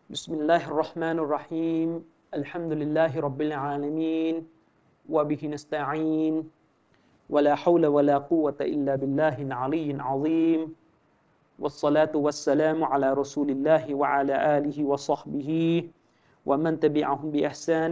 بسم الله الرحمن الرحيم الحمد لله رب العالمين وبه نستعين ولا حول ولا قوة إلا بالله العلي العظيم والصلاة والسلام على رسول الله وعلى آله وصحبه ومن تبعهم بإحسان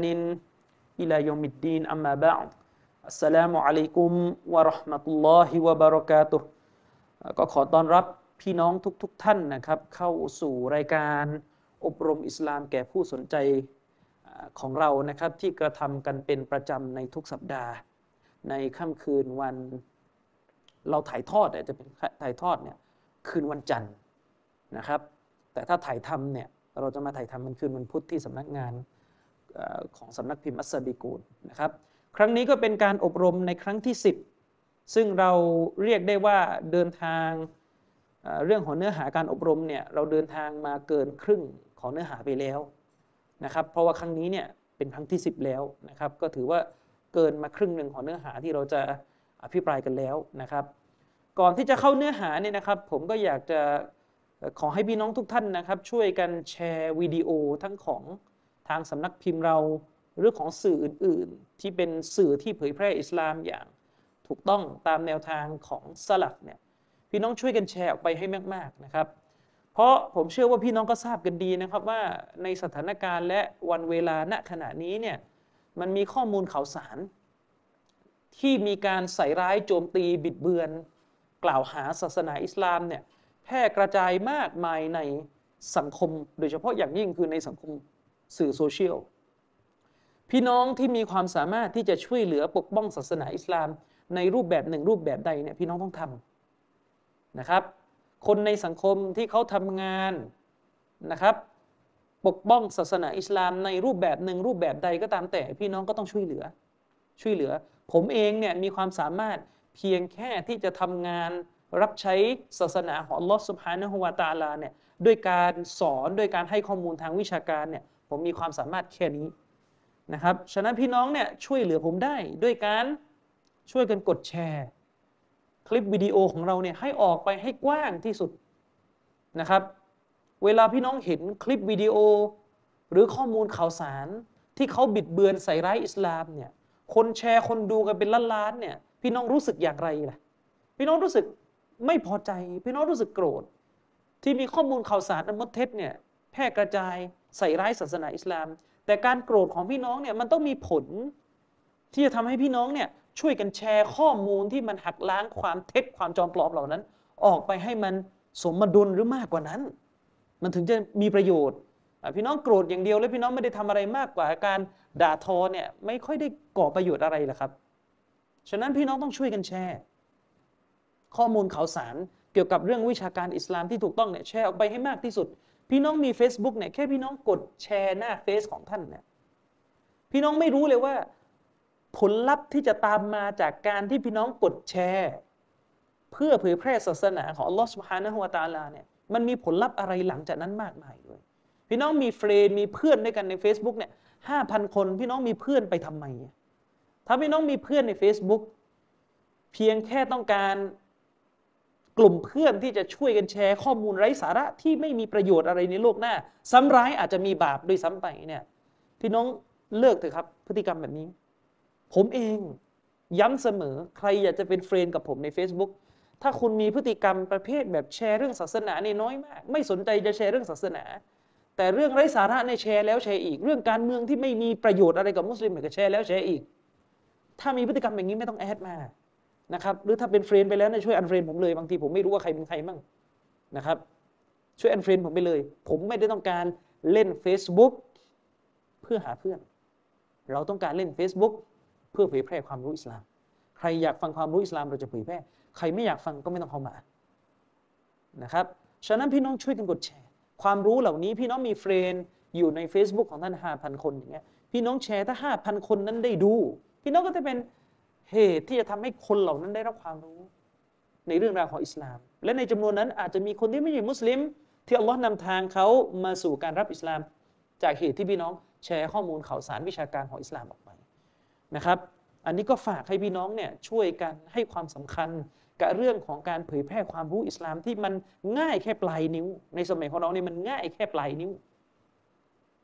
إلى يوم الدين أما بعد السلام عليكم ورحمة الله وبركاته ก็ขอต้อนรับพี่น้องทุกท่านนะครับเข้าสู่รายการอบรมอิสลามแก่ผู้สนใจของเรานะครับที่กระทำกันเป็นประจำในทุกสัปดาห์ในค่ำคืนวันเราถ่ายทอดจะเป็นถ่ายทอดเนี่ยคืนวันจันทร์นะครับแต่ถ้าถ่ายทำเนี่ยเราจะมาถ่ายทำมันคืนวันพุธที่สำนักงานของสำนักพิมพ์อัสซาบิกูนนะครับครั้งนี้ก็เป็นการอบรมในครั้งที่10ซึ่งเราเรียกได้ว่าเดินทางเรื่องของเนื้อหาการอบรมเนี่ยเราเดินทางมาเกินครึ่งของเนื้อหาไปแล้วนะครับเพราะว่าครั้งนี้เนี่ยเป็นครั้งที่10แล้วนะครับก็ถือว่าเกินมาครึ่งหนึ่งของเนื้อหาที่เราจะอภิปรายกันแล้วนะครับก่อนที่จะเข้าเนื้อหาเนี่ยนะครับผมก็อยากจะขอให้พี่น้องทุกท่านนะครับช่วยกันแชร์วิดีโอทั้งของทางสำนักพิมพ์เราหรือของสื่ออื่นๆที่เป็นสื่อที่เผยแพร่อิสลามอย่างถูกต้องตามแนวทางของสลัฟเนี่ยพี่น้องช่วยกันแชร์ออกไปให้มากๆนะครับเพราะผมเชื่อว่าพี่น้องก็ทราบกันดีนะครับว่าในสถานการณ์และวันเวลาณขณะนี้เนี่ยมันมีข้อมูลข่าวสารที่มีการใส่ร้ายโจมตีบิดเบือนกล่าวหาศาสนาอิสลามเนี่ยแพร่กระจายมากมายในสังคมโดยเฉพาะอย่างยิ่งคือในสังคมสื่อโซเชียลพี่น้องที่มีความสามารถที่จะช่วยเหลือปกป้องศาสนาอิสลามในรูปแบบหนึ่งรูปแบบใดเนี่ยพี่น้องต้องทำนะครับคนในสังคมที่เขาทำงานนะครับปกป้องศาสนาอิสลามในรูปแบบหนึ่งรูปแบบใดก็ตามแต่พี่น้องก็ต้องช่วยเหลือผมเองเนี่ยมีความสามารถเพียงแค่ที่จะทำงานรับใช้ศาสนาของอัลลอฮฺซุบฮานะฮูวะตะอาลาเนี่ยด้วยการสอนด้วยการให้ข้อมูลทางวิชาการเนี่ยผมมีความสามารถแค่นี้นะครับฉะนั้นพี่น้องเนี่ยช่วยเหลือผมได้ด้วยการช่วยกันกดแชร์คลิปวิดีโอของเราเนี่ยให้ออกไปให้กว้างที่สุดนะครับเวลาพี่น้องเห็นคลิปวิดีโอหรือข้อมูลข่าวสารที่เขาบิดเบือนใส่ร้ายอิสลามเนี่ยคนแชร์คนดูกันเป็นล้านๆเนี่ยพี่น้องรู้สึกอย่างไรล่ะพี่น้องรู้สึกไม่พอใจพี่น้องรู้สึกโกรธที่มีข้อมูลข่าวสารอันมดเท็จเนี่ยแพร่กระจายใส่ร้ายศาสนาอิสลามแต่การโกรธของพี่น้องเนี่ยมันต้องมีผลที่จะทำให้พี่น้องเนี่ยช่วยกันแชร์ข้อมูลที่มันหักล้างความเท็จความจอมปลอมเหล่านั้นออกไปให้มันสมดุลหรือมากกว่านั้นมันถึงจะมีประโยชน์พี่น้องโกรธอย่างเดียวแล้วพี่น้องไม่ได้ทำอะไรมากกว่าการด่าทอเนี่ยไม่ค่อยได้ก่อประโยชน์อะไรหรอกครับฉะนั้นพี่น้องต้องช่วยกันแชร์ข้อมูลข่าวสารเกี่ยวกับเรื่องวิชาการอิสลามที่ถูกต้องเนี่ยแชร์ออกไปให้มากที่สุดพี่น้องมี Facebook เนี่ยแค่พี่น้องกดแชร์หน้าเฟซของท่านเนี่ยพี่น้องไม่รู้เลยว่าผลลัพธ์ที่จะตามมาจากการที่พี่น้องกดแชร์เพื่อเผยแพร่ศาสนาของอัลลอฮฺซุบฮานะฮูวะตะอาลาเนี่ยมันมีผลลัพธ์อะไรหลังจากนั้นมากมายด้วยพี่น้องมีเฟรนด์มีเพื่อนด้วยกันใน Facebook เนี่ย5,000 คนพี่น้องมีเพื่อนไปทำไมถ้าพี่น้องมีเพื่อนใน Facebook เพียงแค่ต้องการกลุ่มเพื่อนที่จะช่วยกันแชร์ข้อมูลไร้สาระที่ไม่มีประโยชน์อะไรในโลกหน้าซ้ำร้ายอาจจะมีบาปด้วยซ้ำไปเนี่ยพี่น้องเลิกเถอะครับพฤติกรรมแบบนี้ผมเองย้ำเสมอใครอยากจะเป็นเฟรนด์กับผมใน Facebook ถ้าคุณมีพฤติกรรมประเภทแบบแชร์เรื่องศาสนาเนี่ยน้อยมากไม่สนใจจะแชร์เรื่องศาสนาแต่เรื่องไร้สาระในแชร์แล้วแชร์อีกเรื่องการเมืองที่ไม่มีประโยชน์อะไรกับมุสลิมก็แชร์แล้วแชร์อีกถ้ามีพฤติกรรมอย่างนี้ไม่ต้องแอดมานะครับหรือถ้าเป็นเฟรนด์ไปแล้วเนี่ยช่วยอันเฟรนด์ผมเลยบางทีผมไม่รู้ว่าใครเป็นใครมั่งนะครับช่วยอันเฟรนด์ผมไปเลยผมไม่ได้ต้องการเล่น Facebook เพื่อหาเพื่อนเราต้องการเล่น Facebook เพื่อเผยแพร่ความรู้อิสลามใครอยากฟังความรู้อิสลามเราจะเผยแพร่ใครไม่อยากฟังก็ไม่ต้องเข้ามานะครับฉะนั้นพี่น้องช่วยกันกดแชร์ความรู้เหล่านี้พี่น้องมีเฟรนด์อยู่ใน Facebook ของท่าน 5,000 คนอย่างเงี้ยพี่น้องแชร์ถ้า 5,000 คนนั้นได้ดูพี่น้องก็จะเป็นเหตุที่จะทำให้คนเหล่านั้นได้รับความรู้ในเรื่องราวของอิสลามและในจำนวนนั้นอาจจะมีคนที่ไม่ใช่มุสลิมที่อัลลอฮ์นำทางเขามาสู่การรับอิสลามจากเหตุที่พี่น้องแชร์ข้อมูลข่าวสารวิชาการของอิสลามออกไปนะครับอันนี้ก็ฝากให้พี่น้องเนี่ยช่วยกันให้ความสำคัญกับเรื่องของการเผยแพร่ความรู้อิสลามที่มันง่ายแค่ปลายนิ้วในสมัยของเราเนี่ยมันง่ายแค่ปลายนิ้ว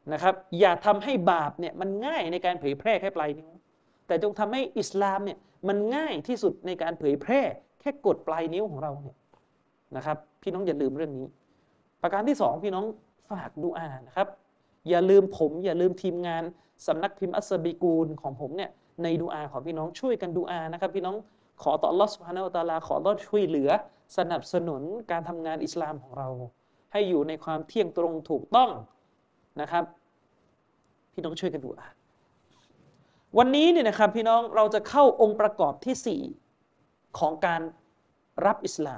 นะครับอย่าทำให้บาปเนี่ยมันง่ายในการเผยแพร่แค่ปลายนิ้วแต่จงทำให้อิสลามเนี่ยมันง่ายที่สุดในการเผยแพร่แค่กดปลายนิ้วของเราเนี่ยนะครับพี่น้องอย่าลืมเรื่องนี้ประการที่สองพี่น้องฝากดุอานะครับอย่าลืมผมอย่าลืมทีมงานสำนักพิมพ์อัสซบีกูลของผมเนี่ยในดุอาของพี่น้องช่วยกันดุอานะครับพี่น้องขอต่ออัลเลาะห์ซุบฮานะฮูวะตะอาลาขออัลเลาะห์ช่วยเหลือสนับสนุนการทำงานอิสลามของเราให้อยู่ในความเที่ยงตรงถูกต้องนะครับพี่น้องช่วยกันดูวันนี้เนี่ยนะครับพี่น้องเราจะเข้าองค์ประกอบที่4ของการรับอิสลาม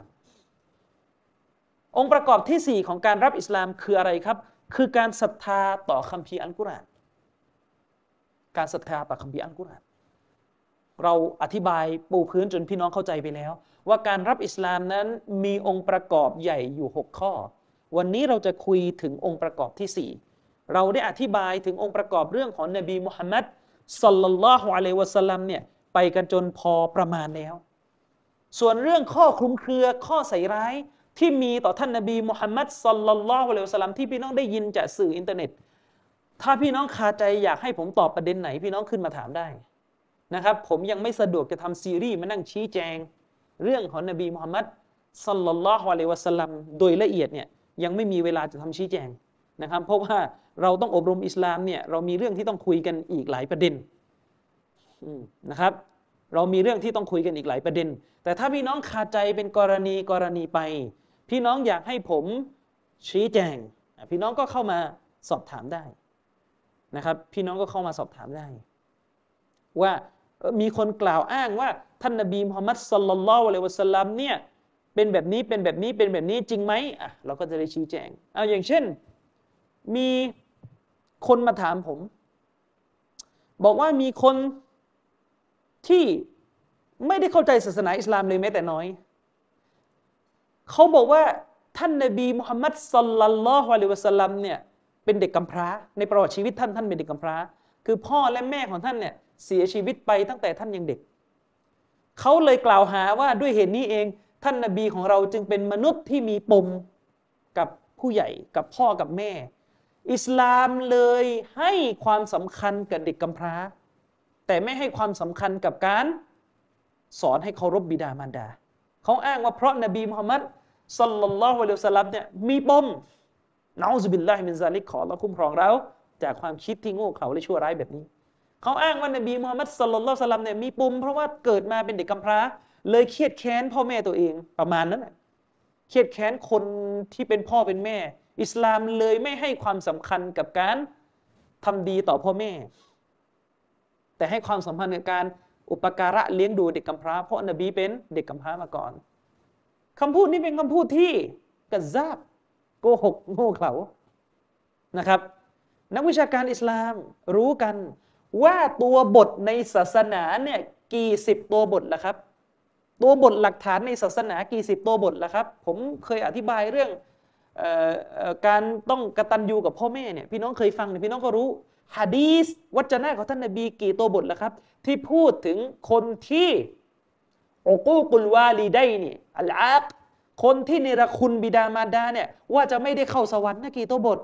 องค์ประกอบที่4ของการรับอิสลามคืออะไรครับคือการศรัทธาต่อคัมภีร์อัลกุรอานการศรัทธาต่อคัมภีร์อัลกุรอานเราอธิบายปูพื้นจนพี่น้องเข้าใจไปแล้วว่าการรับอิสลามนั้นมีองค์ประกอบใหญ่อยู่6ข้อวันนี้เราจะคุยถึงองค์ประกอบที่4เราได้อธิบายถึงองค์ประกอบเรื่องของนบีมุฮัมมัดศ็อลลัลลอฮุอะลัยฮิวะซัลลัมเนี่ยไปกันจนพอประมาณแล้วส่วนเรื่องข้อคลุมเครือข้อใส่ร้ายที่มีต่อท่านนบีมุฮัมมัดศ็อลลัลลอฮุอะลัยฮิวะซัลลัมที่พี่น้องได้ยินจากสื่ออินเทอร์เน็ตถ้าพี่น้องคาใจอยากให้ผมตอบประเด็นไหนพี่น้องขึ้นมาถามได้นะครับผมยังไม่สะดวกจะทำซีรีส์มานั่งชี้แจงเรื่องของนบีมุฮัมมัดศ็อลลัลลอฮุอะลัยฮิวะซัลลัมโดยละเอียดเนี่ยยังไม่มีเวลาจะทำชี้แจงนะครับเพราะว่าเราต้องอบรมอิสลามเนี่ยเรามีเรื่องที่ต้องคุยกันอีกหลายประเด็นนะครับเรามีเรื่องที่ต้องคุยกันอีกหลายประเด็นแต่ถ้าพี่น้องคาใจเป็นกรณีไปพี่น้องอยากให้ผมชี้แจงพี่น้องก็เข้ามาสอบถามได้นะครับพี่น้องก็เข้ามาสอบถามได้ว่ามีคนกล่าวอ้างว่าท่านนบีมุฮัมมัดศ็อลลัลลอฮุอะลัยฮิวะซัลลัมเนี่ยเป็นแบบนี้เป็นแบบนี้เป็นแบบนี้จริงไหมเราก็จะได้ชี้แจงอย่างเช่นมีคนมาถามผมบอกว่ามีคนที่ไม่ได้เข้าใจศาสนาอิสลามเลยแม้แต่น้อยเขาบอกว่าท่านนบีมุฮัมมัดศ็อลลัลลอฮุอะลัยฮิวะซัลลัมเนี่ยเป็นเด็กกำพร้าในประวัติชีวิตท่านเป็นเด็กกำพร้าคือพ่อและแม่ของท่านเนี่ยเสียชีวิตไปตั้งแต่ท่านยังเด็กเขาเลยกล่าวหาว่าด้วยเหตุนี้เองท่านนบีของเราจึงเป็นมนุษย์ที่มีปมกับผู้ใหญ่กับพ่อกับแม่อิสลามเลยให้ความสำคัญกับเด็กกำพร้าแต่ไม่ให้ความสำคัญกับการสอนให้เคารพบิดามารดาเขาอ้างว่าเพราะนบีมุฮัมมัดศ็อลลัลลอฮุอะลัยฮิวะซัลลัมเนี่ยมีปมนะอูซุบิลลาฮิมินซาลิกขออัลเลาะห์คุ้มครองเราจากความคิดที่โง่เขลาและชั่วร้ายแบบนี้เขาอ้างว่านบีมุฮัมมัดศ็อลลัลลอฮุอะลัยฮิวะซัลลัมเนี่ยมีปมเพราะว่าเกิดมาเป็นเด็กกำพร้าเลยเครียดแค้นพ่อแม่ตัวเองประมาณนั้นเครียดแค้นคนที่เป็นพ่อเป็นแม่อิสลามเลยไม่ให้ความสำคัญกับการทำดีต่อพ่อแม่แต่ให้ความสำคัญกับการอุปการะเลี้ยงดูเด็กกำพร้าเพราะนบีเป็นเด็กกำพร้ามาก่อนคำพูดนี้เป็นคำพูดที่กัซซาบโกหกโง่เขลานะครับนักวิชาการอิสลามรู้กันว่าตัวบทในศาสนาเนี่ยกี่สิบตัวบทล่ะครับตัวบทหลักฐานในศาสนากี่สิบตัวบทล่ะครับผมเคยอธิบายเรื่องการต้องกตัญญูกับพ่อแม่เนี่ยพี่น้องเคยฟังเนี่ยพี่น้องก็รู้หะดีษวจนะของท่านนบีกี่ตัวบทล่ะครับที่พูดถึงคนที่อุกูกุลวาลิดัยนี่อัลอาก์คนที่เนรคุณบิดามารดาเนี่ยว่าจะไม่ได้เข้าสวรรค์นะกี่ตัวบท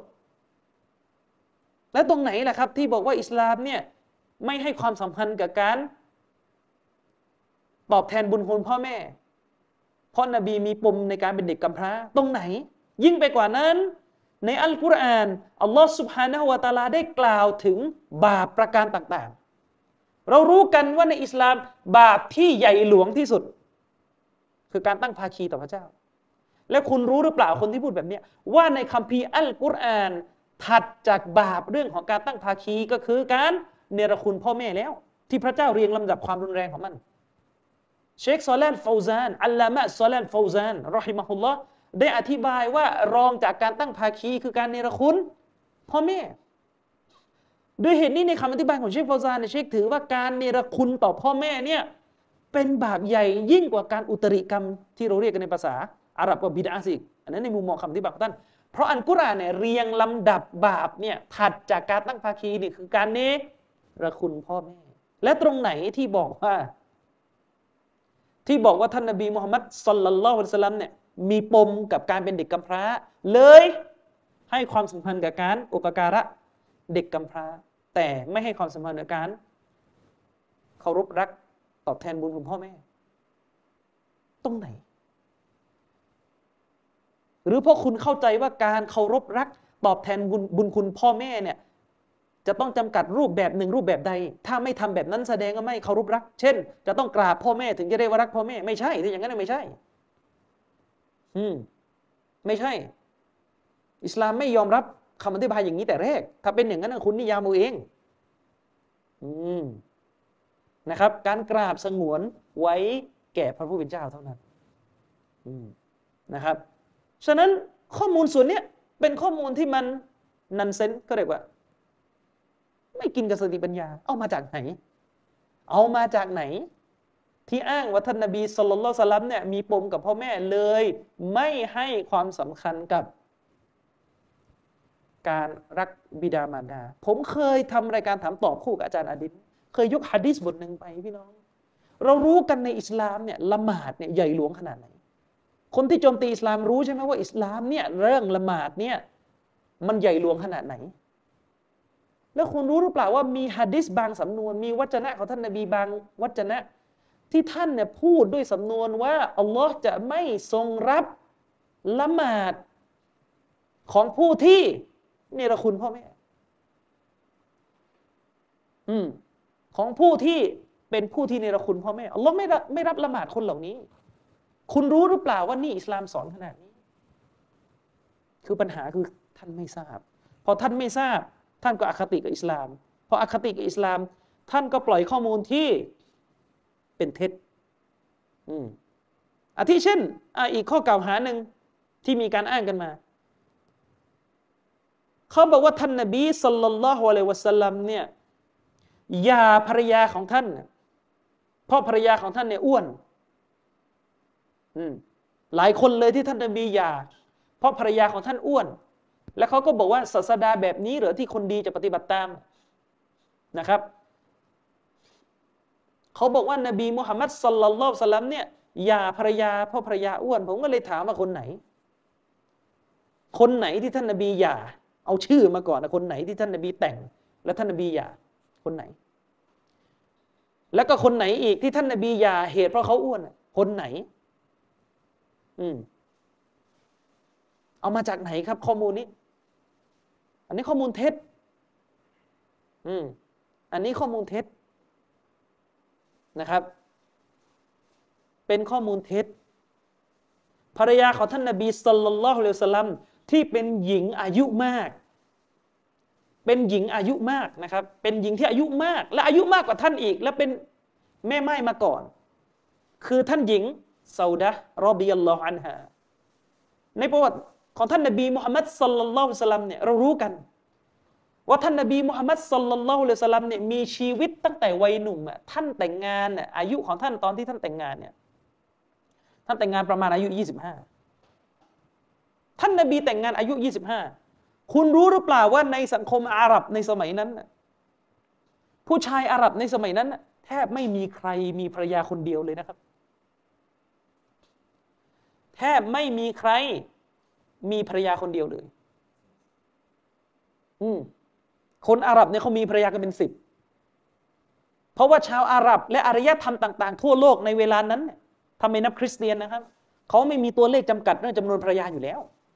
และตรงไหนล่ะครับที่บอกว่าอิสลามเนี่ยไม่ให้ความสำคัญกับการตอบแทนบุญคุณพ่อแม่เพราะนบีมีปมในการเป็นเด็กกำพร้าตรงไหนยิ่งไปกว่านั้นในอัลกุรอานอัลลอฮฺซุบฮานะฮูวะตะอาลาได้กล่าวถึงบาปประการต่างๆเรารู้กันว่าในอิสลามบาปที่ใหญ่หลวงที่สุดคือการตั้งภาคีต่อพระเจ้าและคุณรู้หรือเปล่าคนที่พูดแบบนี้ว่าในคัมภีร์อัลกุรอานถัดจากบาปเรื่องของการตั้งภาคีก็คือการเนรคุณพ่อแม่แล้วที่พระเจ้าเรียงลำดับความรุนแรงของมันเชคซอลานฟาวซานอัลลามะซอลานฟาวซานรอฮิมะฮุลลอฮ์ได้อธิบายว่ารองจากการตั้งภาคีคือการเนรคุณพ่อแม่ด้วยเหตุนี้ในคำอธิบายของเชคฟาวซานเนี่ยเชคถือว่าการเนรคุณต่อพ่อแม่เนี่ยเป็นบาปใหญ่ยิ่งกว่าการอุตริกรรมที่เราเรียกกันในภาษาอาหรับว่าบิดอะห์สิอันนั้นในมุมมองคำอธิบายของท่านเพราะอัลกุรอานเนี่ยเรียงลำดับบาปเนี่ยถัดจากการตั้งภาคีนี่คือการเนรคุณพ่อแม่และตรงไหนที่บอกว่าท่านนบีมุฮัมมัดศ็อลลัลลอฮุอะลัยฮิวะซัลลัมเนี่ยมีปมกับการเป็นเด็กกำพร้าเลยให้ความสำคัญกับการอุปการะเด็กกำพร้าแต่ไม่ให้ความสำคัญในการเคารพรักตอบแทนบุญคุณพ่อแม่ตรงไหนหรือเพราะคุณเข้าใจว่าการเคารพรักตอบแทนบุญคุณพ่อแม่เนี่ยจะต้องจำกัดรูปแบบหนึ่งรูปแบบใดถ้าไม่ทำแบบนั้นแสดงว่าไม่เคารพรักเช่นจะต้องกราบพ่อแม่ถึงจะได้ว่ารักพ่อแม่ไม่ใช่ที่อย่างนั้นไม่ใช่ไม่ใช่อิสลามไม่ยอมรับคำอธิบายอย่างนี้แต่แรกถ้าเป็นอย่างนั้นคุณนิยามเอาเองนะครับการกราบสงวนไว้แก่พระผู้เป็นเจ้าเท่านั้นนะครับฉะนั้นข้อมูลส่วนนี้เป็นข้อมูลที่มันนันเซนก็เรียกว่าไม่กินกับสติปัญญาเอามาจากไหนที่อ้างว่าท่านนบีศ็อลลัลลอฮุอะลัยฮิวะซัลลัมเนี่ยมีปมกับพ่อแม่เลยไม่ให้ความสำคัญกับการรักบิดามารดาผมเคยทำรายการถามตอบคู่กับอาจารย์อาดิษฐ์เคยยกหะดีษบทหนึ่งไปพี่น้องเรารู้กันในอิสลามเนี่ยละหมาดเนี่ยใหญ่หลวงขนาดไหนคนที่โจมตีอิสลามรู้ใช่ไหมว่าอิสลามเนี่ยเรื่องละหมาดเนี่ยมันใหญ่หลวงขนาดไหนแล้วคุณรู้หรือเปล่าว่ามีหะดีษบางสำนวนมีวจนะของท่านนบีบางวจนะที่ท่านเนี่ยพูดด้วยสำนวนว่าอัลลอฮ์จะไม่ทรงรับละหมาดของผู้ที่เนรคุณพ่อแม่ของผู้ที่เป็นผู้ที่เนรคุณพ่อแม่อัลลอฮ์ไม่รับละหมาดคนเหล่านี้คุณรู้หรือเปล่าว่านี่อิสลามสอนขนาดนี้คือปัญหาคือท่านไม่ทราบพอท่านไม่ทราบท่านก็อคติกับอิสลามพออคติกับอิสลามท่านก็ปล่อยข้อมูลที่เป็นเท็จอาทิเช่นอีกข้อกล่าวหาหนึ่งที่มีการอ้างกันมาเขาบอกว่าท่านนบีศ็อลลัลลอฮุอะลัยฮิวะซัลลัมเนี่ยหย่าภรรยาของท่านเพราะภรรยาของท่านเนี่ยอ้วนหลายคนเลยที่ท่านนบีหย่าเพราะภรรยาของท่านอ้วนแล้วเขาก็บอกว่าศาสดาแบบนี้เหรอที่คนดีจะปฏิบัติตามนะครับเขาบอกว่านบีมุฮัมมัดศ็อลลัลลอฮุอะลัยฮิวะซัลลัมเนี่ยหย่าภรรยาเพราะภรรยาอ้วนผมก็เลยถามว่าคนไหนที่ท่านนบีหย่าเอาชื่อมาก่อนนะคนไหนที่ท่านนบีแต่งและท่านนบีหย่าคนไหนแล้วก็คนไหนอีกที่ท่านนบีหย่าเหตุเพราะเขาอ้วนคนไหนเอามาจากไหนครับข้อมูลนี้อันนี้ข้อมูลเท็จอันนี้ข้อมูลเท็จนะครับเป็นข้อมูลเท็จภรรยาของท่านนบีศ็อลลัลลอฮุอะลัยฮิวะซัลลัมที่เป็นหญิงอายุมากนะครับเป็นหญิงที่อายุมากและอายุมากกว่าท่านอีกและเป็นแม่ไม้มาก่อนคือท่านหญิงซาอุดะห์รอฎิยัลลอฮุอันฮาในประวัติของท่านนบีมุฮัมมัดศ็อลลัลลอฮุอะลัยฮิวะซัลลัมเนี่ยเรารู้กันว่าท่านนบีมุฮัมมัดศ็อลลัลลอฮุอะลัยฮิวะซัลลัมเนี่ยมีชีวิตตั้งแต่วัยหนุ่มท่านแต่งงานอายุของท่านตอนที่ท่านแต่งงานเนี่ยท่านแต่งงานประมาณอายุ25ท่านนบีแต่งงานอายุ25คุณรู้หรือเปล่าว่าในสังคมอาหรับในสมัยนั้นผู้ชายอาหรับในสมัยนั้นแทบไม่มีใครมีภรรยาคนเดียวเลยนะครับแทบไม่มีใครมีภรรยาคนเดียวเลยคนอาหรับเนี่ยเขามีภรรยากันเป็น10เพราะว่าชาวอาหรับและอารยธรรมต่างๆทั่วโลกในเวลานั้นถ้าไม่นับคริสเตียนนะครับเขาไม่มีตัวเลขจำกัดเรื่องจำนวนภรรยาอยู่แล้ว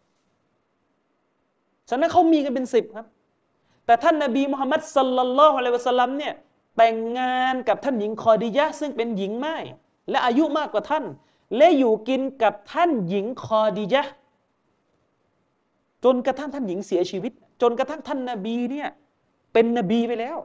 ฉะนั้นเขามีกันเป็น10ครับแต่ท่านนบีมุฮัมมัดศ็อลลัลลอฮุอะลัยฮิวะซัลลัมเนี่ยแต่งงานกับท่านหญิงคอดีญะห์ซึ่งเป็นหญิงม่ายและอายุมากกว่าท่านและอยู่กินกับท่านหญิงคอดีญะห์จนกระทั่งท่านหญิงเสียชีวิตจนกระทั่งท่านนบีเนี่ยเป็นนบีไปแล้ว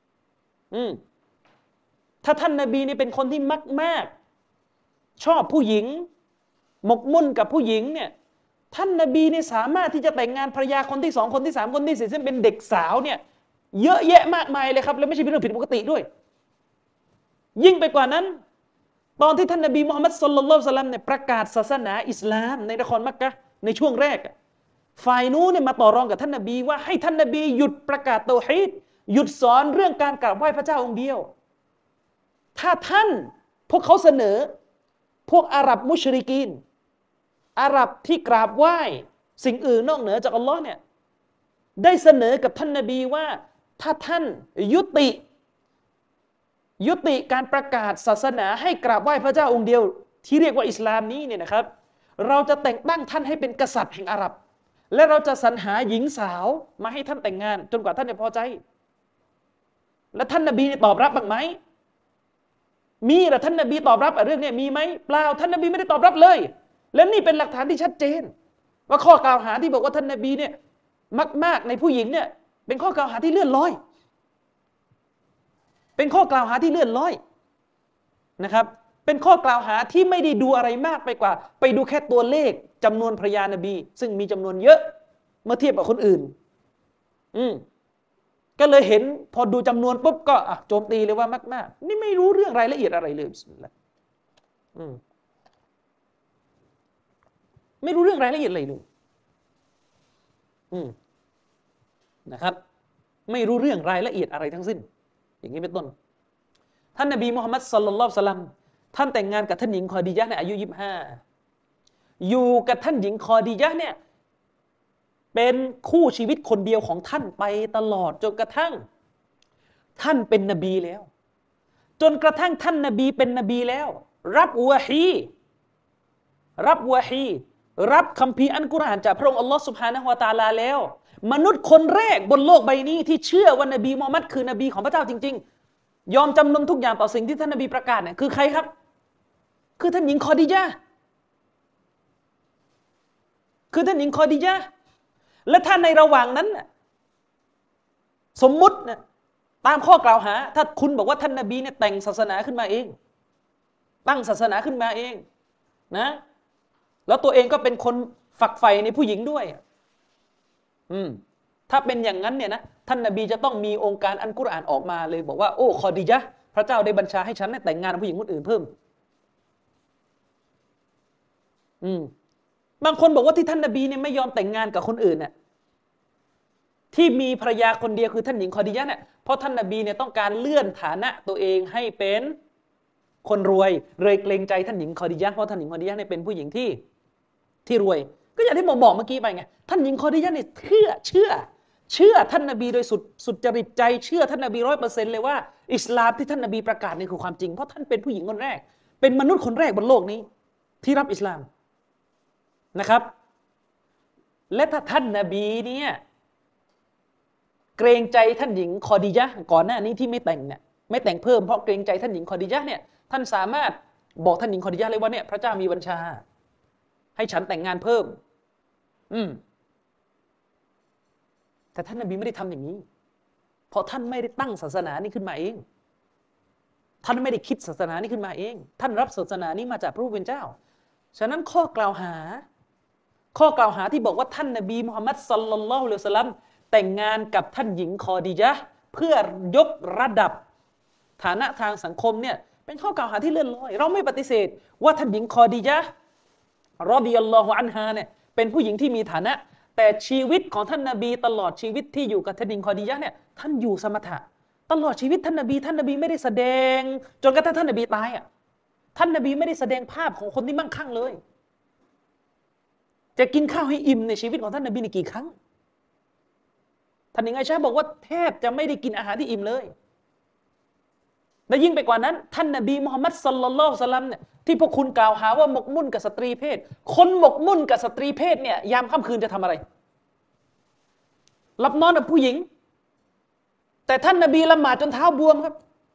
ถ้าท่านนบีนี่เป็นคนที่มากชอบผู้หญิงหมกมุ่นกับผู้หญิงเนี่ยท่านนบีเนี่ยสามารถที่จะแต่งงานภรรยาคนที่2คนที่3คนที่4ซึ่งเป็นเด็กสาวเนี่ยเยอะแยะมากมายเลยครับและไม่ใช่เป็นเรื่องผิดปกติด้วยยิ่งไปกว่านั้นตอนที่ท่านนบีมุฮัมมัดศ็อลลัลลอฮุอะลัยฮิวะซัลลัมเนี่ยประกาศศาสนาอิสลามในนครมักกะฮ์ในช่วงแรกฝ่ายนู้นเนี่ยมาต่อรองกับท่านนบีว่าให้ท่านนบีหยุดประกาศเตาฮีดหยุดสอนเรื่องการกราบไหว้พระเจ้าองค์เดียวถ้าท่านพวกเขาเสนอพวกอาหรับมุชริกีนอาหรับที่กราบไหว้สิ่งอื่นนอกเหนือจากอัลลอฮ์เนี่ยได้เสนอกับท่านนบีว่าถ้าท่านยุติการประกาศศาสนาให้กราบไหว้พระเจ้าองค์เดียวที่เรียกว่าอิสลามนี้เนี่ยนะครับเราจะแต่งตั้งท่านให้เป็นกษัตริย์แห่งอาหรับและเราจะสรรหาหญิงสาวมาให้ท่านแต่งงานจนกว่าท่านจะพอใจและท่านนบีตอบรับบ้างไหมมีหรือท่านนบีตอบรับเรื่องนี้มีไหมเปล่าท่านนบีไม่ได้ตอบรับเลยและนี่เป็นหลักฐานที่ชัดเจนว่าข้อกล่าวหาที่บอกว่าท่านนบีเนี่ยมากในผู้หญิงเนี่ยเป็นข้อกล่าวหาที่เลื่อนลอยเป็นข้อกล่าวหาที่เลื่อนลอยนะครับเป็นข้อกล่าวหาที่ไม่ได้ดูอะไรมากไปกว่าไปดูแค่ตัวเลขจำนวนภรรยานบีซึ่งมีจำนวนเยอะเมื่อเทียบกับคนอื่นก็เลยเห็นพอดูจำนวนปุ๊บก็โจมตีเลยว่ามากๆนี่ไม่รู้เรื่องรายละเอียดอะไรเลยบิสมิลลาห์ไม่รู้เรื่องรายละเอียดอะไรเลยนะครับไม่รู้เรื่องรายละเอียดอะไรทั้งสิ้นอย่างนี้เป็นต้นท่านนบีมุฮัมมัดศ็อลลัลลอฮุอะลัยฮิวะซัลลัมท่านแต่งงานกับท่านหญิงคอดีญะห์ในอายุ25อยู่กับท่านหญิงคอดีญะห์เนี่ยเป็นคู่ชีวิตคนเดียวของท่านไปตลอดจนกระทั่งท่านเป็นนบีแล้วจนกระทั่งท่านนบีเป็นนบีแล้วรับวะฮีรับคัมภีร์อัลกุรอานจากพระองค์อัลลอฮฺซุบฮานะฮูวะตะอาลาแล้วมนุษย์คนแรกบนโลกใบนี้ที่เชื่อว่านบีมุฮัมมัดคือนบีของพระเจ้าจริงๆยอมจำนนทุกอย่างต่อสิ่งที่ท่านนบีประกาศเนี่ยคือใครครับคือท่านหญิงคอดีญะห์และถ้าในระหว่างนั้นสมมุตินะตามข้อกล่าวหาถ้าคุณบอกว่าท่านนบีเนี่ยแต่งศาสนาขึ้นมาเองตั้งศาสนาขึ้นมาเองนะแล้วตัวเองก็เป็นคนฝักใฝ่ในผู้หญิงด้วยถ้าเป็นอย่างนั้นเนี่ยนะท่านนบีจะต้องมีองค์การอัลกุรอานออกมาเลยบอกว่าโอ้คอดีญะห์พระเจ้าได้บัญชาให้ฉันแต่งงานกับผู้หญิงคนอื่นเพิ่มบางคนบอกว่าที่ท่านนบีเนี่ยไม่ยอมแต่งงานกับคนอื่นน่ะที่มีภรรยาคนเดียวคือท่านหญิงคอดีญะห์เนี่ยเพราะท่านนบีเนี่ยต้องการเลื่อนฐานะตัวเองให้เป็นคนรวยเลยเกรงใจท่านหญิงคอดีญะห์เพราะท่านหญิงคอดีญะห์เนี่ยเป็นผู้หญิงที่รวยก็อย่างที่ผมบอกเมื่อกี้ไปไงท่านหญิงคอดีญะห์เนี่ยเชื่อท่านนบีโดยสุดจริตใจเชื่อท่านนบี 100% เลยว่าอิสลามที่ท่านนบีประกาศนี่คือความจริงเพราะท่านเป็นผู้หญิงคนแรกเป็นมนุษย์คนแรกบนโลกนี้ที่รับอิสลามนะครับและถ้าท่านนบีเนี่ยเกรงใจท่านหญิงคอดีญะห์ก่อนหน้านี้ที่ไม่แต่งเนี่ยไม่แต่งเพิ่มเพราะเกรงใจท่านหญิงคอดีญะห์เนี่ยท่านสามารถบอกท่านหญิงคอดีญะห์เลยว่าเนี่ยพระเจ้ามีบัญชาให้ฉันแต่งงานเพิ่มแต่ท่านนบีไม่ได้ทำอย่างนี้เพราะท่านไม่ได้ตั้งศาสนานี้ขึ้นมาเองท่านไม่ได้คิดศาสนานี้ขึ้นมาเองท่านรับศาสนานี้มาจากพระผู้เป็นเจ้าฉะนั้นข้อกล่าวหาที่บอกว่าท่านนบีมุฮัมมัดศ็อลลัลลอฮุอะลัยฮิวะซัลลัมแต่งงานกับท่านหญิงคอดีญะห์เพื่อยกระดับฐานะทางสังคมเนี่ยเป็นข้อกล่าวหาที่เลื่อนลอยเราไม่ปฏิเสธว่าท่านหญิงคอดีญะห์รอฎิยัลลอฮุอันฮาเนี่ยเป็นผู้หญิงที่มีฐานะแต่ชีวิตของท่านนบีตลอดชีวิตที่อยู่กับท่านหญิงคอดีญะห์เนี่ยท่านอยู่สมถะตลอดชีวิตท่านนบีไม่ได้แสดงจนกระทั่งท่านนบีตายท่านนบีไม่ได้แสดงภาพของคนที่มั่งคั่งเลยจะกินข้าวให้อิ่มในชีวิตของท่านนบีในกี่ครั้งท่านหญิงไอชาบอกว่าแทบจะไม่ได้กินอาหารที่อิ่มเลยและยิ่งไปกว่านั้นท่านนบีมุฮัมมัดศ็อลลัลลอฮุอะลัยฮิวะซัลลัมเนี่ยที่พวกคุณกล่าวหาว่าหมกมุ่นกับสตรีเพศคนหมกมุ่นกับสตรีเพศเนี่ยยามค่ำคืนจะทำอะไรหลับนอนกับผู้หญิงแต่ท่านนบีละหมาดจนเท้าบวมครับ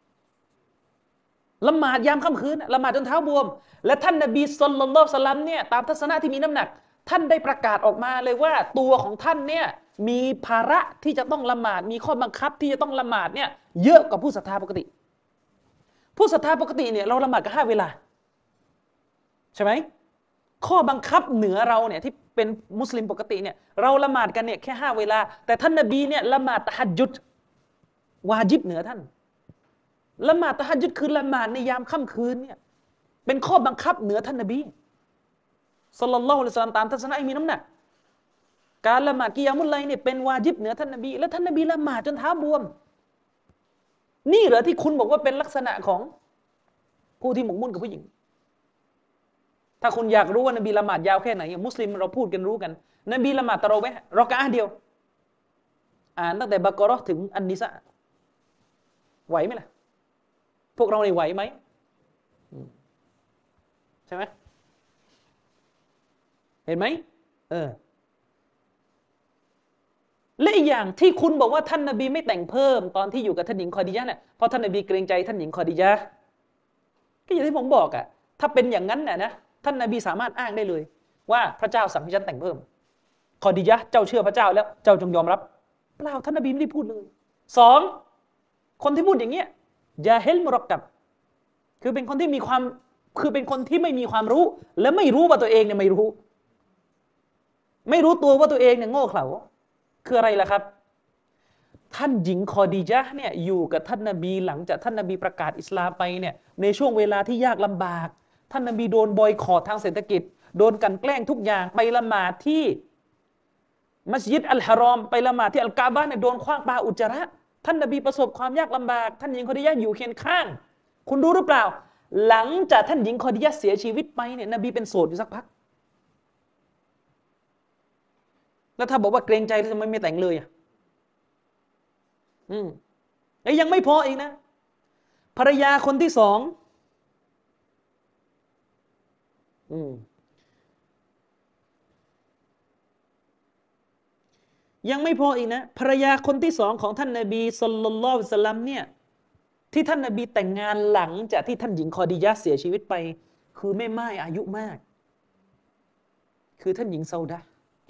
ละหมาดยามค่ำคืนละหมาดจนเท้าบวมและท่านนบีศ็อลลัลลอฮุอะลัยฮิวะซัลลัมเนี่ยตามทัศนะที่มีน้ำหนักท่านได้ประกาศออกมาเลยว่าตัวของท่านเนี่ยมีภาระที่จะต้องละหมาดมีข้อบังคับที่จะต้องละหมาดเนี่ยเยอะกว่าผู้ศรัทธาปกติผู้ศรัทธาปกติเนี่ยเราละหมาดกัน5 เวลาใช่ไหมข้อบังคับเหนือเราเนี่ยที่เป็นมุสลิมปกติเนี่ยเราละหมาดกันเนี่ยแค่5 เวลาแต่ท่านนบีเนี่ยละหมาดตะฮัจญุดวาญิบเหนือท่านละหมาดตะฮัจญุดคือละหมาดในยามค่ำคืนเนี่ยเป็นข้อบังคับเหนือท่านนบีศ็อลลัลลอฮุอะลัยฮิวะซัลลัมตามทัศนะที่มีน้ำหนักการละหมาดกิยามุลไลล์เนี่ยเป็นวาญิบเหนือท่านนบีและท่านนบีละหมาดจนเท้าบวมนี่เหรอที่คุณบอกว่าเป็นลักษณะของผู้ที่หมกมุ่นกับผู้หญิงถ้าคุณอยากรู้ว่านบีละหมาดยาวแค่ไหนมุสลิมเราพูดกันรู้กันนบีละหมาดตะเราะเวห์เราะกะอะห์เดียวอ่านตั้งแต่บะเกาะเราะห์ถึงอันนิสาไหวไหมล่ะพวกเราไหวไหมใช่ไหมเห็นไหมและอีกอย่างที่คุณบอกว่าท่านนบีไม่แต่งเพิ่มตอนที่อยู่กับท่านหญิงคอดีญะห์เนี่ยเพราะท่านนบีเกรงใจท่านหญิงคอดีญะห์ก็อย่างที่ผมบอกอ่ะถ้าเป็นอย่างนั้นน่ะนะท่านนบีสามารถอ้างได้เลยว่าพระเจ้าสั่งให้ฉันแต่งเพิ่มคอดีญะห์เจ้าเชื่อพระเจ้าแล้วเจ้าจงยอมรับเปล่าท่านนบีไม่ได้พูดเลยสองคนที่พูดอย่างเงี้ยยาเฮลมุรักกับคือเป็นคนที่มีความคือเป็นคนที่ไม่มีความรู้และไม่รู้ว่าตัวเองเนี่ยไม่รู้ตัวว่าตัวเองเนี่ยโง่เขลาคืออะไรล่ะครับท่านหญิงคอดีญะห์เนี่ยอยู่กับท่านนบีหลังจากท่านนบีประกาศอิสลามไปเนี่ยในช่วงเวลาที่ยากลำบากท่านนบีโดนบอยคอตทางเศรษฐกิจโดนกันแกล้งทุกอย่างไปละหมาดที่มัสยิดอัลฮารอมไปละหมาดที่อัลกาบะห์เนี่ยโดนขว้างปาอุจจาระท่านนบีประสบความยากลำบากท่านหญิงคอดีญะห์อยู่เคียงข้างคุณรู้หรือเปล่าหลังจากท่านหญิงคอดีญะห์เสียชีวิตไปเนี่ยนบีเป็นโสดอยู่สักพักแล้วถ้าบอกว่าเกรงใจทำไมไม่แต่งเลยอ่ะแล้วยังไม่พออีกนะภรรยาคนที่สองยังไม่พออีกนะภรรยาคนที่สองของท่านนบีศ็อลลัลลอฮุอะลัยฮิวะซัลลัมเนี่ยที่ท่านนบีแต่งงานหลังจากที่ท่านหญิงคอดีญะห์เสียชีวิตไปคือแม่ม่ายอายุมากคือท่านหญิงซาอุดะห์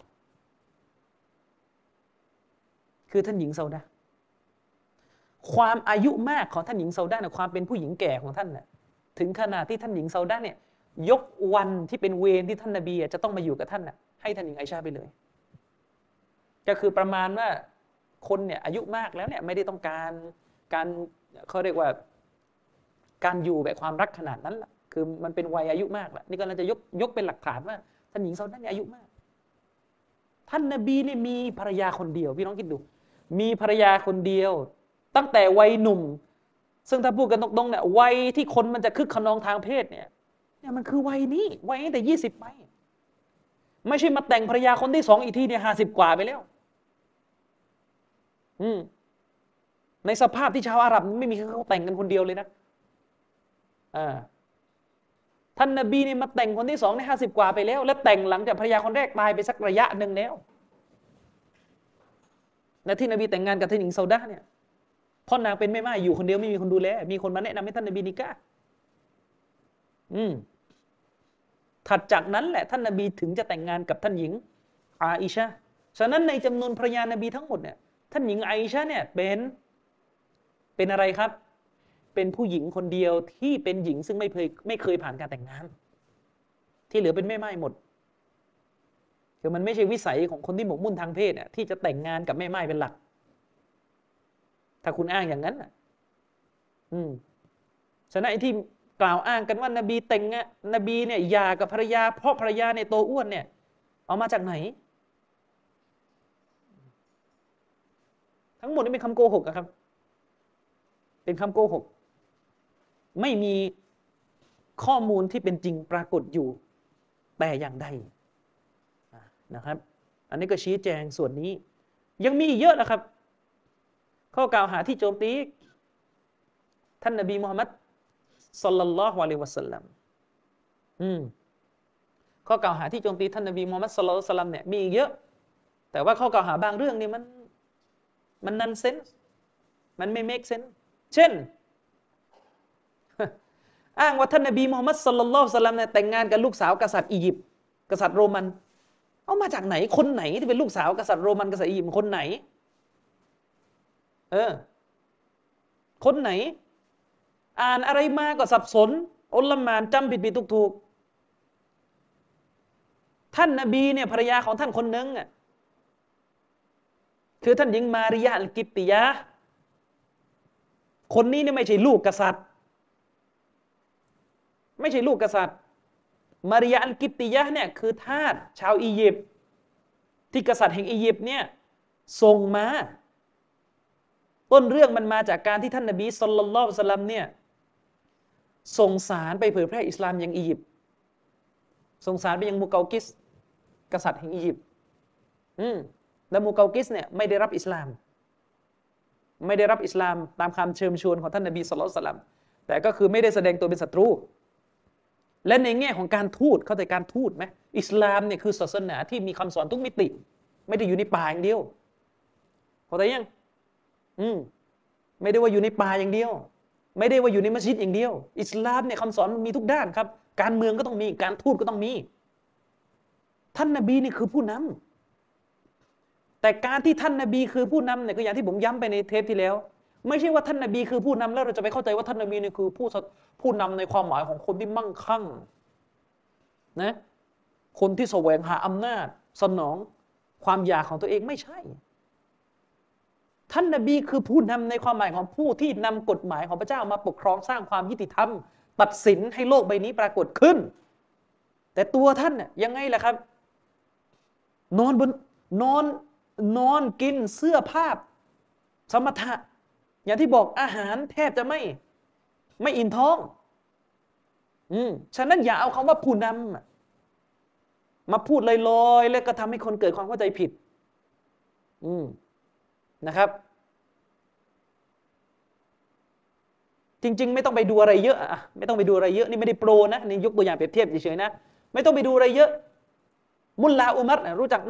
คือท่านหญิงซาอุดะห์ความอายุมากของท่านหญิงซาอุดะห์เนี่ยความเป็นผู้หญิงแก่ของท่านน่ะถึงขนาดที่ท่านหญิงซาอุดะห์เนี่ยยกวันที่เป็นเวรที่ท่านนบีจะต้องมาอยู่กับท่านน่ะให้ท่านหญิงไอชาไปเลยก็คือประมาณว่าคนเนี่ยอายุมากแล้วเนี่ยไม่ได้ต้องการเขาเรียกว่าการอยู่แบบความรักขนาดนั้นล่ะคือมันเป็นวัยอายุมากแล้วนี่ก็เราจะยกเป็นหลักฐานว่าท่านหญิงซาอุดะห์เนี่ยอายุมากท่านนบีนี่มีภรรยาคนเดียวพี่น้องคิดดูมีภรรยาคนเดียวตั้งแต่วัยหนุ่มซึ่งถ้าพูดกันตรงๆเนี่ยวัยที่คนมันจะคึกขนองทางเพศเนี่ยมันคือวัยนี้วัยตั้งแต่20ไปไม่ใช่มาแต่งภรรยาคนที่สองอีกทีเนี่ย50 กว่าไปแล้วในสภาพที่ชาวอาหรับไม่มีเขาแต่งกันคนเดียวเลยนะท่านนบีนี่มาแต่งคนที่สองใน50 กว่าไปแล้วและแต่งหลังจากภรรยาคนแรกตายไปสักระยะหนึ่งแล้วและที่นบีแต่งงานกับท่านหญิงซาอุดะห์เนี่ยเพราะนางเป็นแม่ม่ายอยู่คนเดียวไม่มีคนดูแลมีคนมาแนะนำให้ท่านนบีนิกะห์ถัดจากนั้นแหละท่านนบีถึงจะแต่งงานกับท่านหญิงอาอิชะห์ฉะนั้นในจำนวนภรรยานบีทั้งหมดเนี่ยท่านหญิงอาอิชะห์เนี่ยเป็นอะไรครับเป็นผู้หญิงคนเดียวที่เป็นหญิงซึ่งไม่เคยผ่านการแต่งงานที่เหลือเป็นแม่ม่ายหมดคือมันไม่ใช่วิสัยของคนที่หมกมุ่นทางเพศที่จะแต่งงานกับแม่ม่ายเป็นหลักถ้าคุณอ้างอย่างนั้นฉะนั้นไอ้ที่กล่าวอ้างกันว่านบีแต่งงานนบีเนี่ยหย่ากับภรรยาเพราะภรรยาเนี่ยโตอ้วนเนี่ยเอามาจากไหนทั้งหมดนี่เป็นคำโกหกครับเป็นคำโกหกไม่มีข้อมูลที่เป็นจริงปรากฏอยู่แต่อย่างใดนะครับอันนี้ก็ชี้แจงส่วนนี้ยังมีอีกเยอะนะครับข้อกล่าวหาที่โจมตีท่านนบีมุฮัมมัดศ็อลลัลลอฮุอะลัยฮิวะซัลลัมข้อกล่าวหาที่โจมตีท่านนบีมุฮัมมัดศ็อลลัลลอฮุอะลัยฮิวะซัลลัมเนี่ยมีอีกเยอะแต่ว่าข้อกล่าวหาบางเรื่องนี่มันนันเซนส์มันไม่เมคเซนส์เช่นอ้างว่าท่านนบีมุฮัมมัดศ็อลลัลลอฮุอะลัยฮิวะซัลลัมเนี่ยแต่งงานกับลูกสาวกษัตริย์อียิปต์กษัตริย์โรมันเอามาจากไหนคนไหนที่เป็นลูกสาวกษัตริย์โรมันกษัตริย์อียิปต์คนไหนคนไหนอ่านอะไรมาก็สับสนอุลามะจำผิดถูกท่านนบีเนี่ยภรรยาของท่านคนนึงคือท่านหญิงมาริยะอัลกิบติยะห์คนนี้เนี่ยไม่ใช่ลูกกษัตริย์ไม่ใช่ลูกกษัตริย์มาริยะอัลกิบติยะห์เนี่ยคือทาสชาวอียิปต์ที่กษัตริย์แห่งอียิปต์เนี่ยส่งมาต้นเรื่องมันมาจากการที่ท่านนบีศ็อลลัลลอฮุอะลัยฮิวะซัลลัมเนี่ยส่งสารไปเผยแพร่อิสลามยังอียิปต์ส่งสารไปยังมูเกากิสกษัตริย์แห่งอียิปต์และมูเกากิสเนี่ยไม่ได้รับอิสลามไม่ได้รับอิสลามตามคำเชิญชวนของท่านนบีศ็อลลัลลอฮุอะลัยฮิวะซัลลัมแต่ก็คือไม่ได้แสดงตัวเป็นศัตรูและในแง่ของการทูตเข้าใจการทูตไหมอิสลามเนี่ยคือศาสนาที่มีคำสอนทุกมิติไม่ได้อยู่ในป่าอย่างเดียวเข้าใจยังไม่ได้ว่าอยู่ในป่าอย่างเดียวไม่ได้ว่าอยู่ในมัสยิดอย่างเดียวอิสลามเนี่ยคำสอนมันมีทุกด้านครับการเมืองก็ต้องมีการทูตก็ต้องมีท่านนบีนี่คือผู้นำแต่การที่ท่านนบีคือผู้นำเนี่ยก็อย่างที่ผมย้ำไปในเทปที่แล้วไม่ใช่ว่าท่านนบีคือผู้นำแล้วเราจะไปเข้าใจว่าท่านนบีนี่คือผู้นำในความหมายของคนที่มั่งคั่งนะคนที่แสวงหาอำนาจสนองความอยากของตัวเองไม่ใช่ท่านนบีคือผู้นำในความหมายของผู้ที่นำกฎหมายของพระเจ้ามาปกครองสร้างความยุติธรรมตัดสินให้โลกใบนี้ปรากฏขึ้นแต่ตัวท่านเนี่ยยังไงล่ะครับนอนบนนอนกินเสื้อผ้าสมถะอย่างที่บอกอาหารแทบจะไม่อิ่มท้องฉะนั้นอย่าเอาคำว่าผู้นำมาพูดลอยๆแล้วก็ทำให้คนเกิดความเข้าใจผิดนะครับจริงๆไม่ต้องไปดูอะไรเยอะไม่ต้องไปดูอะไรเยอะนี่ไม่ได้โปรนะนี่ยกตัวอย่างเปรียบเทียบเฉยๆนะไม่ต้องไปดูอะไรเยอะมุลลาอุมัรรู้จักไหม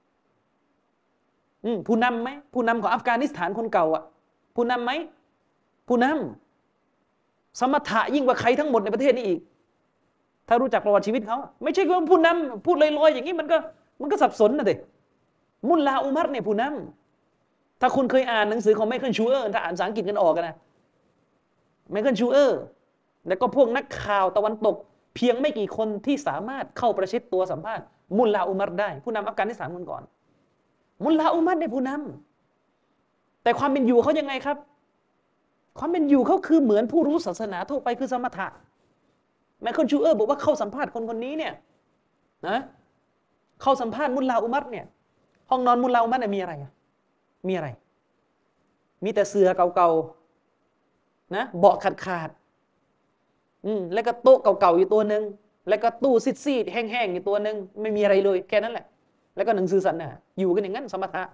ผู้นำไหมผู้นำของอัฟกานิสถานคนเก่าผู้นำไหมผู้นำสมถะยิ่งกว่าใครทั้งหมดในประเทศนี้อีกถ้ารู้จักประวัติชีวิตเขาไม่ใช่ว่าผู้นำพูดลอยๆอย่างนี้มันก็สับสนนะเด็มุลลาอุมัรเนี่ยผู้นำถ้าคุณเคยอ่านหนังสือของไมเคิลชูเออร์ถ้าอ่านภาษาอังกฤษกันออกนะไมเคิลชูเออร์แล้วก็พวกนักข่าวตะวันตกเพียงไม่กี่คนที่สามารถเข้าประชิดตัวสัมภาษณ์มุลลาอุมัรได้ผู้นำอัฟกานิสถานคนก่อนมุลลาอุมัรเนี่ยผู้นำแต่ความเป็นอยู่เขายังไงครับความเป็นอยู่เขาคือเหมือนผู้รู้ศาสนาทั่วไปคือสมถะไมเคิลชูเออร์บอกว่าเข้าสัมภาษณ์คนนี้เนี่ยนะเข้าสัมภาษณ์มุลลาอุมัรเนี่ยห้องนอนมุลลาอุมัรเนี่ยมีอะไรมีแต่เสื่อเก่าๆนะเบาะขาดแล้วก็โต๊ะเก่าๆอยู่ตัวนึงแล้วก็ตู้ซีดๆแห้งๆอยู่ตัวนึงไม่มีอะไรเลยแค่นั้นแหละแล้วก็หนังสือศาสนาอยู่กันอย่างนั้นสมถะ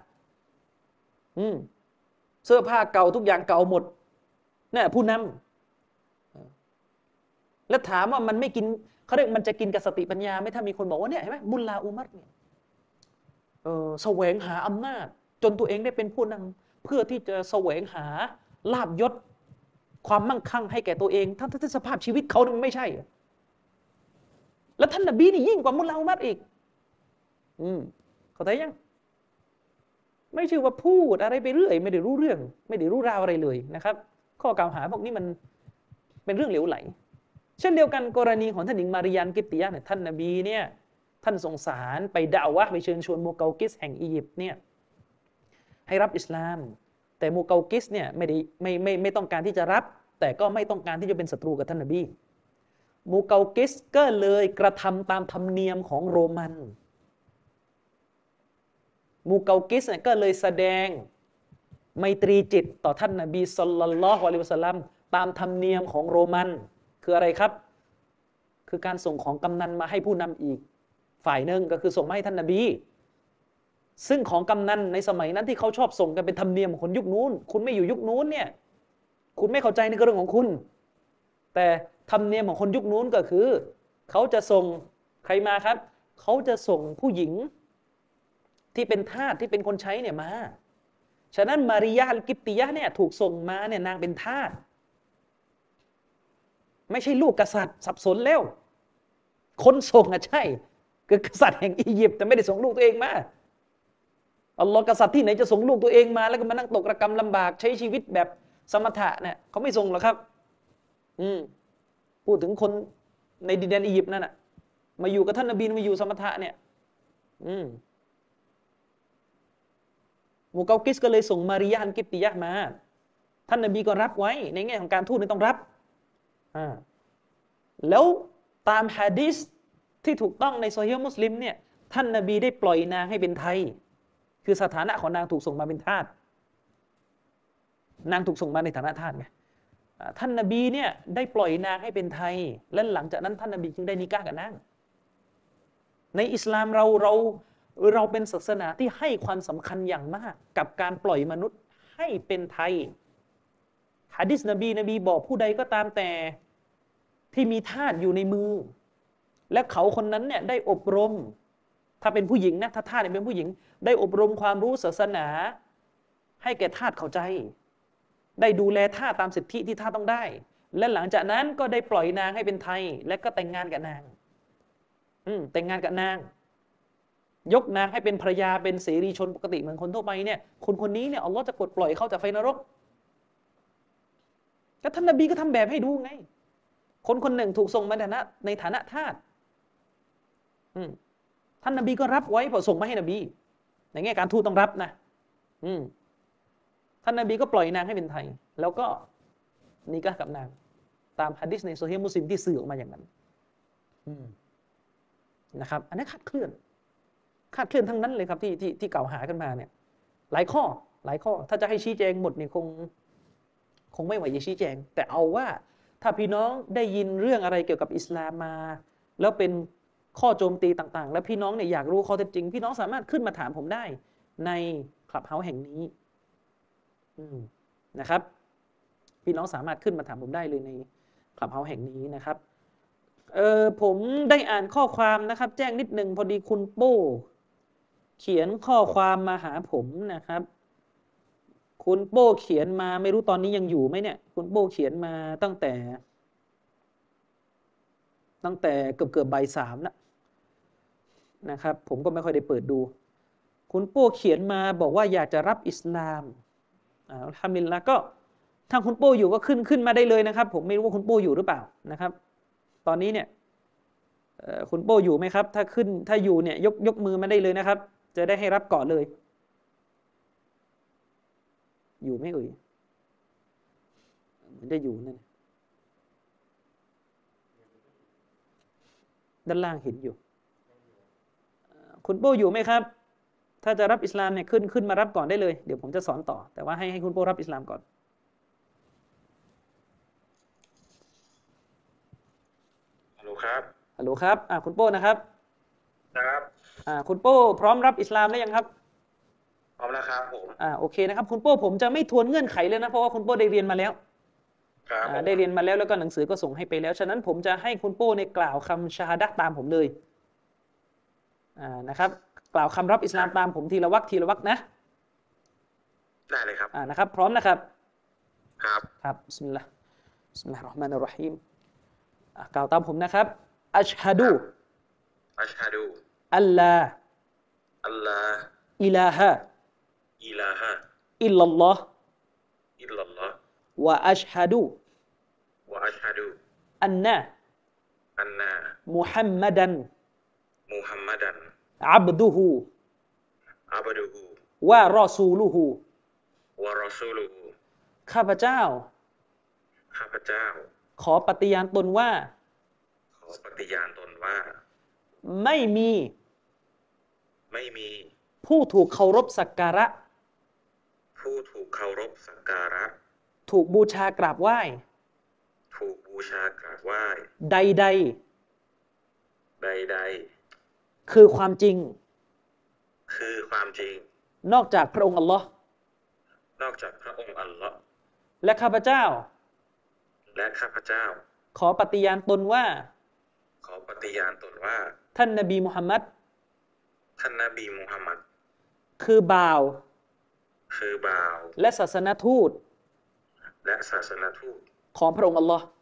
เสื้อผ้าเก่าทุกอย่างเก่าหมดนี่ผู้นำแล้วถามว่ามันไม่กินเขาเรียกมันจะกินกับสติปัญญาไหมถ้ามีคนบอกว่าเนี่ยเห็นไหมมุลลาอุมัรเนี่ยแสวงหาอำนาจจนตัวเองได้เป็นผู้นำเพื่อที่จะแสวงหาลาภยศความมั่งคั่งให้แก่ตัวเองทั้งที่สภาพชีวิตเขามันไม่ใช่แล้วท่านนบีนี่ยิ่งกว่ามุลลาอุมัรอีกเข้าใจยังไม่ใช่ว่าพูดอะไรไปเรื่อยไม่ได้รู้เรื่องไม่ได้รู้ราวอะไรเลยนะครับข้อกล่าวหาพวกนี้มันเป็นเรื่องเหลวไหลเช่นเดียวกันกรณีของท่านหญิงมาริยันกิบติยะห์เนี่ยท่านนบีเนี่ยท่านส่งสารไปดะอ์วะห์ไปเชิญชวนมูเกากิสแห่งอียิปต์เนี่ยให้รับอิสลามแต่มูเกากิสเนี่ยไม่ต้องการที่จะรับแต่ก็ไม่ต้องการที่จะเป็นศัตรูกับท่านนบีมูเกากิสก็เลยกระทำตามธรรมเนียมของโรมันมูเกากิสเนี่ยก็เลยแสดงไมตรีจิตต่อท่านนบีศ็อลลัลลอฮุอะลัยฮิวะซัลลัมตามธรรมเนียมของโรมันคืออะไรครับคือการส่งของกำนันมาให้ผู้นำอีกฝ่ายหนึ่งก็คือส่งมาให้ท่านนบีซึ่งของกำนันในสมัยนั้นที่เขาชอบส่งกันเป็นธรรมเนียมของคนยุคนู้นคุณไม่อยู่ยุคนู้นเนี่ยคุณไม่เข้าใจในเรื่องของคุณแต่ธรรมเนียมของคนยุคนู้นก็คือเขาจะส่งใครมาครับเขาจะส่งผู้หญิงที่เป็นทาสที่เป็นคนใช้เนี่ยมาฉะนั้นมาริยาอัลกิบติยะห์เนี่ยถูกส่งมาเนี่ยนางเป็นทาสไม่ใช่ลูกกษัตริย์สับสนแล้วคนส่งใช่คือกษัตริย์แห่งอียิปต์แต่ไม่ได้ส่งลูกตัวเองมาอัลลอฮ์กษัตริย์ที่ไหนจะส่งลูกตัวเองมาแล้วก็มานั่งตกระกำลำบากใช้ชีวิตแบบสมถะเนี่ยเขาไม่ส่งหรอกครับพูดถึงคนในดินแดนอียิปต์นั่นน่ะมาอยู่กับท่านนบีมาอยู่สมถะเนี่ยมูเกากิสก็เลยส่งมาริยาอันกิบติยะห์มาท่านนบีก็รับไว้ในแง่ของการทูตนี่ต้องรับแล้วตามหะดีษที่ถูกต้องในซอฮีฮ์มุสลิมเนี่ยท่านนบีได้ปล่อยนางให้เป็นไทยคือสถานะของนางถูกส่งมาเป็นทาสนางถูกส่งมาในฐานะทาสไงท่านนบีเนี่ยได้ปล่อยนางให้เป็นไทยและหลังจากนั้นท่านนบีจึงได้นิกะห์กับนางในอิสลามเราเป็นศาสนาที่ให้ความสำคัญอย่างมากกับการปล่อยมนุษย์ใให้เป็นไทยหะดีษนบีบอกผู้ใดก็ตามแต่ที่มีทาสอยู่ในมือและเขาคนนั้นเนี่ยได้อบรมถ้าเป็นผู้หญิงนะถ้าทาสเนี่ยเป็นผู้หญิงได้อบรมความรู้ศาสนาให้แก่ทาสเข้าใจได้ดูแลทาสตามสิทธิที่ทาสต้องได้และหลังจากนั้นก็ได้ปล่อยนางให้เป็นไทยและก็แต่งงานกับนางแต่งงานกับนางยกนางให้เป็นภรรยาเป็นเสรีชนปกติเหมือนคนทั่วไปเนี่ยคนนี้เนี่ยอัลลอฮ์จะปลดปล่อยเขาจากไฟนรกก็ท่านนบีก็ทำแบบให้ดูไงคนหนึ่งถูกส่งมาในฐานะทาสท่านนบีก็รับไว้พอส่งมาให้นบีในแง่การทูตต้องรับนะท่านนบีก็ปล่อยนางให้เป็นไทยแล้วก็นิกะห์กับนางตามหะดีษในโซฮีฮ์มุสลิมที่สื่อออกมาอย่างนั้นนะครับอันนี้คลาดเคลื่อนทั้งนั้นเลยครับที่กล่าวหากันมาเนี่ยหลายข้อถ้าจะให้ชี้แจงหมดเนี่ยคงไม่ไหวจะชี้แจงแต่เอาว่าถ้าพี่น้องได้ยินเรื่องอะไรเกี่ยวกับอิสลามมาแล้วเป็นข้อโจมตีต่างๆแล้วพี่น้องเนี่ยอยากรู้ข้อเท็จจริงพี่น้องสามารถขึ้นมาถามผมได้ในคลับเฮาส์แห่งนี้นะครับพี่น้องสามารถขึ้นมาถามผมได้เลยในคลับเฮาส์แห่งนี้นะครับผมได้อ่านข้อความนะครับแจ้งนิดนึงพอดีคุณโป้เขียนข้อความมาหาผมนะครับคุณโป้เขียนมาไม่รู้ตอนนี้ยังอยู่ไหมเนี่ยคุณโป้เขียนมาตั้งแต่เกือบบ่ายสามนะครับผมก็ไม่ค่อยได้เปิดดูคุณโป้เขียนมาบอกว่าอยากจะรับอิสลามอัลฮัมดุลิลละห์ก็ถ้าคุณโป้อยู่ก็ขึ้นมาได้เลยนะครับผมไม่รู้ว่าคุณโป้อยู่หรือเปล่านะครับตอนนี้เนี่ยคุณโป้อยู่ไหมครับถ้าอยู่เนี่ยยกมือมาได้เลยนะครับจะได้ให้รับก่อนเลยอยู่ไหมเอ่ยเหมือนจะอยู่นั่นด้านล่างเห็นอยู่คุณโป้อยู่ไหมครับถ้าจะรับอิสลามเนี่ยขึ้นมารับก่อนได้เลยเดี๋ยวผมจะสอนต่อแต่ว่าให้คุณโป้รับอิสลามก่อนฮัลโหลครับคุณโป้นะครับครับคุณโป้พร้อมรับอิสลามหรือยังครับพร้อมแล้วครับผมโอเคนะครับคุณโป้ผมจะไม่ทวนเงื่อนไขเลยนะเพราะว่าคุณโป้ได้เรียนมาแล้วได้เรียนมาแล้วแล้วก็หนังสือก็ส่งให้ไปแล้วฉะนั้นผมจะให้คุณโป้ในกล่าวคำชาฮาดะห์ตามผมเลยนะครับกล่าวคำรับอิสลามตามผมทีละวรรคนะได้เลยครับนะครับพร้อมนะครับครับบิสมิลลาห์เราะห์มานิรเราะฮีมกล่าวตามผมนะครับอัชฮะดูอัลลาอิลาฮะอิลลัลลอฮ์วะอัชฮะดูอันนะมุฮัมมัดันอับดุฮุวะรอซูลุฮุข้าพเจ้าขอปฏิญาณตนว่าไม่มีผู้ถูกเคารพสักการะถูกบูชากราบไหว้ใดๆคือความจริงนอกจากพระองค์อัลลอฮ์และข้าพเจ้าขอปฏิญาณตนว่าท่านนบีมุฮัมมัดคือบ่าวและศาสนทูตของพระองค์อัลลอฮ์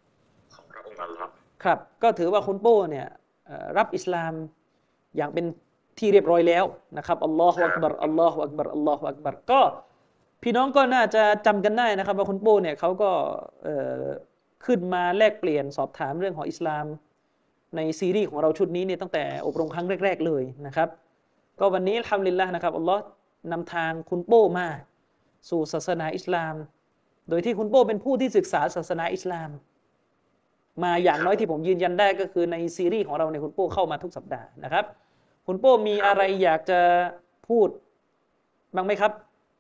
ครับก็ถือว่าคุณโป้เนี่ยรับอิสลามอย่างเป็นที่เรียบร้อยแล้วนะครับอัลลอฮฺอักบัรอัลลอฮฺอักบัรอัลลอฮฺอักบัรก็พี่น้องก็น่าจะจำกันได้นะครับว่าคุณโป้เนี่ยเขาก็ขึ้นมาแลกเปลี่ยนสอบถามเรื่องของอิสลามในซีรีส์ของเราชุดนี้เนี่ยตั้งแต่อบรมครั้งแรกๆเลยนะครับก็วันนี้อัลฮัมดุลิลละห์นะครับอัลลอฮ์นำทางคุณโป้มาสู่ศาสนาอิสลามโดยที่คุณโป้เป็นผู้ที่ศึกษาศาสนาอิสลามมาอย่างน้อยที่ผมยืนยันได้ก็คือในซีรีส์ของเราในคุณโป้เข้ามาทุกสัปดาห์นะครับคุณโป้มีอะไรอยากจะพูดบ้างไหมครับ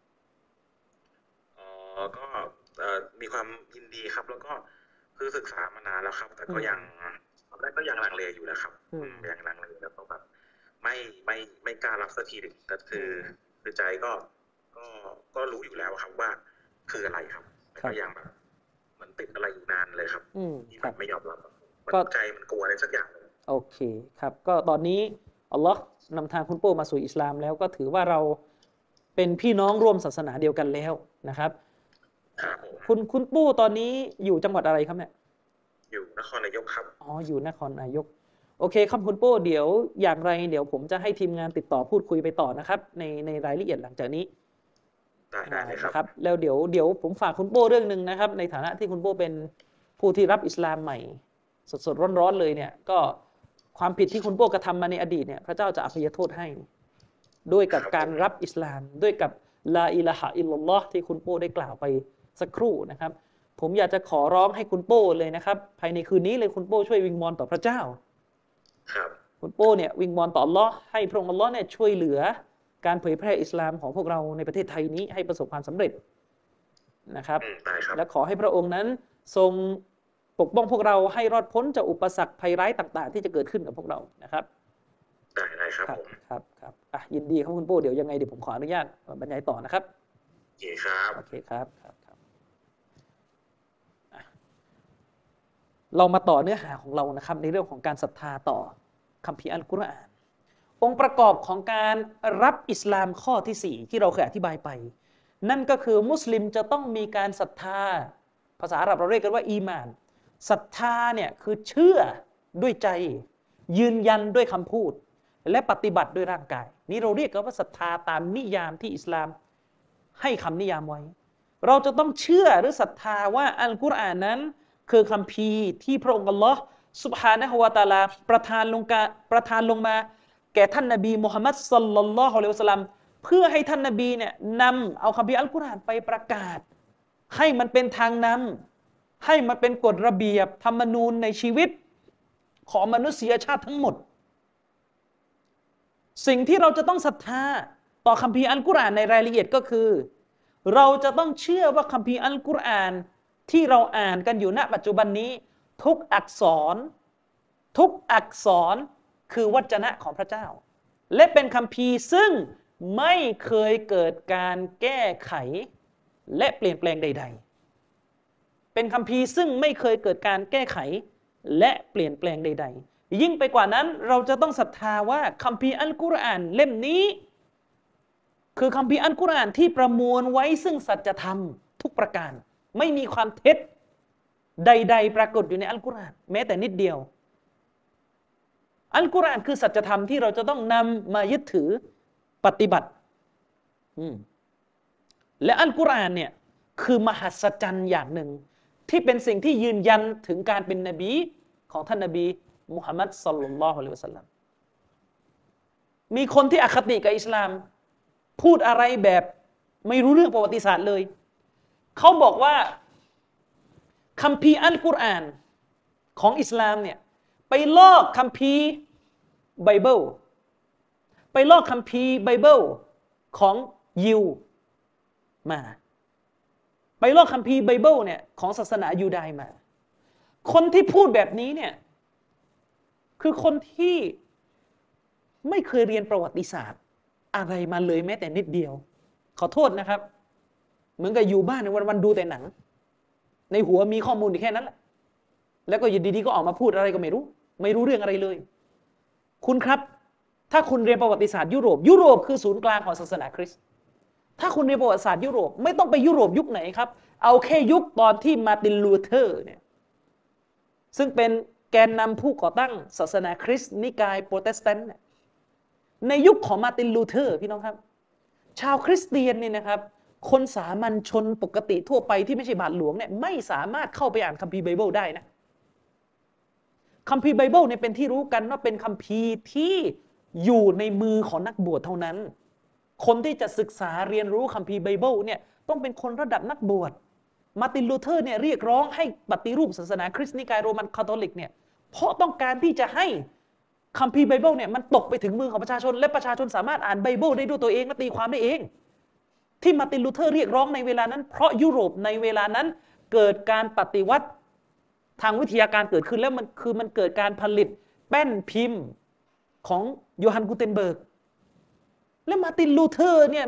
ก็มีความยินดีครับแล้วก็คือศึกษามานานแล้วครับแต่ก็ยังลังเลอยู่นะครับยังลังเลแล้วก็แบบไม่กล้ารับสักทีหนึ่งก็คือใจก็ก็รู้อยู่แล้วครับว่าคืออะไรครับแต่ก็ยังแบบมันติดอะไรอยู่นานเลยครับที่แบบไม่ยอมรับก็ใจมันกลัวอะไรสักอย่างโอเคครับก็ตอนนี้อัลลอฮ์นำทางคุณโป้มาสู่อิสลามแล้วก็ถือว่าเราเป็นพี่น้องร่วมศาสนาเดียวกันแล้วนะครับคุณปู้ตอนนี้อยู่จังหวัดอะไรครับเนี่ยอยู่นครนายกครับอ๋ออยู่นครนายกโอเคครับคุณปู้เดี๋ยวอย่างไรเดี๋ยวผมจะให้ทีมงานติดต่อพูดคุยไปต่อนะครับในรายละเอียดหลังจากนี้ได้เลยครับแล้วเดี๋ยวผมฝากคุณโป้เรื่องนึงนะครับในฐานะที่คุณโป้เป็นผู้ที่รับอิสลามใหม่สดๆร้อนๆเลยเนี่ยก็ความผิดที่คุณโป้กระทำมาในอดีตเนี่ยพระเจ้าจะอภัยโทษให้ด้วยกับการรับอิสลามด้วยกับลาอิลาฮะอิลลัลลอฮ์ที่คุณโป้ได้กล่าวไปสักครู่นะครับผมอยากจะขอร้องให้คุณโป้เลยนะครับภายในคืนนี้เลยคุณโป้ช่วยวิงวอนต่อพระเจ้าครับคุณโป้เนี่ยวิงวอนต่ออัลลอฮ์ให้พระองค์อัลลอฮ์เนี่ยช่วยเหลือการเผยแพร่อิสลามของพวกเราในประเทศไทยนี้ให้ประสบความสำเร็จนะครับและขอให้พระองค์นั้นทรงปกป้องพวกเราให้รอดพ้นจากอุปสรรคภัยร้ายต่างๆที่จะเกิดขึ้นกับพวกเรานะครับได้ครับผมครับยินดีครับคุณโป้เดี๋ยวยังไงเดี๋ยวผมขออนุญาตบรรยายต่อนะครับโอเคครับเรามาต่อเนื้อหาของเรานะครับในเรื่องของการศรัทธาต่อคัมภีร์อัลกุรอานองค์ประกอบของการรับอิสลามข้อที่4ที่เราเคยอธิบายไปนั่นก็คือมุสลิมจะต้องมีการศรัทธาภาษาอาหรับเราเรียกกันว่าอีมานศรัทธาเนี่ยคือเชื่อด้วยใจยืนยันด้วยคำพูดและปฏิบัติด้วยร่างกายนี่เราเรียกกันว่าศรัทธาตามนิยามที่อิสลามให้คำนิยามไว้เราจะต้องเชื่อหรือศรัทธาว่าอัลกุรอานนั้นคือคัมภีร์ที่พระองค์อัลลอฮ์ซุบฮานะฮูวะตะอาลาประทานลงมาแก่ท่านนบีมุฮัมมัดศ็อลลัลลอฮุอะลัยฮิวะซัลลัมเพื่อให้ท่านนบีเนี่ยนำเอาคัมภีร์อัลกุรอานไปประกาศให้มันเป็นทางนำให้มันเป็นกฎระเบียบธรรมนูญในชีวิตของมนุษยชาติทั้งหมดสิ่งที่เราจะต้องศรัทธาต่อคัมภีร์อัลกุรอานในรายละเอียดก็คือเราจะต้องเชื่อว่าคัมภีร์อัลกุรอานที่เราอ่านกันอยู่ณปัจจุบันนี้ทุกอักษรคือวจนะของพระเจ้าและเป็นคัมภีร์ซึ่งไม่เคยเกิดการแก้ไขและเปลี่ยนแปลงใดๆเป็นคัมภีร์ซึ่งไม่เคยเกิดการแก้ไขและเปลี่ยนแปลงใดๆยิ่งไปกว่านั้นเราจะต้องศรัทธาว่าคัมภีร์อัลกุรอานเล่มนี้คือคัมภีร์อัลกุรอานที่ประมวลไว้ซึ่งสัจธรรมทุกประการไม่มีความเท็จใดๆปรากฏอยู่ในอัลกุรอานแม้แต่นิดเดียวอัลกุรอานคือสัจธรรมที่เราจะต้องนำมายึดถือปฏิบัติและอัลกุรอานเนี่ยคือมหัศจรรย์อย่างหนึ่งที่เป็นสิ่งที่ยืนยันถึงการเป็นนบีของท่านนบีมุฮัมมัดศ็อลลัลลอฮุอะลัยฮิวะซัลลัมมีคนที่อคติกับอิสลามพูดอะไรแบบไม่รู้เรื่องประวัติศาสตร์เลยเขาบอกว่าคัมภีร์อัลกุรอานของอิสลามเนี่ยไปลอกคัมภีร์ไบเบิลไปลอกคัมภีร์ไบเบิลของยิวมาไปลอกคัมภีร์ไบเบิลเนี่ยของศาสนายูดายมาคนที่พูดแบบนี้เนี่ยคือคนที่ไม่เคยเรียนประวัติศาสตร์อะไรมาเลยแม้แต่นิดเดียวขอโทษนะครับเหมือนกับอยู่บ้านในวันๆดูแต่หนังในหัวมีข้อมูลอยู่แค่นั้นแหละแล้วก็อยู่ดีๆก็ออกมาพูดอะไรก็ไม่รู้เรื่องอะไรเลยคุณครับถ้าคุณเรียนประวัติศาสตร์ยุโรปคือศูนย์กลางของศาสนาคริสต์ถ้าคุณเรียนประวัติศาสตร์ยุโรปไม่ต้องไปยุโรปยุคไหนครับเอาแค่ยุคตอนที่มาร์ตินลูเทอร์เนี่ยซึ่งเป็นแกนนำผู้ก่อตั้งศาสนาคริสต์นิกายโปรเตสแตนต์ในยุคของมาร์ตินลูเทอร์พี่น้องครับชาวคริสเตียนเนี่ยนะครับคนสามัญชนปกติทั่วไปที่ไม่ใช่บาทหลวงเนี่ยไม่สามารถเข้าไปอ่านคัมภีร์ไบเบิลได้นะคัมภีร์ไบเบิลเนี่ยเป็นที่รู้กันว่าเป็นคัมภีร์ที่อยู่ในมือของนักบวชเท่านั้นคนที่จะศึกษาเรียนรู้คัมภีร์ไบเบิลเนี่ยต้องเป็นคนระดับนักบวชมาร์ตินลูเทอร์เนี่ยเรียกร้องให้ปฏิรูปศาสนาคริสต์นิกายโรมันคาทอลิกเนี่ยเพราะต้องการที่จะให้คัมภีร์ไบเบิลเนี่ยมันตกไปถึงมือของประชาชนและประชาชนสามารถอ่านไบเบิลได้ด้วยตัวเองและตีความได้เองที่มาร์ตินลูเทอร์เรียกร้องในเวลานั้นเพราะยุโรปในเวลานั้นเกิดการปฏิวัติทางวิทยาการเกิดขึ้นแล้วมันเกิดการผลิตแป้นพิมพ์ของโยฮันกูเทนเบิร์กและมาร์ตินลูเทอร์เนี่ย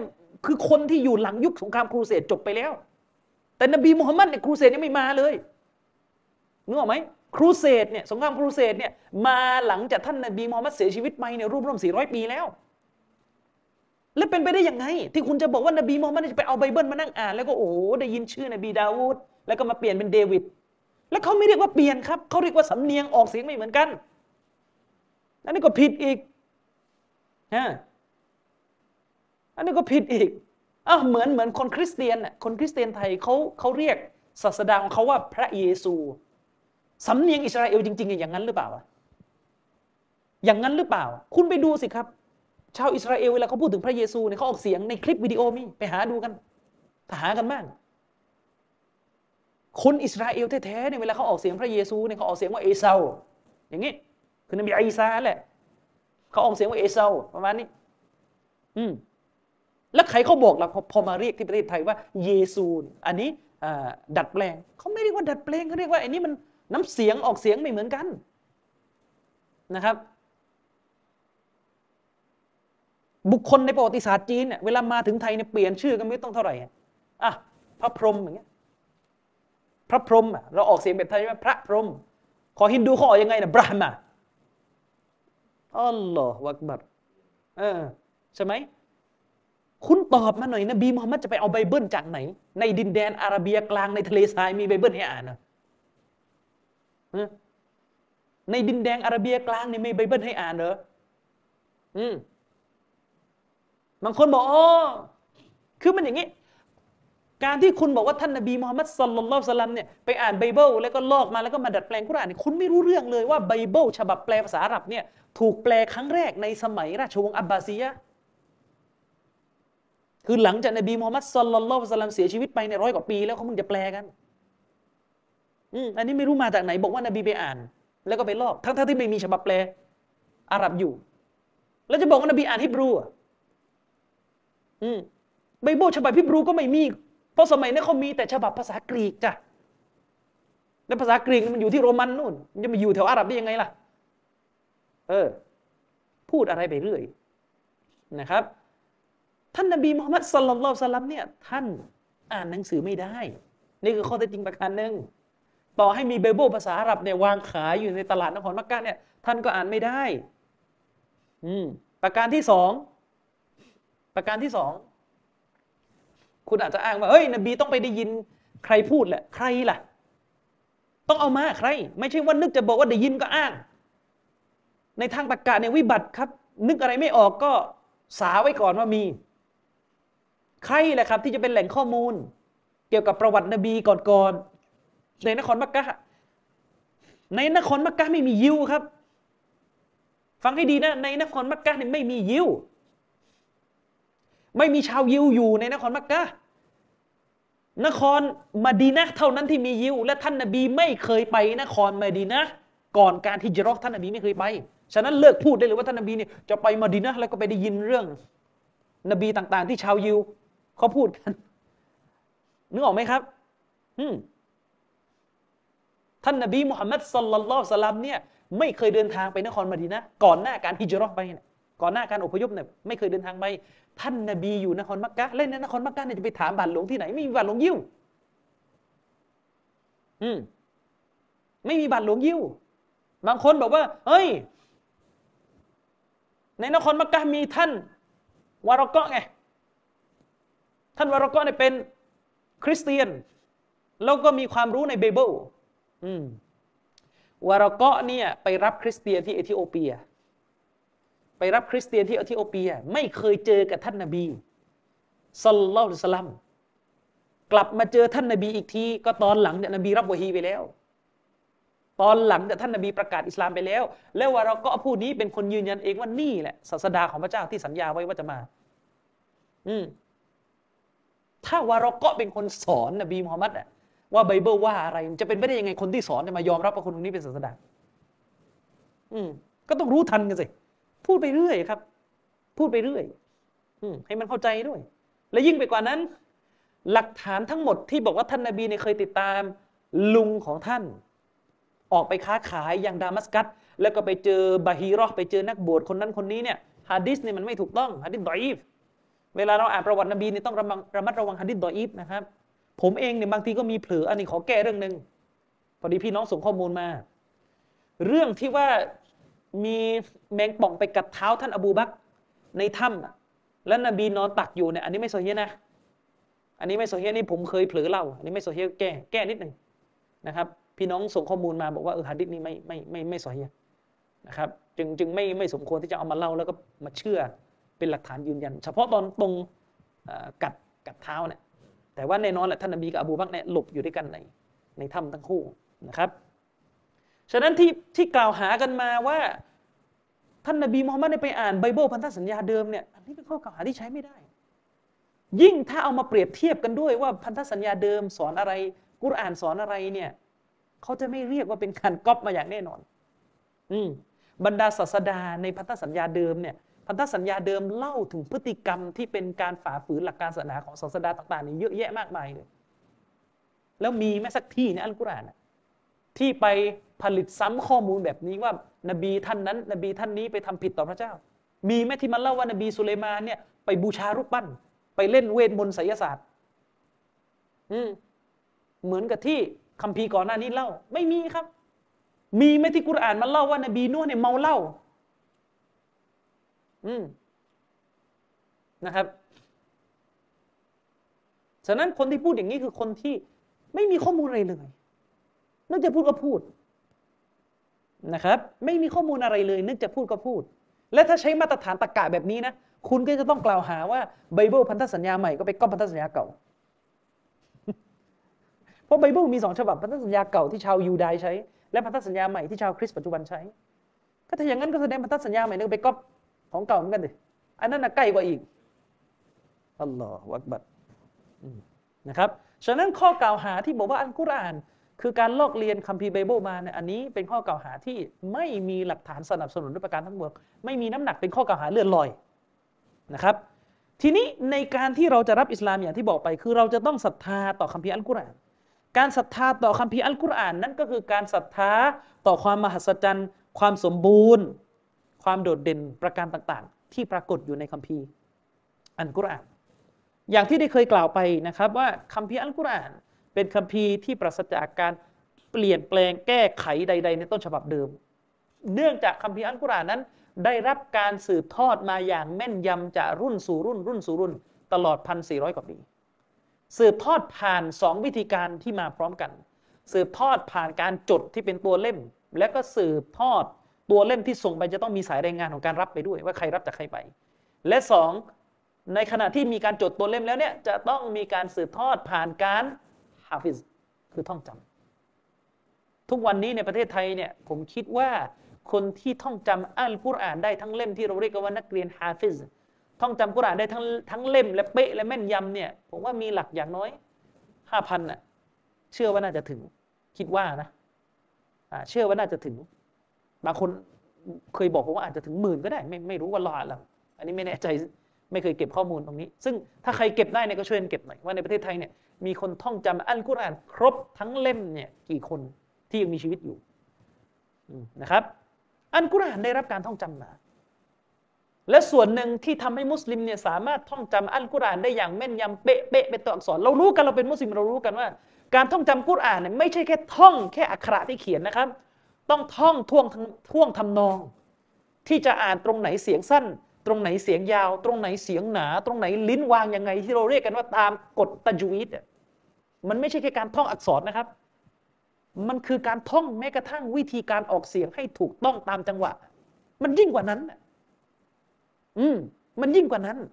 คือคนที่อยู่หลังยุคสงครามครูเสดจบไปแล้วแต่นบีมุฮัมมัดเนี่ยครูเสดยังไม่มาเลยนึกออกไหมครูเสดเนี่ยสงครามครูเสดเนี่ยมาหลังจากท่านนบีมุฮัมมัดเสียชีวิตไปเนี่ยร่วม400 ปีแล้วและเป็นไปได้ยังไงที่คุณจะบอกว่านบีมุฮัมมัดจะไปเอาไบเบิลมานั่งอ่านแล้วก็โอ้ได้ยินชื่อนบีดาวูดแล้วก็มาเปลี่ยนเป็นเดวิดแล้วเขาไม่เรียกว่าเปลี่ยนครับเขาเรียกว่าสำเนียงออกเสียงไม่เหมือนกันอันนี้ก็ผิดอีกอันนี้ก็ผิดอีกเหมือนคนคริสเตียนน่ะคนคริสเตียนไทยเขาเรียกศาสดาของเขาว่าพระเยซูสำเนียงอิสราเอลจริงๆอย่างนั้นหรือเปล่าอย่างนั้นหรือเปล่าคุณไปดูสิครับชาวอิสราเอลเวลาเขาพูดถึงพระเยซูเนี่ยเขาออกเสียงในคลิปวิดีโอมีไปหาดูกันหากันบ้างคนอิสราเอลแท้ๆเนี่ยเวลาเขาออกเสียงพระเยซูเนี่ยเขาออกเสียงว่าเอเซาอย่างนี้คือนบีอีสาแหละเขาออกเสียงว่าเอเซาประมาณนี้แล้วใครเขาบอกล่ะพอมาเรียกที่ประเทศไทยว่าเยซูอันนี้ดัดแปลงเขาไม่เรียกว่าดัดแปลงเขาเรียกว่าอันนี้มันน้ำเสียงออกเสียงไม่เหมือนกันนะครับบุคคลในประวัติศาสตร์จีนเนี่ยเวลามาถึงไทยเนี่ยเปลี่ยนชื่อกันไม่ต้องเท่าไหร่พระพรหมอย่างเงี้ยพระพรหมเราออกเสียงแบบไทยว่าพระพรหมขอฮินดูเขาออกยังไงนะบราหมะอัลลอฮฺวักบัรใช่ไหมคุณตอบมาหน่อยนบีมุฮัมมัดจะไปเอาไบเบิลจากไหนในดินแดนอาระเบียกลางในทะเลทรายมีไบเบิลให้อ่านนะในดินแดนอาระเบียกลางนี่มีไบเบิลให้อ่านเหรอบางคนบอกคือมันอย่างนี้การที่คุณบอกว่าท่านนบีมุฮัมมัดศ็อลลัลลอฮุอะลัยฮิวะซัลลัมเนี่ยไปอ่านไบเบิลแล้วก็ลอกมาแล้วก็มาดัดแปลงกุรอานเนี่ยคุณไม่รู้เรื่องเลยว่าไบเบิลฉบับแปลภาษาอาหรับเนี่ยถูกแปลครั้งแรกในสมัยราชวงศ์อับบาซียะห์คือหลังจากนบีมุฮัมมัดศ็อลลัลลอฮุอะลัยฮิวะซัลลัมเสียชีวิตไปใน100 กว่าปีแล้วเขาเพิ่งจะแปลกันอันนี้ไม่รู้มาจากไหนบอกว่านบีไปอ่านแล้วก็ไปลอกทั้งที่ไม่มีฉบับแปลอาหรับอยู่แล้วจะบอกว่านบีอ่านฮิบรูไบเบิลฉบับฮิบรูก็ไม่มีเพราะสมัยนั้นเขามีแต่ฉบับภาษากรีกจ้ะแล้วภาษากรีกมันอยู่ที่โรมันนู่นมันจะมาอยู่แถวอาหรับได้ยังไงล่ะพูดอะไรไปเรื่อยนะครับท่านนบีมุฮัมมัดศ็อลลัลลอฮุอะลัยฮิวะซัลลัมเนี่ยท่านอ่านหนังสือไม่ได้นี่คือข้อเท็จจริงประการหนึ่งต่อให้มีไบเบิลภาษาอาหรับเนี่ยวางขายอยู่ในตลาดนครมักกะเนี่ยท่านก็อ่านไม่ได้ประการที่สองคุณอาจจะอ้างว่าเฮ้ยนบีต้องไปได้ยินใครพูดแหละใครล่ะต้องเอามาใครไม่ใช่ว่านึกจะบอกว่าได้ยินก็อ้างในทางตรรกะเนี่ยวิบัติครับนึกอะไรไม่ออกก็สาไว้ก่อนว่ามีใครแหละครับที่จะเป็นแหล่งข้อมูลเกี่ยวกับประวัตินบีก่อนในนครมักกะห์ไม่มียิวครับฟังให้ดีนะในนครมักกะห์เนี่ยไม่มียิวไม่มีชาวยิวอยู่ในนครมักกะห์นครมะดีนะห์เท่านั้นที่มียิวและท่านนบีไม่เคยไปนครมะดีนะห์ก่อนการฮิจเราะห์ท่านนบีไม่เคยไปฉะนั้นเลิกพูดได้เลยว่าท่านนบีเนี่ยจะไปมะดีนะห์แล้วก็ไปได้ยินเรื่องนบีต่างๆที่ชาวยิวเขาพูดกันนึกออกไหมครับท่านนบีมุฮัมมัดศ็อลลัลลอฮุอะลัยฮิวะซัลลัมเนี่ยไม่เคยเดินทางไปนครมะดีนะห์ก่อนหน้าการฮิจเราะห์ไปเนี่ยก่อนหน้าการอพยพเนี่ยไม่เคยเดินทางไปท่านนบีอยู่นครมักกะห์และในนครมักกะห์เนี่ยจะไปถามบาทหลวงที่ไหนไม่มีบาทหลวงยิวไม่มีบาทหลวงยิวบางคนบอกว่าเฮ้ยในนครมักกะห์มีท่านวารากะห์ไงท่านวารากะห์เนี่ยเป็นคริสเตียนแล้วก็มีความรู้ในไบเบิลวารากะห์เนี่ยไปรับคริสเตียนที่เอธิโอเปียไม่เคยเจอกับท่านนบีศ็อลลัลลอฮุอะลัยฮิวะซัลลัมกลับมาเจอท่านนบีอีกทีก็ตอนหลังจากนบีรับวะฮีไปแล้วตอนหลังจากท่านนบีประกาศอิสลามไปแล้วแล้ววารากะห์ผู้นี้เป็นคนยืนยันเองว่านี่แหละศาสดาของพระเจ้าที่สัญญาไว้ว่าจะมาถ้าวารากะห์เป็นคนสอนนบีมุฮัมมัดว่าไบเบิลว่าอะไรจะเป็นไปได้ยังไงคนที่สอนจะมายอมรับว่าคนนี้เป็นศาสดาก็ต้องรู้ทันกันสิพูดไปเรื่อยครับพูดไปเรื่อยให้มันเข้าใจด้วยและยิ่งไปกว่านั้นหลักฐานทั้งหมดที่บอกว่าท่านนบีเนี่ยเคยติดตามลุงของท่านออกไปค้าขายอย่างดามัสกัสแล้วก็ไปเจอบาฮีเราะห์ไปเจอนักบวชคนนั้นคนนี้เนี่ยหะดีษเนี่ยมันไม่ถูกต้องหะดีษฎออีฟเวลาเราอ่านประวัตินบีนี่ต้องระมัดระวังหะดีษดออีฟนะครับผมเองเนี่ยบางทีก็มีเผลออันนี้ขอแก้เรื่องนึงพอดีพี่น้องส่งข้อมูลมาเรื่องที่ว่ามีแมงป่องไปกัดเท้าท่านอบูบักรในถ้ำแล้วนบีนอนตักอยู่เนี่ยอันนี้ไม่โซเฮียนะอันนี้ไม่โซเฮียนี่ผมเคยเผลอเล่าอันนี้ไม่โซเฮียแก้นิดนึงนะครับพี่น้องส่งข้อมูลมาบอกว่าหะดีษนี้ไม่โซเฮียนะครับจึงไม่สมควรที่จะเอามาเล่าแล้วก็มาเชื่อเป็นหลักฐานยืนยันเฉพาะตอนตรงกัดเท้าเนี่ยแต่ว่าแน่นอนแหละท่านนบีกับอบูบักรเนี่ยหลบอยู่ด้วยกันในถ้ำทั้งคู่นะครับฉะนั้นที่กล่าวหากันมาว่าท่านนบีมูฮัมมัดได้ไปอ่านไบเบิลพันธสัญญาเดิมเนี่ยอันนี้เป็นข้อกล่าวหาที่ใช้ไม่ได้ยิ่งถ้าเอามาเปรียบเทียบกันด้วยว่าพันธสัญญาเดิมสอนอะไรกุรอานสอนอะไรเนี่ยเขาจะไม่เรียกว่าเป็นการก๊อปมาอย่างแน่นอนบรรดาศาสดาในพันธสัญญาเดิมเนี่ยพันธสัญญาเดิมเล่าถึงพฤติกรรมที่เป็นการฝ่าฝืนหลักการศาสนาของศาสดาต่างๆนี่เยอะแยะมากมายเลยแล้วมีแม้สักที่ในอัลกุรอานที่ไปผลิตซ้ำข้อมูลแบบนี้ว่านบีท่านนั้นนบีท่านนี้ไปทำผิดต่อพระเจ้ามีไหมที่มันเล่าว่านบีสุลัยมานเนี่ยไปบูชารูปปั้นไปเล่นเวทมนต์ไสยศาสตร์เหมือนกับที่คัมภีร์ก่อนหน้านี้เล่าไม่มีครับมีไหมที่กุรอานมันเล่าว่านบีนูห์เนี่ยเมาเหล้านะครับฉะนั้นคนที่พูดอย่างนี้คือคนที่ไม่มีข้อมูลอะไรเลยนึกจะพูดก็พูดนะครับไม่มีข้อมูลอะไรเลยนึกจะพูดก็พูดและถ้าใช้มาตรฐานตรรกะแบบนี้นะคุณก็จะต้องกล่าวหาว่าไบเบิลพันธสัญญาใหม่ก็ไปก๊อปพันธสัญญาเก่าเพราะไบเบิลมี2ฉบับพันธสัญญาเก่าที่ชาวยูดาห์ใช้และพันธสัญญาใหม่ที่ชาวคริสต์ปัจจุบันใช้ก็ถ้าอย่างนั้นก็แสดงพันธสัญญาใหม่นึกไปก๊อปของเก่าเหมือนกันดิอันนั้นน่ะใกล้กว่าอีกอัลลอฮฺอักบัรนะครับฉะนั้นข้อกล่าวหาที่บอกว่าอัลกุรอานคือการลอกเลียนคัมภีร์ไบเบิลมาเนี่ยอันนี้เป็นข้อกล่าวหาที่ไม่มีหลักฐานสนับสนุนด้วยประการทั้งปวงไม่มีน้ำหนักเป็นข้อกล่าวหาเลื่อนลอยนะครับทีนี้ในการที่เราจะรับอิสลามอย่างที่บอกไปคือเราจะต้องศรัทธาต่อคัมภีร์อัลกุรอานการศรัทธาต่อคัมภีร์อัลกุรอานนั้นก็คือการศรัทธาต่อความมหัศจรรย์ความสมบูรณ์ความโดดเด่นประการต่างๆที่ปรากฏอยู่ในคัมภีร์อัลกุรอานอย่างที่ได้เคยกล่าวไปนะครับว่าคัมภีร์อัลกุรอานเป็นคัมภีร์ที่ปราศจากการเปลี่ยนแปลงแก้ไขใดๆในต้นฉบับเดิมเนื่องจากคัมภีร์อัลกุรอานนั้นได้รับการสืบทอดมาอย่างแม่นยำจากรุ่นสู่รุ่นตลอด 1,400 กว่าปีสืบทอดผ่าน2วิธีการที่มาพร้อมกันสืบทอดผ่านการจดที่เป็นตัวเล่มและก็สืบทอดตัวเล่มที่ส่งไปจะต้องมีสายรายงานของการรับไปด้วยว่าใครรับจากใครไปและ2ในขณะที่มีการจดตัวเล่มแล้วเนี่ยจะต้องมีการสืบทอดผ่านการฮาฟิซคือท่องจำทุกวันนี้ในประเทศไทยเนี่ยผมคิดว่าคนที่ท่องจำอัลกุรอานได้ทั้งเล่มที่เราเรียกว่านักเรียนฮาฟิซท่องจำกุรอานได้ทั้งเล่มและเป๊ะและแม่นยำเนี่ยผมว่ามีหลักอย่างน้อย 5,000 น่ะเชื่อว่าน่าจะถึงคิดว่านะเชื่อว่าน่าจะถึงบางคนเคยบอกผมว่าอาจจะถึง10,000ก็ได้ไม่รู้ว่าลอแล้วอันนี้ไม่แน่ใจไม่เคยเก็บข้อมูลตรงนี้ซึ่งถ้าใครเก็บได้เนี่ยก็ช่วยกันเก็บหน่อยว่าในประเทศไทยเนี่ยมีคนท่องจำอัลกุรอานครบทั้งเล่มเนี่ยกี่คนที่ยังมีชีวิตอยู่นะครับอัลกุรอานได้รับการท่องจำมาและส่วนหนึ่งที่ทำให้มุสลิมเนี่ยสามารถท่องจำอัลกุรอานได้อย่างแม่นยำเป๊ะเป็นตัวอักษรเรารู้กันเราเป็นมุสลิมเรารู้กันว่าการท่องจำกุรอานเนี่ยไม่ใช่แค่ท่องแค่อักขระที่เขียนนะครับต้องท่องท่วงทำนองที่จะอ่านตรงไหนเสียงสั้นตรงไหนเสียงยาวตรงไหนเสียงหนาตรงไหนลิ้นวางยังไงที่เราเรียกกันว่าตามกฎตัจวีดมันไม่ใช่แค่การท่องอักษรนะครับมันคือการท่องแม้กระทั่งวิธีการออกเสียงให้ถูกต้องตามจังหวะมันยิ่งกว่านั้นมันยิ่งกว่านั้น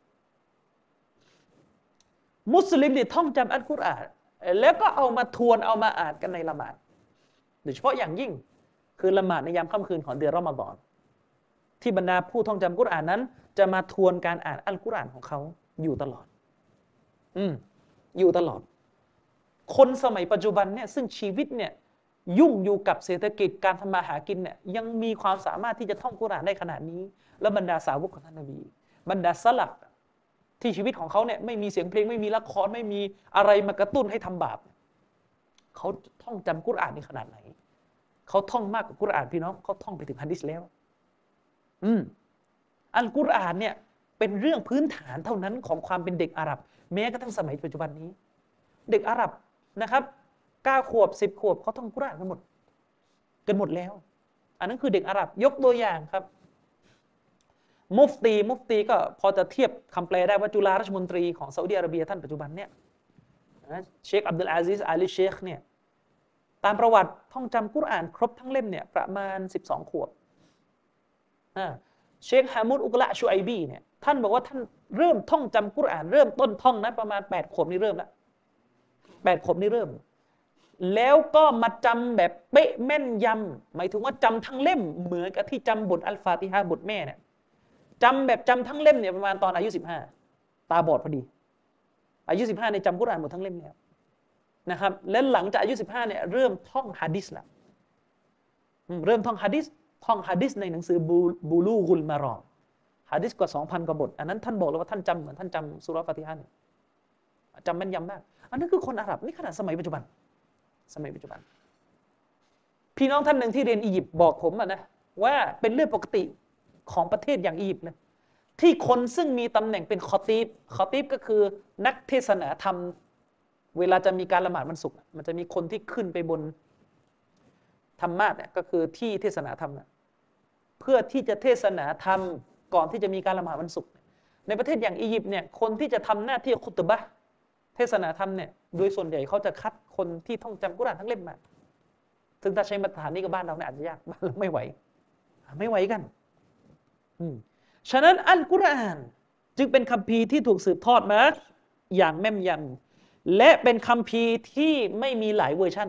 มุสลิมเนี่ยท่องจำอัลกุรอานแล้วก็เอามาทวนเอามาอ่านกันในละหมาดโดยเฉพาะอย่างยิ่งคือละหมาดในยามค่ำคืนของเดือนรอมฎอนที่บรรดาผู้ท่องจำกุรอานนั้นจะมาทวนการอ่านอัลกุรอานของเขาอยู่ตลอดอยู่ตลอดคนสมัยปัจจุบันเนี่ยซึ่งชีวิตเนี่ยยุ่งอยู่กับเศรษฐกิจการทำมาหากินเนี่ยยังมีความสามารถที่จะท่องกุรอานได้ขนาดนี้แล้วบรรดาสาวกของท่านนบีบรรดาสลับที่ชีวิตของเขาเนี่ยไม่มีเสียงเพลงไม่มีละครไม่มีอะไรมากระตุ้นให้ทำบาปเขาท่องจำกุรอานในขนาดไหนเขาท่องมากกว่ากุรอานพี่น้องเขาท่องไปถึงหะดีษแล้วอัลกุรอานเนี่ยเป็นเรื่องพื้นฐานเท่านั้นของความเป็นเด็กอาหรับแม้กระทั่งสมัยปัจจุบันนี้เด็กอาหรับนะครับ9 ขวบ 10 ขวบเขาท่องกุรอานกันหมดแล้วอันนั้นคือเด็กอาหรับยกตัวอย่างครับมุฟตีก็พอจะเทียบคำแปลได้ว่าจุฬาราชมนตรีของซาอุดิอาระเบียท่านปัจจุบันเนี่ยเชคอับดุลอาซิซอาลีเชคเนี่ยตามประวัติท่องจำกุรอานครบทั้งเล่มเนี่ยประมาณ12 ขวบเชคฮามุดอุกละชูไอบีเนี่ยท่านบอกว่าท่านเริ่มท่องจำกุรอานเริ่มต้นท่องนะประมาณ8 ขวบนี่เริ่มแล้ว8 ขวบนี่เริ่มแล้วก็มาจำแบบเป๊ะแม่นยำหมายถึงว่าจำทั้งเล่มเหมือนกับที่จำบทอัลฟาติฮะห์บทแม่เนี่ยจำทั้งเล่มเนี่ยประมาณตอนอายุ15ตาบอดพอดีอายุ15เนี่ยจำกุรอานหมดทั้งเล่มแล้วนะครับและหลังจากอายุ15เนี่ยเริ่มท่องหะดีษแล้วเริ่มท่องหะดีษในหนังสือบูลูกุลมารอมหะดีษกว่า 2,000 กว่าบทอันนั้นท่านบอกเลยว่าท่านจำเหมือนท่านจำซูเราะห์ฟาติฮะห์เนี่ยจำแม่นยำมากอันนั้นคือคนอาหรับนี่ขนาดสมัยปัจจุบันพี่น้องท่านหนึ่งที่เรียนอียิปต์บอกผมนะว่าเป็นเรื่องปกติของประเทศอย่างอียิปต์นะที่คนซึ่งมีตำแหน่งเป็นคอตีบก็คือนักเทศนาธรรมเวลาจะมีการละหมาดวันศุกร์มันจะมีคนที่ขึ้นไปบนธรรมาสน์เนี่ยก็คือที่เทศนาธรรมนะเพื่อที่จะเทศนาธรรมก่อนที่จะมีการละหมาดวันศุกร์ในประเทศอย่างอียิปต์เนี่ยคนที่จะทำหน้าที่คุตบะห์เทศนาธรรมเนี่ยโดยส่วนใหญ่เขาจะคัดคนที่ท่องจำกุรอานทั้งเล่มมาซึ่งถ้าใช้มาตรฐานนี้กับบ้านเราเนี่ยอาจจะยากบ้านเราไม่ไหวกันฉะนั้นอัลกุรอานจึงเป็นคัมภีร์ที่ถูกสืบทอดมาอย่างแม่นยำและเป็นคัมภีร์ที่ไม่มีหลายเวอร์ชัน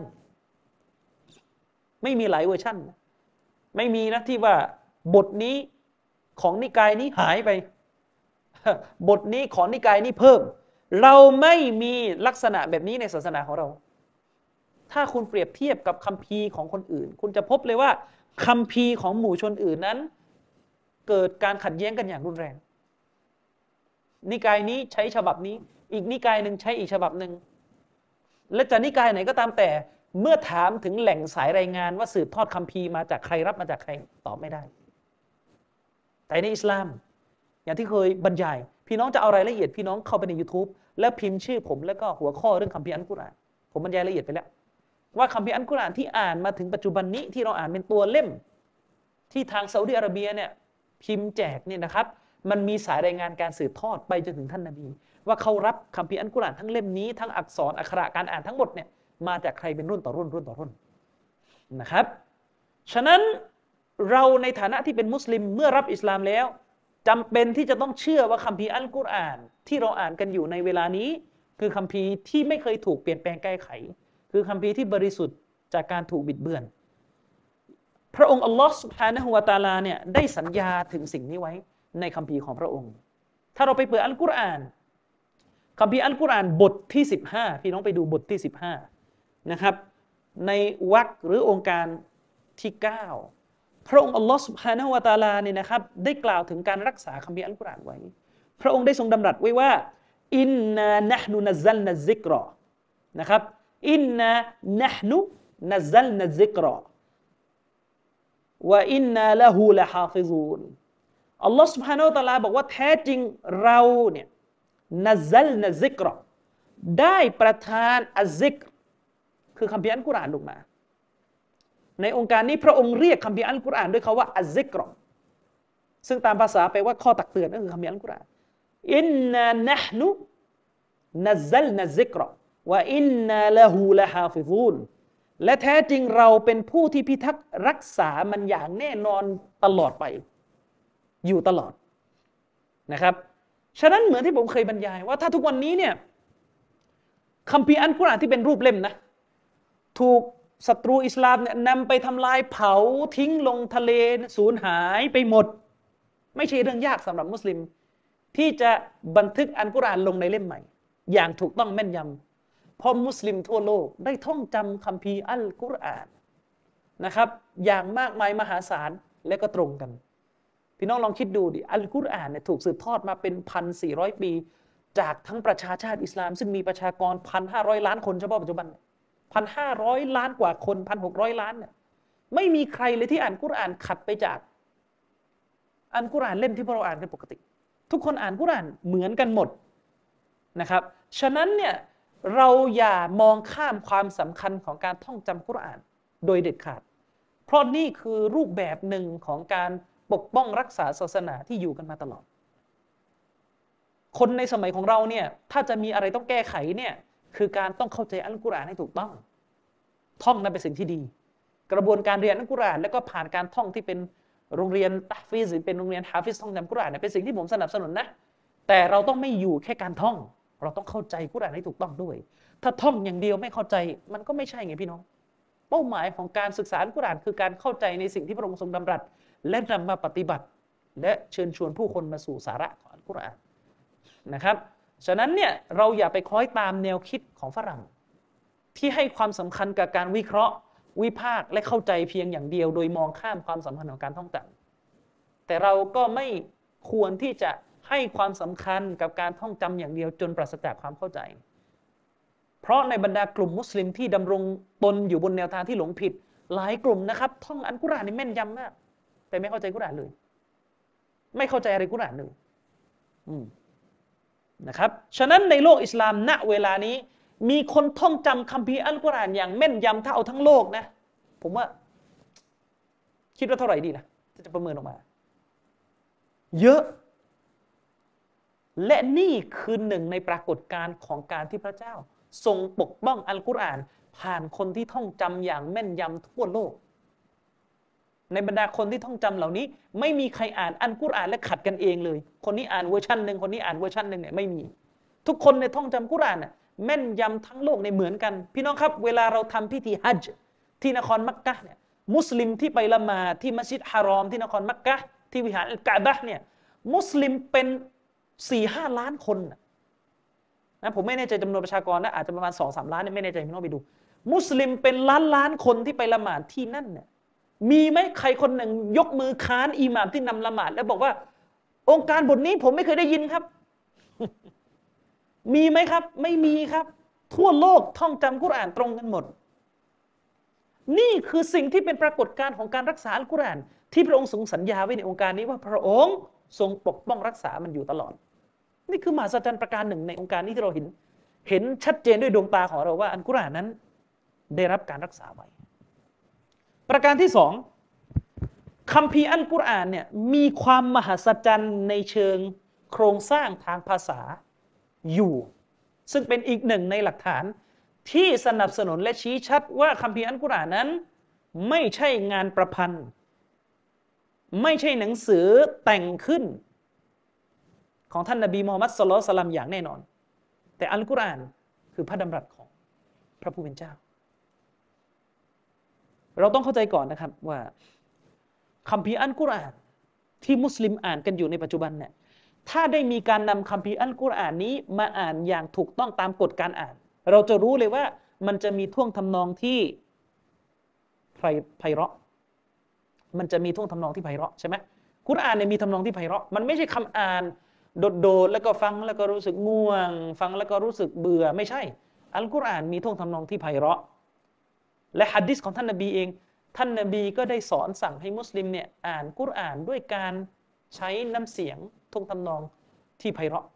ไม่มีนะที่ว่าบทนี้ของนิกายนี้หายไปบทนี้ของนิกายนี้เพิ่มเราไม่มีลักษณะแบบนี้ในศาสนาของเราถ้าคุณเปรียบเทียบกับคัมภีร์ของคนอื่นคุณจะพบเลยว่าคัมภีร์ของหมู่ชนอื่นนั้นเกิดการขัดแย้งกันอย่างรุนแรงนิกายนี้ใช้ฉบับนี้อีกนิกายหนึ่งใช้อีกฉบับหนึ่งและจะนิกายไหนก็ตามแต่เมื่อถามถึงแหล่งสายรายงานว่าสืบทอดคัมภีร์มาจากใครรับมาจากใครตอบไม่ได้แต่ในอิสลามอย่างที่เคยบรรยายพี่น้องจะเอารายละเอียดพี่น้องเข้าไปใน YouTube แล้วพิมพ์ชื่อผมแล้วก็หัวข้อเรื่องคัมภีร์อัลกุรอานผมบรรยายละเอียดไปแล้วว่าคัมภีร์อัลกุรอานที่อ่านมาถึงปัจจุบันนี้ที่เราอ่านเป็นตัวเล่มที่ทางซาอุดิอาระเบียเนี่ยพิมพ์แจกเนี่ยนะครับมันมีสายรายงานการสืบทอดไปจนถึงท่านนบีว่าเขารับคัมภีร์อัลกุรอานทั้งเล่มนี้ทั้งอักษรอักขระการอ่านทั้งหมดเนี่ยมาจากใครเป็นรุ่นต่อรุ่นนะครับฉะนั้นเราในฐานะที่เป็นมุสลิมเมื่อรับอิสลามแล้วจำเป็นที่จะต้องเชื่อว่าคัมภีร์อัลกุรอานที่เราอ่านกันอยู่ในเวลานี้คือคัมภีร์ที่ไม่เคยถูกเปลี่ยนแปลงแก้ไขคือคัมภีร์ที่บริสุทธิ์จากการถูกบิดเบือนพระองค์อัลลอฮ์ سبحانه และ تعالى เนี่ยได้สัญญาถึงสิ่งนี้ไว้ในคัมภีร์ของพระองค์ถ้าเราไปเปิดอัลกุรอานคัมภีร์อัลกุรอานบทที่15พี่น้องไปดูบทที่15นะครับในวรรคหรือองค์การที่9พระองค์อัลลอฮ์ سبحانه และ تعالى เนี่ยนะครับได้กล่าวถึงการรักษาคัมภีร์อัลกุรอานไว้พระองค์ได้ทรงดำรัสไว้ว่าอินนานะห์นุนัซซัลนัซซิกรอนะครับอินนานะห์นุนัซซัลนัซซิกรอวะอินนาละฮูละฮาฟิซูนอัลลอฮ์ سبحانه และ تعالى บอกว่าแท้จริงเราเนี่ยนัซซัลนัซซิกรอได้ประทานอัซซิกรคือคัมภีร์อัลกุรอานลงมาในองค์การนี้พระองค์เรียกคัมภีร์อัลกุรอานด้วยคำว่าอัซซิกรอซึ่งตามภาษาแปลว่าข้อตักเตือนก็คือคัมภีร์อัลกุรอานอินนานะห์นุนัซซัลนัซซิกรอวะอินนาละฮูละฮาฟิซูนและแท้จริงเราเป็นผู้ที่พิทักษ์รักษามันอย่างแน่นอนตลอดไปอยู่ตลอดนะครับฉะนั้นเหมือนที่ผมเคยบรรยายว่าถ้าทุกวันนี้เนี่ยคัมภีร์อัลกุรอานที่เป็นรูปเล่มนะถูกศัตรูอิสลามเนี่ยนำไปทำลายเผาทิ้งลงทะเลสูญหายไปหมดไม่ใช่เรื่องยากสำหรับมุสลิมที่จะบันทึกอัลกุรอานลงในเล่มใหม่อย่างถูกต้องแม่นยำเพราะมุสลิมทั่วโลกได้ท่องจำคัมภีร์อัลกุรอานนะครับอย่างมากมายมหาศาลและก็ตรงกันพี่น้องลองคิดดูดิอัลกุรอานเนี่ยถูกสืบทอดมาเป็น 1,400 ปีจากทั้งประชาชาติอิสลามซึ่งมีประชากร 1,500 ล้านคนเฉพาะปัจจุบัน 1,500 ล้านกว่าคน 1,600 ล้านเนี่ยไม่มีใครเลยที่อ่านกุรอานขัดไปจากอัลกุรอานเล่มที่พวกเราอ่านกันปกติทุกคนอ่านกุรอานเหมือนกันหมดนะครับฉะนั้นเนี่ยเราอย่ามองข้ามความสำคัญของการท่องจำกุรอานโดยเด็ดขาดเพราะนี่คือรูปแบบหนึ่งของการปกป้องรักษาศาสนาที่อยู่กันมาตลอดคนในสมัยของเราเนี่ยถ้าจะมีอะไรต้องแก้ไขเนี่ยคือการต้องเข้าใจอัลกุรอานให้ถูกต้องท่องนั้นเป็นสิ่งที่ดีกระบวนการเรียนอัลกุรอานแล้วก็ผ่านการท่องที่เป็นโรงเรียนตัฟฟีซหรือเป็นโรงเรียนฮาฟิซท่องจำกุรอานเนี่ยเป็นสิ่งที่ผมสนับสนุนนะแต่เราต้องไม่อยู่แค่การท่องเราต้องเข้าใจกุรอานให้ถูกต้องด้วยถ้าท่องอย่างเดียวไม่เข้าใจมันก็ไม่ใช่ไงพี่น้องเป้าหมายของการศึกษาอัลกุรอานคือการเข้าใจในสิ่งที่พระองค์ทรงดำรัสและนำมาปฏิบัติและเชิญชวนผู้คนมาสู่สาระของอัลกุรอานนะครับฉะนั้นเนี่ยเราอย่าไปคล้อยตามแนวคิดของฝรั่งที่ให้ความสำคัญกับการวิเคราะห์วิพากษ์และเข้าใจเพียงอย่างเดียวโดยมองข้ามความสำคัญของการท่องจำแต่เราก็ไม่ควรที่จะให้ความสำคัญกับการท่องจำอย่างเดียวจนปราศจากความเข้าใจเพราะในบรรดากลุ่มมุสลิมที่ดำรงตนอยู่บนแนวทางที่หลงผิดหลายกลุ่มนะครับท่องอัลกุรอานนี่แม่นยำมากแต่ไม่เข้าใจกุรอานเลยไม่เข้าใจอะไรกุรอานเลยนะครับฉะนั้นในโลกอิสลามณเวลานี้มีคนท่องจำคัมภีร์อัลกุรอานอย่างแม่นยำถ้าเอาทั้งโลกนะผมว่าคิดว่าเท่าไหร่ดีนะจะประเมินออกมาเยอะและนี่คือหนึ่งในปรากฏการณ์ของการที่พระเจ้าทรงปกป้องอัลกุรอานผ่านคนที่ท่องจำอย่างแม่นยำทั่วโลกในบรรดาคนที่ท่องจำเหล่านี้ไม่มีใครอ่านอัลกุรอานและขัดกันเองเลยคนนี้อ่านเวอร์ชันหนึ่งคนนี้อ่านเวอร์ชันหนึ่งเนี่ยไม่มีทุกคนในท่องจำกุรอานแม่นยำทั้งโลกในเหมือนกันพี่น้องครับเวลาเราทำพิธีฮัจญ์ที่นครมักกะฮ์เนี่ยมุสลิมที่ไปละหมาดที่มัสยิดฮารอมที่นครมักกะฮ์ที่วิหารอัลกะอ์บะฮ์เนี่ยมุสลิมเป็น 4-5 ล้านคนนะผมไม่แน่ใจจำนวนประชากรนะอาจจะประมาณ 2-3 ล้านเนี่ยไม่แน่ใจพี่น้องไปดูมุสลิมเป็นล้านคนที่ไปละหมาดที่นั่นเนี่ยมีไหมใครคนหนึ่งยกมือค้านอิหม่ามที่นำละหมาดแล้วบอกว่าองค์การบทนี้ผมไม่เคยได้ยินครับ มีไหมครับไม่มีครับทั่วโลกท่องจำกุรอานตรงกันหมดนี่คือสิ่งที่เป็นปรากฏการณ์ของการรักษาอัลกุรอานที่พระองค์ทรงสัญญาไว้ในองค์การนี้ว่าพระองค์ทรงปกป้องรักษามันอยู่ตลอดนี่คือมหัศจรรย์ประการหนึ่งในองค์การนี้ที่เราเห็นชัดเจนด้วยดวงตาของเราว่าอัลกุรอานนั้นได้รับการรักษาไว้ประการที่สองคัมภีร์อัลกุรอานเนี่ยมีความมหัศจรรย์ในเชิงโครงสร้างทางภาษาอยู่ซึ่งเป็นอีกหนึ่งในหลักฐานที่สนับสนุนและชี้ชัดว่าคัมภีร์อัลกุรอานนั้นไม่ใช่งานประพันธ์ไม่ใช่หนังสือแต่งขึ้นของท่านนบีมูฮัมมัดศ็อลลัลลอฮุอะลัยฮิวะซัลลัมอย่างแน่นอนแต่อัลกุรอานคือพระดำรัสของพระผู้เป็นเจ้าเราต้องเข้าใจก่อนนะครับว่าคัมภีร์อัลกุรอานที่มุสลิมอ่านกันอยู่ในปัจจุบันเนี่ยถ้าได้มีการนำคัมภีร์อัลกุรอานนี้มาอ่านอย่างถูกต้องตามกฎการอ่านเราจะรู้เลยว่ามันจะมีท่วงทำนองที่ไพเราะมันจะมีท่วงทำนองที่ไพเราะใช่ไหมกุรอานเนี่ยมีทำนองที่ไพเราะมันไม่ใช่คำอ่านโดดๆแล้วก็ฟังแล้วก็รู้สึกง่วงฟังแล้วก็รู้สึกเบื่อไม่ใช่อัลกุรอานมีท่วงทำนองที่ไพเราะและหะดีษของท่านนบีเองท่านนบีก็ได้สอนสั่งให้มุสลิมเนี่ยอ่านกุรอานด้วยการใช้น้ำเสียงท่วงทำนองที่ไพเราะ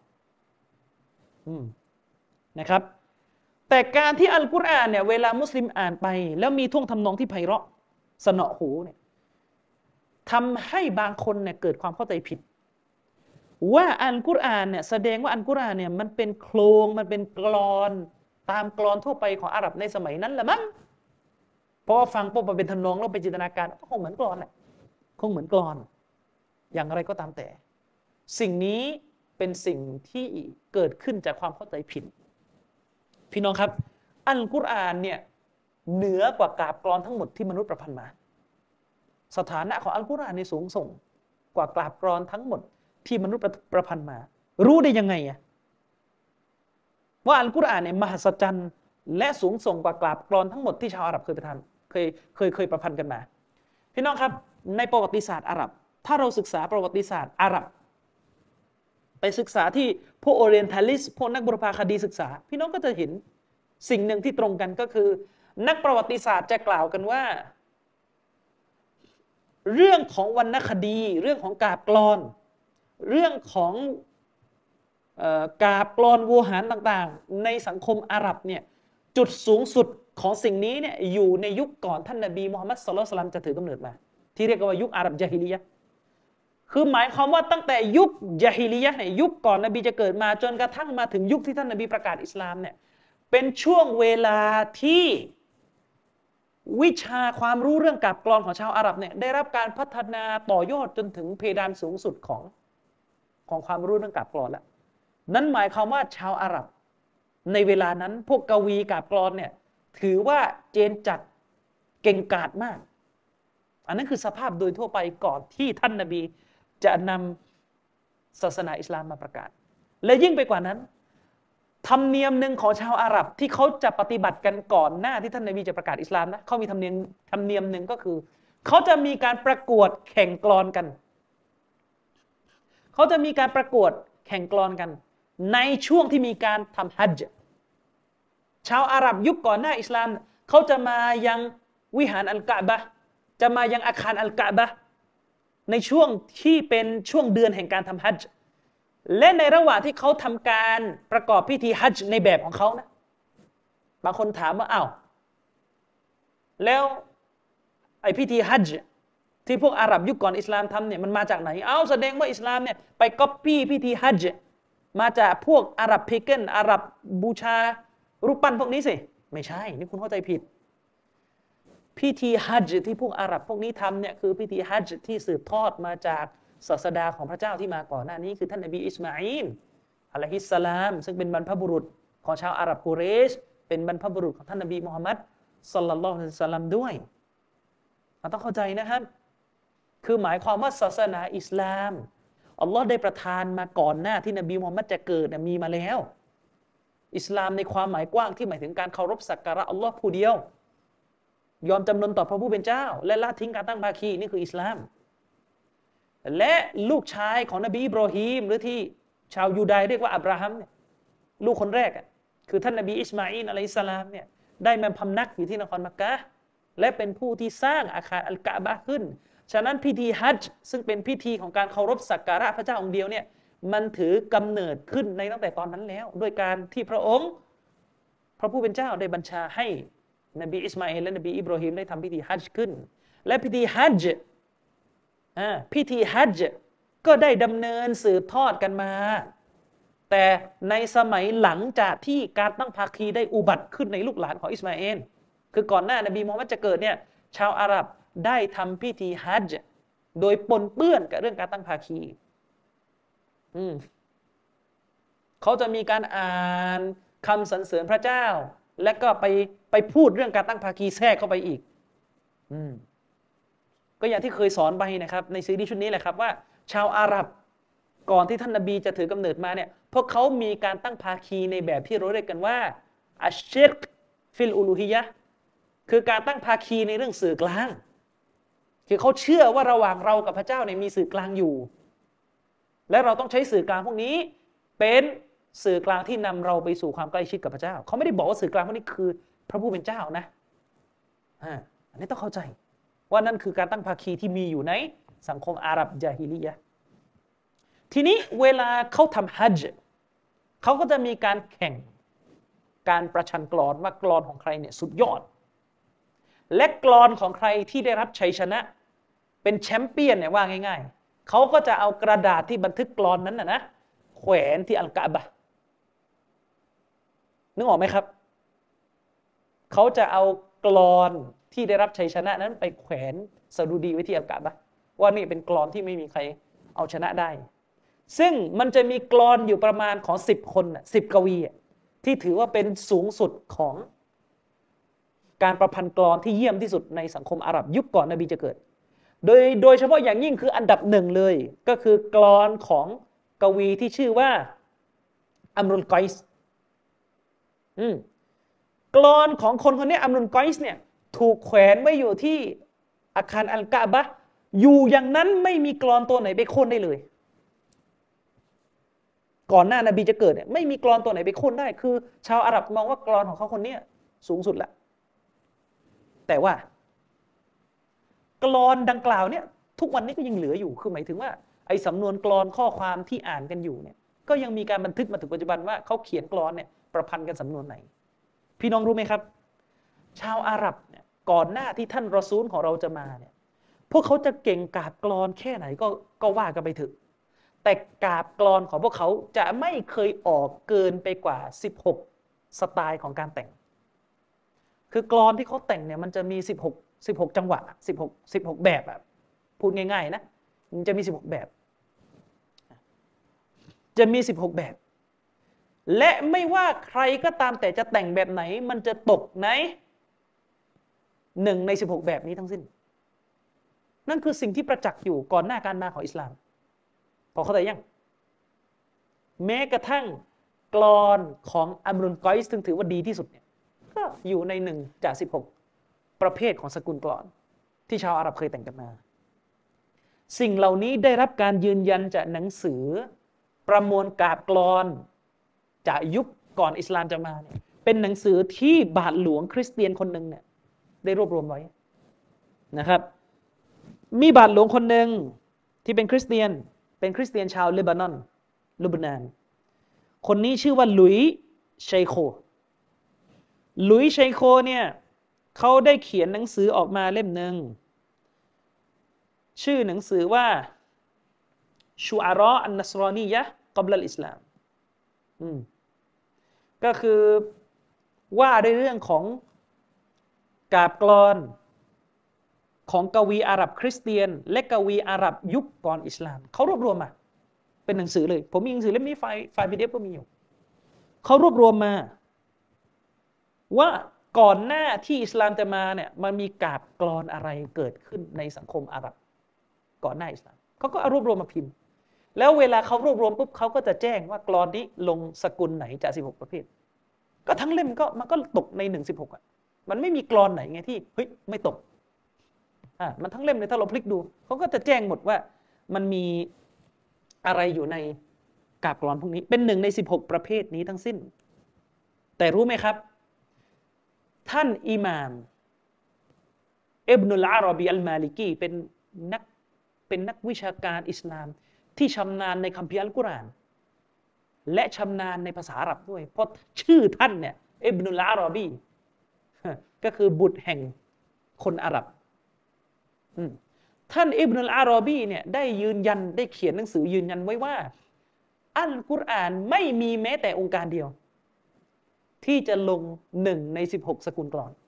นะครับแต่การที่อัลกุรอานเนี่ยเวลามุสลิมอ่านไปแล้วมีท่วงทำนองที่ไพเราะสนอหูเนี่ยทำให้บางคนเนี่ยเกิดความเข้าใจผิดว่าอัลกุรอานเนี่ยแสดงว่าอัลกุรอานเนี่ยมันเป็นโครงมันเป็นกลอนตามกลอนทั่วไปของอาหรับในสมัยนั้นแหละมั้งเพราะว่าฟังปุ๊บมันเป็นทำนองแล้วไปจินตนาการก็คงเหมือนกลอนแหละคงเหมือนกลอนอย่างไรก็ตามแต่สิ่งนี้เป็นสิ่งที่เกิดขึ้นจากความเข้าใจผิดพี่น้องครับอัลกุรอานเนี่ยเหนือกว่ากาบกลอนทั้งหมดที่มนุษย์ประพันธ์มาสถานะของอัลกุรอานนี่สูงส่งกว่ากาบกลอนทั้งหมดที่มนุษย์ประพันธ์มารู้ได้ยังไงว่าอัลกุรอานเนี่ยมหัศจรรย์และสูงส่งกว่ากาบกลอนทั้งหมดที่ชาวอาหรับเคยประพันธ์กันมาพี่น้องครับในประวัติศาสตร์อาหรับถ้าเราศึกษาประวัติศาสตร์อาหรับไปศึกษาที่พวกโอเรียนทัลลิสพวกนักบุรพาคดีศึกษาพี่น้องก็จะเห็นสิ่งหนึ่งที่ตรงกันก็คือนักประวัติศาสตร์จะกล่าวกันว่าเรื่องของวรรณคดีเรื่องของกาบกลอนเรื่องของกาบกลอนโวหารต่างๆในสังคมอาหรับเนี่ยจุดสูงสุดของสิ่งนี้เนี่ยอยู่ในยุคก่อนท่านนบีมุฮัมมัดศ็อลลัลลอฮุอะลัยฮิวะซัลลัมจะถือกำเนิดมาที่เรียกว่ายุคอาหรับญะฮิลิยะห์คือหมายความว่าตั้งแต่ยุคญะฮิลิยะห์เนี่ยยุคก่อนนบีจะเกิดมาจนกระทั่งมาถึงยุคที่ท่านนบีประกาศอิสลามเนี่ยเป็นช่วงเวลาที่วิชาความรู้เรื่องกาบกลอนของชาวอาหรับเนี่ยได้รับการพัฒนาต่อยอดจนถึงเพดานสูงสุดของความรู้เรื่องกาบกลอนแล้วนั่นหมายความว่าชาวอาหรับในเวลานั้นพวกกวีกาบกลอนเนี่ยถือว่าเจนจัดเก่งกาจมากอันนั้นคือสภาพโดยทั่วไปก่อนที่ท่านนบีจะนำศาสนาอิสลามมาประกาศและยิ่งไปกว่านั้นธรรมเนียมหนึ่งของชาวอาหรับที่เขาจะปฏิบัติกันก่อนหน้าที่ท่านนบีจะประกาศอิสลามนะเขามีธรรมเนียมหนึ่งก็คือเขาจะมีการประกวดแข่งกลอนกันเขาจะมีการประกวดแข่งกลอนกันในช่วงที่มีการทำฮัจญ์ชาวอาหรับยุคก่อนหน้าอิสลามเขาจะมายังวิหารอัลกะบะห์จะมายังอาคารอัลกะบะห์ในช่วงที่เป็นช่วงเดือนแห่งการทำฮัจญ์และในระหว่างที่เขาทำการประกอบพิธีฮัจญ์ในแบบของเขานะบางคนถามว่าอ้าวแล้วไอพิธีฮัจญ์ที่พวกอาหรับยุคก่อนอิสลามทำเนี่ยมันมาจากไหนแสดงว่าอิสลามเนี่ยไปก๊อปปี้พิธีฮัจญ์มาจากพวกอาหรับเพเกนอาหรับบูชารูปปั้นพวกนี้สิไม่ใช่นี่คุณเข้าใจผิดพิธีฮัจญ์ที่พวกอาหรับพวกนี้ทำเนี่ยคือพิธีฮัจญ์ที่สืบทอดมาจากศาสดาของพระเจ้าที่มาก่อนหน้านี้คือท่านนบีอิสมาอีลอะลัยฮิสสลามซึ่งเป็นบรรพบุรุษของชาวอาหรับกุเรชเป็นบรรพบุรุษของท่านนบีมุฮัมมัดศ็อลลัลลอฮุอะลัยฮิวะซัลลัมด้วยเราต้องเข้าใจนะครับคือหมายความว่าศาสนาอิสลามอัลลอฮ์ได้ประทานมาก่อนหน้าที่นบีมุฮัมมัดจะเกิดมีมาแล้วอิสลามในความหมายกว้างที่หมายถึงการเคารพสักการะอัลลอฮ์ผู้เดียวยอมจำนนต่อพระผู้เป็นเจ้าและละทิ้งการตั้งภาคีนี่คืออิสลามและลูกชายของนบีอิบรอฮีมหรือที่ชาวยูไดเรียกว่าอับราฮัมเนี่ยลูกคนแรกคือท่านนบีอิสมาอีลอะลัยฮิสสลามเนี่ยได้มาพำนักอยู่ที่นครมักกะห์และเป็นผู้ที่สร้างอาคารอัลกะบะห์ขึ้นฉะนั้นพิธีฮัจญ์ซึ่งเป็นพิธีของการเคารพสักการะพระเจ้าองค์เดียวเนี่ยมันถือกำเนิดขึ้นในตั้งแต่ตอนนั้นแล้วด้วยการที่พระองค์พระผู้เป็นเจ้าได้บัญชาให้นบีอิสมาอีลและนบีอิบรอฮีมได้ทำพิธีฮัจญ์ขึ้นและพิธีฮัจญ์ก็ได้ดำเนินสืบทอดกันมาแต่ในสมัยหลังจากที่การตั้งภาคีได้อุบัติขึ้นในลูกหลานของอิสมาอีลคือก่อนหน้านบีมุฮัมมัดจะเกิดเนี่ยชาวอาหรับได้ทำพิธีฮัจญ์โดยปนเปื้อนกับเรื่องการตั้งภาคีเขาจะมีการอ่านคำสรรเสริญพระเจ้าและก็ไปพูดเรื่องการตั้งภาคีแทรกเข้าไปอีกก็อย่างที่เคยสอนไปนะครับในซีรีส์ชุดนี้แหละครับว่าชาวอาหรับก่อนที่ท่านนบีจะถือกำเนิดมาเนี่ยพวกเขามีการตั้งภาคีในแบบที่เราเรียกกันว่าอัชชิรกฟิลอูลูฮิยะห์คือการตั้งภาคีในเรื่องสื่อกลางคือเขาเชื่อว่าระหว่างเรากับพระเจ้าเนี่ยมีสื่อกลางอยู่และเราต้องใช้สื่อกลางพวกนี้เป็นสื่อกลางที่นำเราไปสู่ความใกล้ชิดกับพระเจ้าเขาไม่ได้บอกว่าสื่อกลางพวกนี้คือพระผู้เป็นเจ้านะอันนี้ต้องเข้าใจว่านั่นคือการตั้งภาคีที่มีอยู่ในสังคมอาหรับญะฮิลิยะห์ทีนี้เวลาเขาทำฮัจญ์เขาก็จะมีการแข่งการประชันกลอนว่ากลอนของใครเนี่ยสุดยอดและกลอนของใครที่ได้รับชัยชนะเป็นแชมเปี้ยนเนี่ยว่าง่ายๆเขาก็จะเอากระดาษที่บันทึกกลอนนั้นนะแขวนที่อัลกะบะห์นึกออกไหมครับเขาจะเอากลอนที่ได้รับชัยชนะนั้นไปแขวนสดุดีไว้ที่อัลกะบะห์ว่านี่เป็นกลอนที่ไม่มีใครเอาชนะได้ซึ่งมันจะมีกลอนอยู่ประมาณของ10 คน10 กวีที่ถือว่าเป็นสูงสุดของการประพันธ์กลอนที่เยี่ยมที่สุดในสังคมอาหรับยุคก่อนนบีจะเกิดโดยเฉพาะอย่างยิ่งคืออันดับหนึ่งเลยก็คือกลอนของกวีที่ชื่อว่าอัมรุลกอยส์กลอนของคนนี้อัมรุลกอยส์เนี่ยถูกแขวนไว้อยู่ที่อาคารอัลกะบะห์อยู่อย่างนั้นไม่มีกลอนตัวไหนไปโค่นได้เลยก่อนหน้านบีจะเกิดเนี่ยไม่มีกลอนตัวไหนไปโค่นได้คือชาวอาหรับมองว่ากลอนของเขาคนนี้สูงสุดละแต่ว่ากลอนดังกล่าวเนี่ยทุกวันนี้ก็ยังเหลืออยู่คือหมายถึงว่าไอ้สำนวนกลอนข้อความที่อ่านกันอยู่เนี่ยก็ยังมีการบันทึกมาถึงปัจจุบันว่าเขาเขียนกลอนเนี่ยประพันธ์กันสำนวนไหนพี่น้องรู้ไหมครับชาวอาหรับเนี่ยก่อนหน้าที่ท่านรอซูลของเราจะมาเนี่ยพวกเขาจะเก่งกาบกลอนแค่ไหนก็ว่ากันไปเถอะแต่กาบกลอนของพวกเขาจะไม่เคยออกเกินไปกว่า16สไตล์ของการแต่งคือกลอนที่เขาแต่งเนี่ยมันจะมี16จังหวะ16แบบอะพูดง่ายๆนะมันจะมี16แบบจะมี16แบบและไม่ว่าใครก็ตามแต่จะแต่งแบบไหนมันจะตกใน1ใน16แบบนี้ทั้งสิ้นนั่นคือสิ่งที่ประจักษ์อยู่ก่อนหน้าการมาของอิสลามพอเข้าใจยังแม้กระทั่งกลอนของอัมรุลกอยส์ซึ่งถือว่าดีที่สุดเนี่ยก็อยู่ใน1จาก16ประเภทของสกุลกลอนที่ชาวอาหรับเคยแต่งกันมาสิ่งเหล่านี้ได้รับการยืนยันจากหนังสือประมวลกาบกลอนจากยุคก่อนอิสลามจะมาเนี่ยเป็นหนังสือที่บาทหลวงคริสเตียนคนหนึ่งเนี่ยได้รวบรวมไว้นะครับมีบาทหลวงคนหนึ่งที่เป็นคริสเตียนชาวเลบานอนลูบนานคนนี้ชื่อว่าหลุยชัยโคเนี่ยเขาได้เขียนหนังสือออกมาเล่มหนึ่งชื่อหนังสือว่าชูอาเราะห์อันนัสรอนียะห์ก่อนอิสลามก็คือว่าในเรื่องของกาบกลอนของกวีอาหรับคริสเตียนและกวีอาหรับยุคก่อนอิสลามเขารวบรวมมาเป็นหนังสือเลยผมมีหนังสือเล่มนี้ไฟล์ PDF ก็มีอยู่เขารวบรวมมาว่าก่อนหน้าที่อิสลามจะมาเนี่ยมันมีกาบกลอนอะไรเกิดขึ้นในสังคมอาหรับก่อนหน้าอิสลามเขาก็เอารวบรวมมาพิมพ์แล้วเวลาเขารวบรวมปุ๊บเขาก็จะแจ้งว่ากลอนนี้ลงสกุลไหนจาก16ประเภทก็ทั้งเล่มมันก็ตกใน1/16อ่ะมันไม่มีกลอนไหนไงที่เฮ้ยไม่ตกมันทั้งเล่มเลยถ้าเราพลิกดูเขาก็จะแจ้งหมดว่ามันมีอะไรอยู่ในกาบกลอนพวกนี้เป็น1ใน16ประเภทนี้ทั้งสิ้นแต่รู้ไหมครับท่านอิหม่ามอิบนุลอาเราะบีอัลมาลิกีเป็นนักวิชาการอิสลามที่ชำนาญในคัมภีร์อัลกุรอานและชำนาญในภาษาอาหรับด้วยเพราะชื่อท่านเนี่ยอิบนุลอาเราะบีก็คือบุตรแห่งคนอาหรับท่านอิบนุลอาเราะบีเนี่ยได้ยืนยันได้เขียนหนังสือยืนยันไว้ว่าอัลกุรอานไม่มีแม้แต่องค์การเดียวที่จะลง1ใน16สกุลกลอน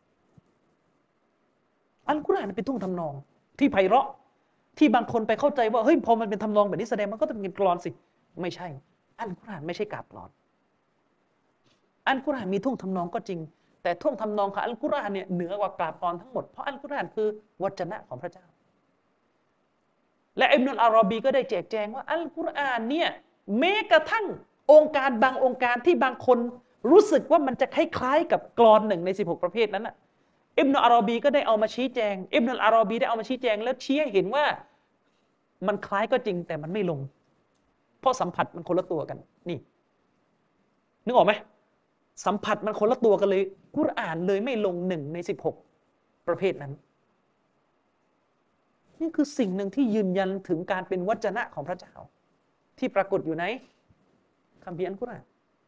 อัลกุรอานเป็นท่วงทำนองที่ไพเราะที่บางคนไปเข้าใจว่าเฮ้ยพอมันเป็นทำนองแบบนี้แสดงมันก็ต้องเป็นกลอนสิไม่ใช่อัลกุรอานไม่ใช่กาบกลอนอัลกุรอานมีท่วงทำนองก็จริงแต่ท่วงทำนองของอัลกุรอานเนี่ยเหนือกว่ากาบกลอนทั้งหมดเพราะอัลกุรอานคือวจนะของพระเจ้าและอิบนุลอาเราะบีก็ได้แจกแจงว่าอัลกุรอานเนี่ยแม้กระทั่งองค์การบางองค์การที่บางคนรู้สึกว่ามันจะคล้ายๆกับกลอน1ใน16ประเภทนั้นน่ะอิบนุลอาเราะบีก็ได้เอามาชี้แจงอิบนุลอาเราะบีได้เอามาชี้แจงแล้วชี้ให้เห็นว่ามันคล้ายก็จริงแต่มันไม่ลงเพราะสัมผัสมันคนละตัวกันนี่นึกออกไหมสัมผัสมันคนละตัวกันเลยกุรอานเลยไม่ลง1ใน16ประเภทนั้นนี่คือสิ่งหนึ่งที่ยืนยันถึงการเป็นวจนะของพระเจ้าที่ปรากฏอยู่ในคัมภีร์อัลกุรอาน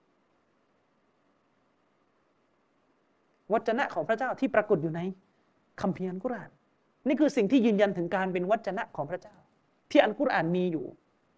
วจนะของพระเจ้าที่ปรากฏอยู่ในคัมภีร์อัลกุรอานนี่คือสิ่งที่ยืนยันถึงการเป็นวจนะของพระเจ้าที่อัลกุรอานมีอยู่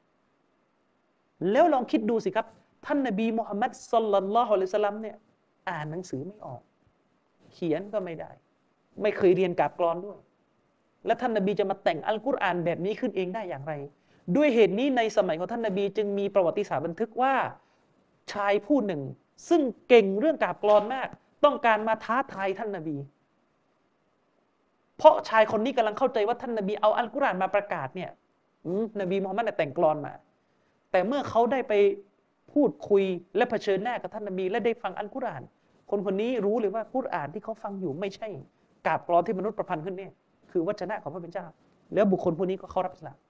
แล้วลองคิดดูสิครับท่านนบีมุฮัมมัดศ็อลลัลลอฮุอะลัยฮิวะซัลลัมเนี่ยอ่านหนังสือไม่ออกเขียนก็ไม่ได้ไม่เคยเรียนกาบกลอนด้วยและท่านนบีจะมาแต่งอัลกุรอานแบบนี้ขึ้นเองได้อย่างไรด้วยเหตุนี้ในสมัยของท่านนบีจึงมีประวัติศาสตร์บันทึกว่าชายผู้หนึ่งซึ่งเก่งเรื่องกาบกลอนมากต้องการมาท้าทายท่านนบีเพราะชายคนนี้กำลังเข้าใจว่าท่านนบีเอาอัลกุรอานมาประกาศเนี่ยนบีมุฮัมมัดแต่งกลอนมาแต่เมื่อเขาได้ไปพูดคุยและเผชิญหน้ากับท่านนบีและได้ฟังอัลกุรอานคนนี้รู้เลยว่ากุรอานที่เขาฟังอยู่ไม่ใช่กาบกลอนที่มนุษย์ประพันธ์ขึ้นเนี่ยคือวจนะของพระผู้เป็นเจ้าแล้วบุคคลพวกนี้ก็เข้ารับอิสลาม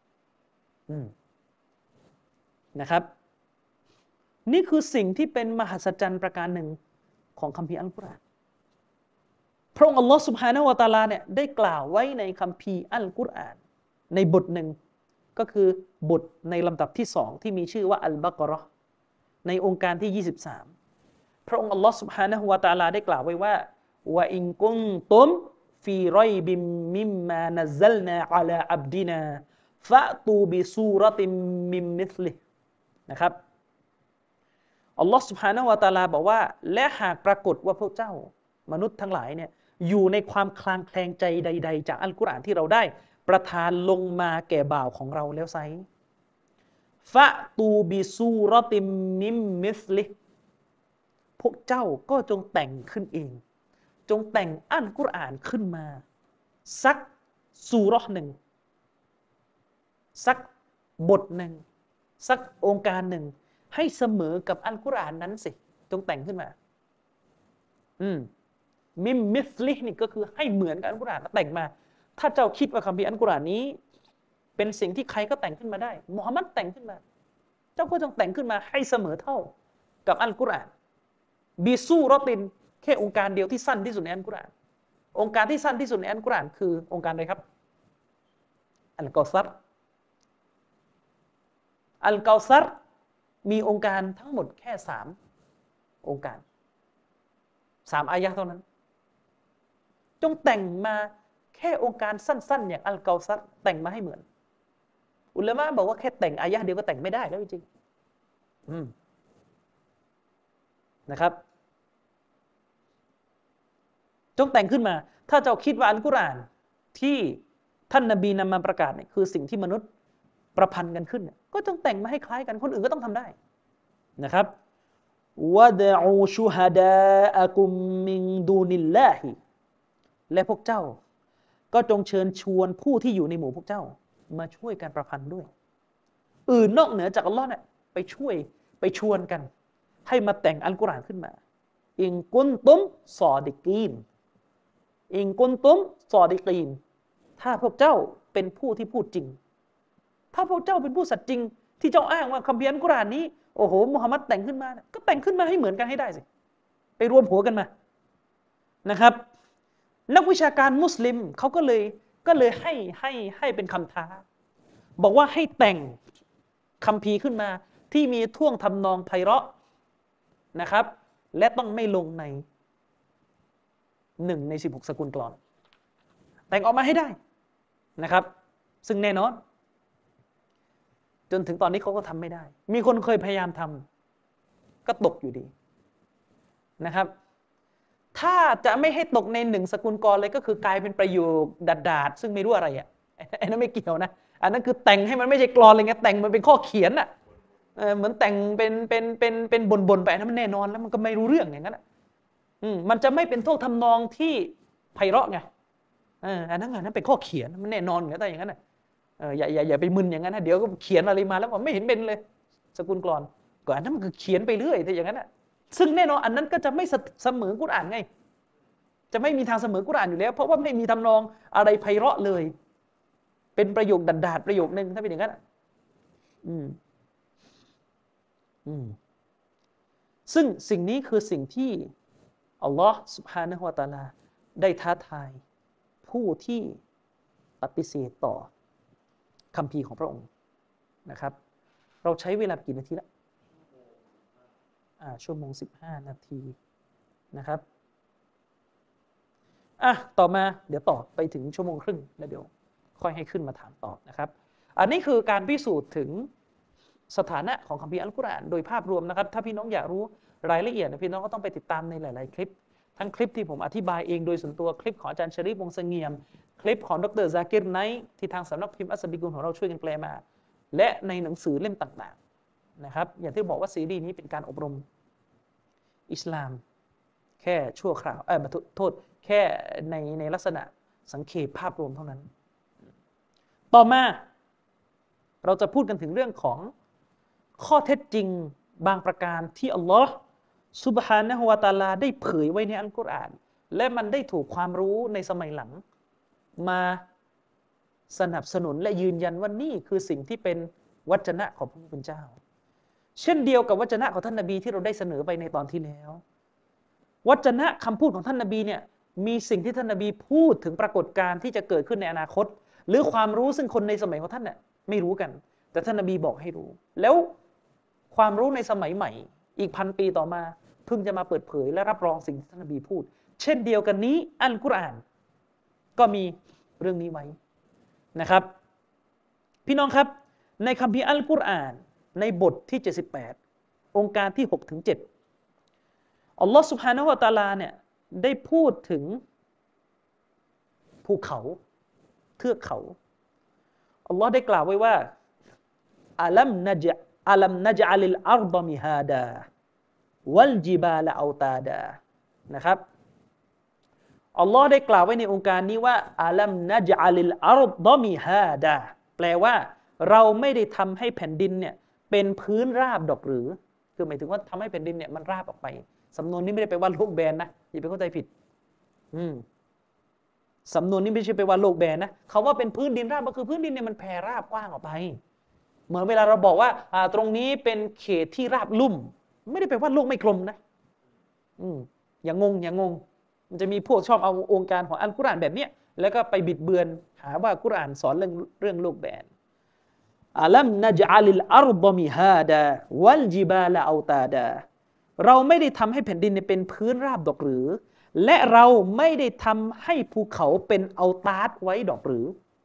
นะครับนี่คือสิ่งที่เป็นมหัศจรรย์ประการหนึ่งของคัมภีร์อัลกุรอานพระองค์อัลลอฮฺซุบฮานะฮูวะตะอาลาเนี่ยได้กล่าวไว้ในคัมภีร์อัลกุรอานในบทหนึ่งก็คือบทในลำดับที่2ที่มีชื่อว่าอัลบะเกาะเราะห์ในองค์การที่23พระองค์อัลลอฮฺ سبحانه และ تعالى ได้กล่าวไว้ว่าวะอินกุนตุมฟีรอยบิมมิมมานัซซัลนาอะลาอับดินาฟะตูบิซูเราะติมมินมิสลินะครับอัลลอฮฺ سبحانه และ تعالى บอกว่าและหากปรากฏว่าพวกเจ้ามนุษย์ทั้งหลายเนี่ยอยู่ในความคลางแคลงใจใดๆจากอัลกุรอานที่เราได้ประทานลงมาแก่บ่าวของเราแล้วไซฟะตูบิซูเราะติมมินมิสลิพวกเจ้าก็จงแต่งขึ้นเองจงแต่งอัลกุรอานขึ้นมาสักซูเราะห์หนึ่งสักบทหนึ่งสักองค์การหนึ่งให้เสมอกับอัลกุรอานนั้นสิจงแต่งขึ้นมามิมมิสลินี่ก็คือให้เหมือนกับอัลกุรอานแต่งมาถ้าเจ้าคิดว่าคัมภีร์อัลกุรอานนี้เป็นสิ่งที่ใครก็แต่งขึ้นมาได้มุฮัมมัดแต่งขึ้นมาเจ้าก็จงแต่งขึ้นมาให้เสมอเท่ากับอัลกุรอานบิซูเราะตินแค่องค์การเดียวที่สั้นที่สุดในอัลกุรอานองค์การที่สั้นที่สุดในอัลกุรอานคือองค์การอะไรครับอัลกอซัรอัลกอซัรมีองค์การทั้งหมดแค่3องค์การ3อายะห์เท่านั้นจงแต่งมาแค่องค์การสั้นๆอย่างอัลกอซัรแต่งมาให้เหมือนอุลามะบอกว่าแค่แต่งอายะห์เดียวก็แต่งไม่ได้แล้วจริงๆนะครับจงแต่งขึ้นมาถ้าเจ้าคิดว่าอัลกุรอานที่ท่านนบีนำมาประกาศเนี่ยคือสิ่งที่มนุษย์ประพันธ์กันขึ้นก็จงแต่งมาให้คล้ายกันคนอื่นก็ต้องทำได้นะครับวะดะอูชุฮดาอะกุมมินดูนิลลาฮิและพวกเจ้าก็จงเชิญชวนผู้ที่อยู่ในหมู่พวกเจ้ามาช่วยกันประพันธ์ด้วยอื่นนอกเหนือจากอัลลอฮ์เนี่ยไปชวนกันให้มาแต่งอัลกุรอานขึ้นมาอินกุนตุมซอดิกีนอินกุนตุมซอดิกีนถ้าพวกเจ้าเป็นผู้ที่พูดจริงถ้าพวกเจ้าเป็นผู้สัตย์จริงที่เจ้าอ้างว่าคัมภีร์อัลกุรอานนี้โอ้โหมุฮัมมัดแต่งขึ้นมาก็แต่งขึ้นมาให้เหมือนกันให้ได้สิไปรวมหัวกันมานะครับนักวิชาการมุสลิมเขาก็เลยให้เป็นคำท้าบอกว่าให้แต่งคัมภีร์ขึ้นมาที่มีท่วงทำนองไพเราะนะครับและต้องไม่ลงใน1ใน16สกุลกลอนแต่งออกมาให้ได้นะครับซึ่งแน่นอนจนถึงตอนนี้เขาก็ทำไม่ได้มีคนเคยพยายามทำก็ตกอยู่ดีนะครับถ้าจะไม่ให้ตกใน1สกุลกลอนเลยก็คือกลายเป็นประโยคดาดๆซึ่งไม่รู้อะไรอ่ะไอ้นั้นไม่เกี่ยวนะอันนั้นคือแต่งให้มันไม่ใช่กลอนอะไรเงี้ยแต่งมันเป็นข้อเขียนอ่ะเหมือนแต่งเป็นบนๆไปนั้นมันแน่นอนแล้วมันก็ไม่รู้เรื่องอย่างนั้นมันจะไม่เป็นท่วงทำนองที่ไพเราะไงอันนั้นเป็นข้อเขียนมันแน่นอนอย่างนั้นแต่อย่างนั้นอย่าไปมึนอย่างนั้นนะเดี๋ยวก็เขียนอะไรมาแล้วผมไม่เห็นเป็นเลยสกุลกลอนก่อนนั้นมันคือเขียนไปเรื่อยแต่อย่างนั้นนะซึ่งแน่นอนอันนั้นก็จะไม่เสมอกุรอานไงจะไม่มีทางเสมอกุรอานอยู่แล้วเพราะว่าไม่มีทำนองอะไรไพเราะเลยเป็นประโยคดาดๆประโยคนึงถ้าเป็นอย่างนั้นซึ่งสิ่งนี้คือสิ่งที่อัลลอฮ์ سبحانه และ تعالى ได้ท้าทายผู้ที่ปฏิเสธต่อคัมภีร์ของพระองค์นะครับเราใช้เวลากี่นาทีละชั่วโมง15นาทีนะครับต่อมาเดี๋ยวต่อไปถึงชั่วโมงครึ่งแล้วเดี๋ยวค่อยให้ขึ้นมาถามต่อนะครับอันนี้คือการพิสูจน์ถึงสถานะของคัมภีร์อัลกุรอานโดยภาพรวมนะครับถ้าพี่น้องอยากรู้รายละเอียดพี่น้องก็ต้องไปติดตามในหลายๆคลิปทั้งคลิปที่ผมอธิบายเองโดยส่วนตัวคลิปของอาจารย์ชะรีฟ วงศ์เสงี่ยมคลิปของดร.ซากิรไนท์ที่ทางสำนักพิมพ์อัสบิกุลของเราช่วยกันแปลมาและในหนังสือเล่มต่างๆนะครับอย่างที่บอกว่าซีรีส์นี้เป็นการอบรมอิสลามแค่ชั่วคราวโทษแค่ในลักษณะสังเขปภาพรวมเท่านั้นต่อมาเราจะพูดกันถึงเรื่องของข้อเท็จจริงบางประการที่อัลลอฮ์ซุบฮานะฮูวะตะอาลาได้เผยไว้ในอัลกุรอานและมันได้ถูกความรู้ในสมัยหลังมาสนับสนุนและยืนยันว่านี่คือสิ่งที่เป็นวจนะของพระผู้เป็นเจ้าเช่นเดียวกับวจนะของท่านนบีที่เราได้เสนอไปในตอนที่แล้ววจนะคำพูดของท่านนบีเนี่ยมีสิ่งที่ท่านนบีพูดถึงปรากฏการณ์ที่จะเกิดขึ้นในอนาคตหรือความรู้ซึ่งคนในสมัยของท่านเนี่ยไม่รู้กันแต่ท่านนบีบอกให้รู้แล้วความรู้ในสมัยใหม่อีก1,000 ปีต่อมาเพิ่งจะมาเปิดเผยและรับรองสิ่งที่ท่านนบีพูดเช่นเดียวกันนี้อัลกุรอานก็มีเรื่องนี้ไว้นะครับพี่น้องครับในคัมภีร์อัลกุรอานในบทที่78องค์การที่6 ถึง 7อัลลอฮฺซุบฮานะฮูวะตะอาลาเนี่ยได้พูดถึงภูเขาเทือกเขาอัลลอฮ์ได้กล่าวไว้ว่าอัลัมนะจอัลิลอัรฎะมิฮาดาวัลจิบาลเอาตาดานะครับอัลลอฮ์ได้กล่าวไว้ในองค์การนี้ว่าอัลัมนะจอัลิลอัรฎะมิฮาดาแปลว่าเราไม่ได้ทำให้แผ่นดินเนี่ยเป็นพื้นราบดอกหรือคือหมายถึงว่าทำให้แผ่นดินเนี่ยมันราบออกไปสำนวนนี้ไม่ได้แปลว่าโลกแบนนะอย่าไปเข้าใจผิดสำนวนนี้ไม่ใช่แปลว่าโลกแบนนะเขาว่าเป็นพื้นดินราบก็คือพื้นดินเนี่ยมันแผ่ราบกว้างออกไปเหมือนเวลาเราบอกว่าตรงนี้เป็นเขตที่ราบลุ่มไม่ได้แปลว่าโลกไม่กลมนะอย่างงมันจะมีพวกชอบเอาองค์การของอัลกุรอานแบบเนี้ยแล้วก็ไปบิดเบือนหาว่ากุรอานสอนเรื่องโลกแบนอัลัมนะจอัลิลอัรฎะมิฮาดาวัลจิบาลเอาตาดาเราไม่ได้ทำให้แผ่นดินเป็นพื้นราบดอกหรือและเราไม่ได้ทำให้ภูเขาเป็นเอาตาดไว้ดอกหรือ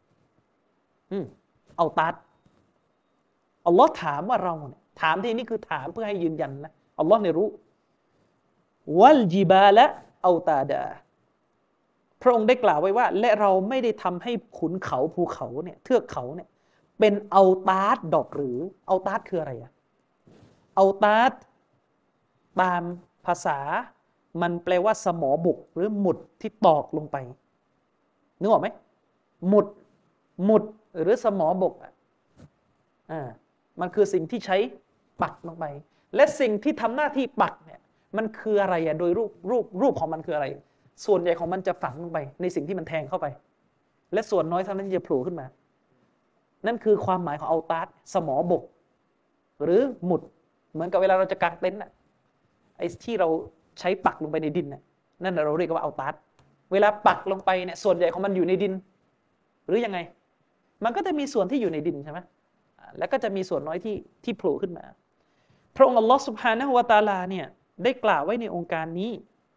เอาตาดอัลลอฮ์ถามว่าเราเนี่ยถามที่นี่คือถามเพื่อให้ยืนยันนะอัลลอฮ์เนี่ยรู้วัลจิบาละเอาตาดาพระองค์ได้กล่าวไว้ว่าและเราไม่ได้ทำให้ขุนเขาภูเขาเนี่ยเทือกเขาเนี่ยเป็นเอาตาดดอกหรือเอาตาดคืออะไรอะเอาตาดตามภาษามันแปลว่าสมอบกหรือหมุดที่ตอกลงไปนึกออกไหมหมุดหรือสมอบกมันคือสิ่งที่ใช้ปักลงไปและสิ่งที่ทำหน้าที่ปักเนี่ยมันคืออะไรโดยรูปของมันคืออะไรส่วนใหญ่ของมันจะฝังลงไปในสิ่งที่มันแทงเข้าไปและส่วนน้อยเท่านั้นที่จะโผล่ขึ้นมานั่นคือความหมายของเอาตาดสมอบกหรือหมุดเหมือนกับเวลาเราจะกางเต็นท์ไอ้ที่เราใช้ปักลงไปในดินนั่นเราเรียกว่าเอาตาดเวลาปักลงไปเนี่ยส่วนใหญ่ของมันอยู่ในดินหรือยังไงมันก็จะมีส่วนที่อยู่ในดินใช่ไหมแล้วก็จะมีส่วนน้อยที่โผล่ขึ้นมาพระองค์อัลลอฮฺซุบฮานะฮูวะตะอาลาเนี่ยได้กล่าวไว้ในองค์การนี้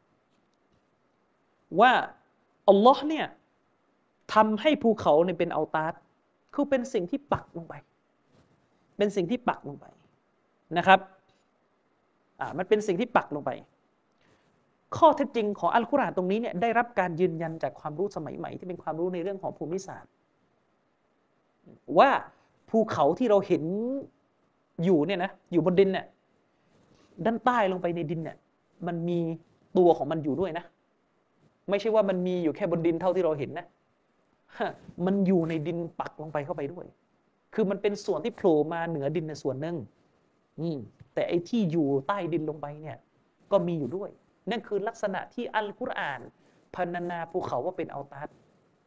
ว่าอัลลอฮ์เนี่ยทำให้ภูเขาเนี่ยเป็นเอาตาดคือเป็นสิ่งที่ปักลงไปเป็นสิ่งที่ปักลงไปนะครับมันเป็นสิ่งที่ปักลงไปข้อเท็จจริงของอัลกุรอานตรงนี้เนี่ยได้รับการยืนยันจากความรู้สมัยใหม่ที่เป็นความรู้ในเรื่องของภูมิศาสตร์ว่าภูเขาที่เราเห็นอยู่เนี่ยนะอยู่บนดินเนี่ยด้านใต้ลงไปในดินเนี่ยมันมีตัวของมันอยู่ด้วยนะไม่ใช่ว่ามันมีอยู่แค่บนดินเท่าที่เราเห็นนะมันอยู่ในดินปักลงไปเข้าไปด้วยคือมันเป็นส่วนที่โผล่มาเหนือดินในส่วนหนึ่งแต่ไอ้ที่อยู่ใต้ดินลงไปเนี่ยก็มีอยู่ด้วยนั่นคือลักษณะที่อัลกุรอานพรรณนาภูเขาว่าเป็นเอาตาด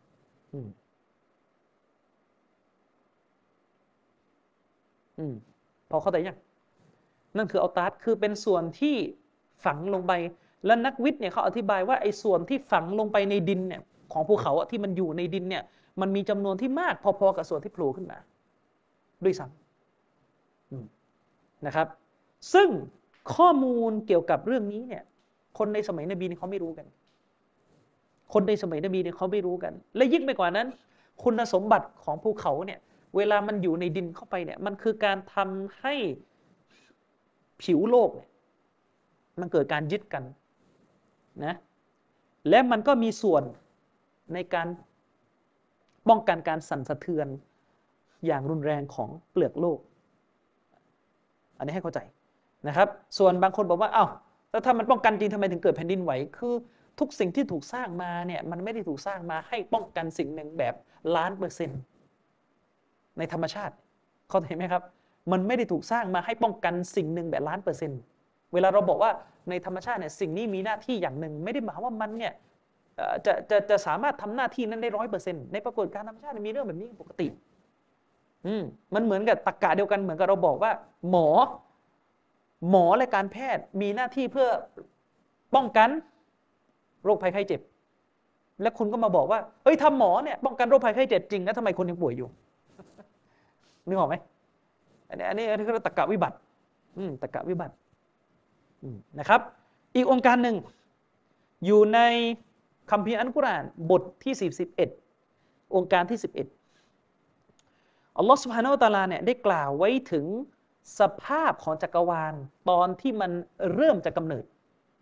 พอเข้าใจยังนั่นคือเอาตาดคือเป็นส่วนที่ฝังลงไปและนักวิทย์เนี่ยเขาอธิบายว่าไอ้ส่วนที่ฝังลงไปในดินเนี่ยของภูเขาที่มันอยู่ในดินเนี่ยมันมีจำนวนที่มากพอๆกับส่วนที่โผล่ขึ้นมาด้วยซ้ำนะครับซึ่งข้อมูลเกี่ยวกับเรื่องนี้เนี่ยคนในสมัยนบีเนี่ยเขาไม่รู้กันคนในสมัยนบีเนี่ยเขาไม่รู้กันและยิ่งไปกว่านั้นคุณสมบัติของภูเขาเนี่ยเวลามันอยู่ในดินเข้าไปเนี่ยมันคือการทำให้ผิวโลกเนี่ยมันเกิดการยึดกันนะและมันก็มีส่วนในการป้องกันการสั่นสะเทือนอย่างรุนแรงของเปลือกโลกอันนี้ให้เข้าใจนะครับส่วนบางคนบอกว่าอ้าวแล้วถ้ามันป้องกันจริงทำไมถึงเกิดแผ่นดินไหวคือทุกสิ่งที่ถูกสร้างมาเนี่ยมันไม่ได้ถูกสร้างมาให้ป้องกันสิ่งหนึ่งแบบ1,000,000%ในธรรมชาติเข้าใจไหมครับมันไม่ได้ถูกสร้างมาให้ป้องกันสิ่งหนึ่งแบบ1,000,000%เวลาเราบอกว่าในธรรมชาติเนี่ยสิ่งนี้มีหน้าที่อย่างหนึ่งไม่ได้หมายว่ามันเนี่ยจะสามารถทำหน้าที่นั้นได้100%ในปรากฏการณ์ธรรมชาติมีเรื่องแบบนี้ปกติมันเหมือนกับตรรกะเดียวกันเหมือนกับเราบอกว่าหมอและการแพทย์มีหน้าที่เพื่อป้องกันโรคภัยไข้เจ็บและคุณก็มาบอกว่าเฮ้ยทำหมอเนี่ยป้องกันโรคภัยไข้เจ็บจริงแล้วทำไมคนยังป่วยอยู่นึกออกไหมอันนี้คือตรรกะวิบัติตรรกะวิบัตินะครับอีกองค์การหนึ่งอยู่ในคัมภีร์อัลกุรอานบทที่41องค์การที่11อัลลอฮฺซุบฮานะฮูวะตะอาลาเนี่ยได้กล่าวไว้ถึงสภาพของจักรวาลตอนที่มันเริ่มจะกำเนิด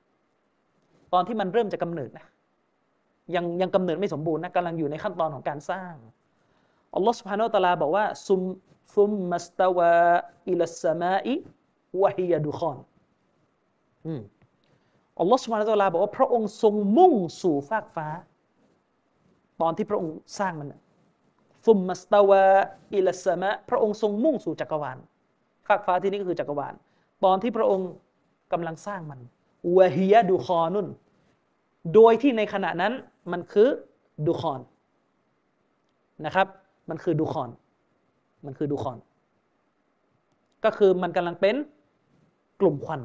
นะยังกำเนิดไม่สมบูรณ์นะกำลังอยู่ในขั้นตอนของการสร้างอัลลอฮฺซุบฮานะฮูวะตะอาลาบอกว่าซุมมัสตาวาอิลัสสมาอิวะฮิยะดุคอนอัลลอฮฺซุบฮานะฮูวะตะอาลาบอกว่าพระองค์ทรงมุ่งสู่ฟากฟ้าตอนที่พระองค์สร้างมันซุมมัสตาวาอิลัสสมาพระองค์ทรงมุ่งสู่จักรวาลฟากฟ้าที่นี่ก็คือจักรวาลตอนที่พระองค์กำลังสร้างมันวะฮิยะดุคอนุนโดยที่ในขณะนั้นมันคือดุคอนนะครับมันคือดุคอนก็คือมันกำลังเป็นกลุ่มควัน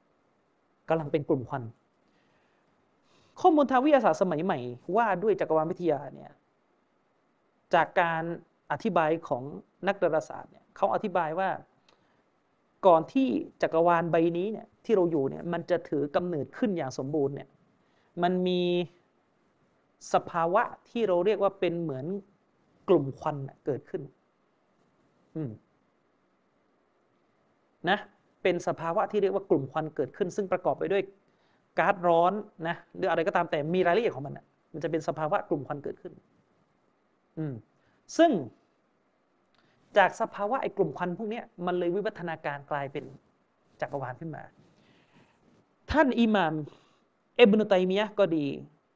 ข้อมูลทางวิทยาศาสตร์สมัยใหม่ว่าด้วยจักรวาลวิทยาเนี่ยจากการอธิบายของนักดาราศาสตร์เนี่ยเขาอธิบายว่าก่อนที่จักรวาลใบนี้เนี่ยที่เราอยู่เนี่ยมันจะถือกำเนิดขึ้นอย่างสมบูรณ์เนี่ยมันมีสภาวะที่เราเรียกว่าเป็นเหมือนกลุ่มควันเกิดขึ้นนะเป็นสภาวะที่เรียกว่ากลุ่มควันเกิดขึ้นซึ่งประกอบไปด้วยก๊าซร้อนนะหรืออะไรก็ตามแต่มีรายละเอียดของมันมันจะเป็นสภาวะกลุ่มควันเกิดขึ้นซึ่งจากสภาวะไอ้กลุ่มควันพวกนี้มันเลยวิวัฒนาการกลายเป็นจักรวาลขึ้นมาท่านอิหม่ามอิบนุตัยมียะห์ก็ดี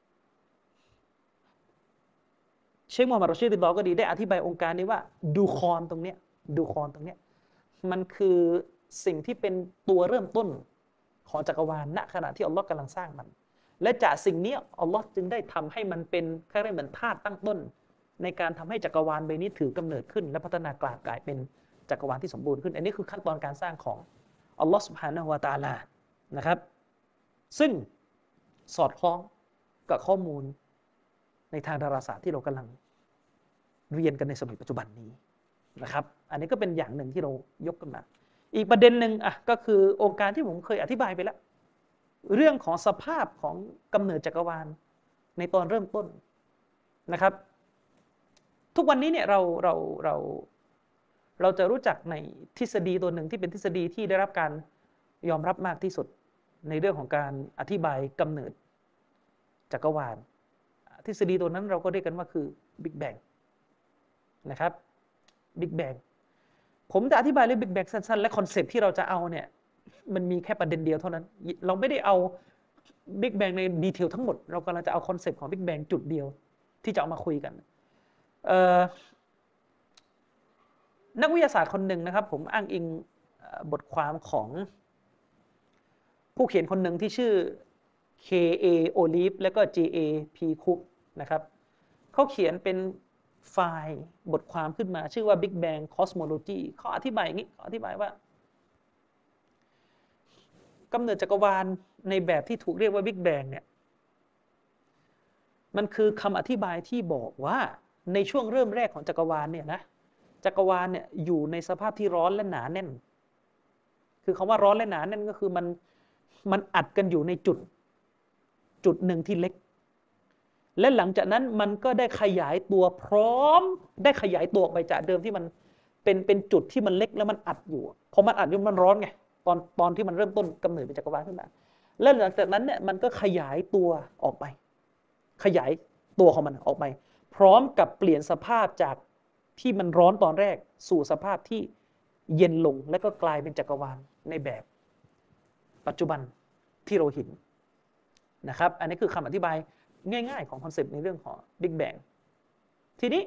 เชคมูฮัมหมัด รอชีด ริฎอก็ดีได้อธิบายองค์การนี้ว่าดูคอนตรงเนี้ยมันคือสิ่งที่เป็นตัวเริ่มต้นของจักรวาลณขณะที่อัลลอฮ์กำลังสร้างมันและจากสิ่งนี้อัลลอฮ์จึงได้ทำให้มันเป็นแค่เหมือนธาตุตั้งต้นในการทำให้จักรวาลใบนี้ถือกำเนิดขึ้นและพัฒนากลายเป็นจักรวาลที่สมบูรณ์ขึ้นอันนี้คือขั้นตอนการสร้างของอัลลอฮ์ซุบฮานะฮูวะตะอาลานะครับซึ่งสอดคล้องกับข้อมูลในทางดาราศาสตร์ที่เรากำลังเรียนกันในสมัยปัจจุบันนี้นะครับอันนี้ก็เป็นอย่างหนึ่งที่เรายกขึ้นมาอีกประเด็นหนึ่งก็คือองค์การที่ผมเคยอธิบายไปแล้วเรื่องของสภาพของกำเนิดจักรวาลในตอนเริ่มต้นนะครับทุกวันนี้เนี่ยเราจะรู้จักในทฤษฎีตัวหนึ่งที่เป็นทฤษฎีที่ได้รับการยอมรับมากที่สุดในเรื่องของการอธิบายกำเนิดจักรวาลทฤษฎีตัวนั้นเราก็เรียกกันว่าคือบิ๊กแบงนะครับบิ๊กแบงผมจะอธิบายเรื่องบิ๊กแบงสั้นๆและคอนเซปต์ที่เราจะเอาเนี่ยมันมีแค่ประเด็นเดียวเท่านั้นเราไม่ได้เอาบิ๊กแบงในดีเทลทั้งหมดเรากำลังจะเอาคอนเซปต์ของบิ๊กแบงจุดเดียวที่จะเอามาคุยกันนักวิทยาศาสตร์คนหนึ่งนะครับผมอ้างอิงบทความของผู้เขียนคนหนึ่งที่ชื่อ K.A. Olive และก็ J.A.P. Cook นะครับเขาเขียนเป็นไฟล์บทความขึ้นมาชื่อว่า Big Bang Cosmology เขาอธิบายอย่างนี้เขาอธิบายว่ากำเนิดจักรวาลในแบบที่ถูกเรียกว่า Big Bang เนี่ยมันคือคำอธิบายที่บอกว่าในช่วงเริ่มแรกของจักรวาลเนี่ยนะจักรวาลเนี่ยอยู่ในสภาพที่ร้อนและหนาแน่นคือคำว่าร้อนและหนาแน่นก็คือมันอัดกันอยู่ในจุดหนึ่งที่เล็กและหลังจากนั้นมันก็ได้ขยายตัวได้ขยายตัวออกไปจากเดิมที่มันเป็นจุดที่มันเล็กแล้วมันอัดอยู่พอมันอัดอยู่มันร้อนไงตอนที่มันเริ่มต้นกำเนิดเป็นจักรวาลขึ้นมาและหลังจากนั้นเนี่ยมันก็ขยายตัวออกไปขยายตัวของมันออกไปพร้อมกับเปลี่ยนสภาพจากที่มันร้อนตอนแรกสู่สภาพที่เย็นลงและก็กลายเป็นจักรวาลในแบบปัจจุบันที่เราเห็นนะครับอันนี้คือคำอธิบายง่ายๆของคอนเซปต์ในเรื่องของ Big Bang ทีนี้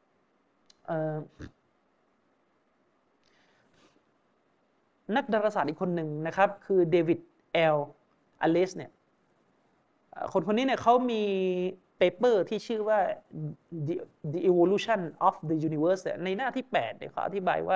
นักดาราศาสตร์อีกคนหนึ่งนะครับคือเดวิด เอล อเลสเนี่ยคนนี้เนี่ยเขามีเปเปอร์ที่ชื่อว่า The Evolution of the Universe ในหน้าที่8เนี่ยเขาอธิบายว่า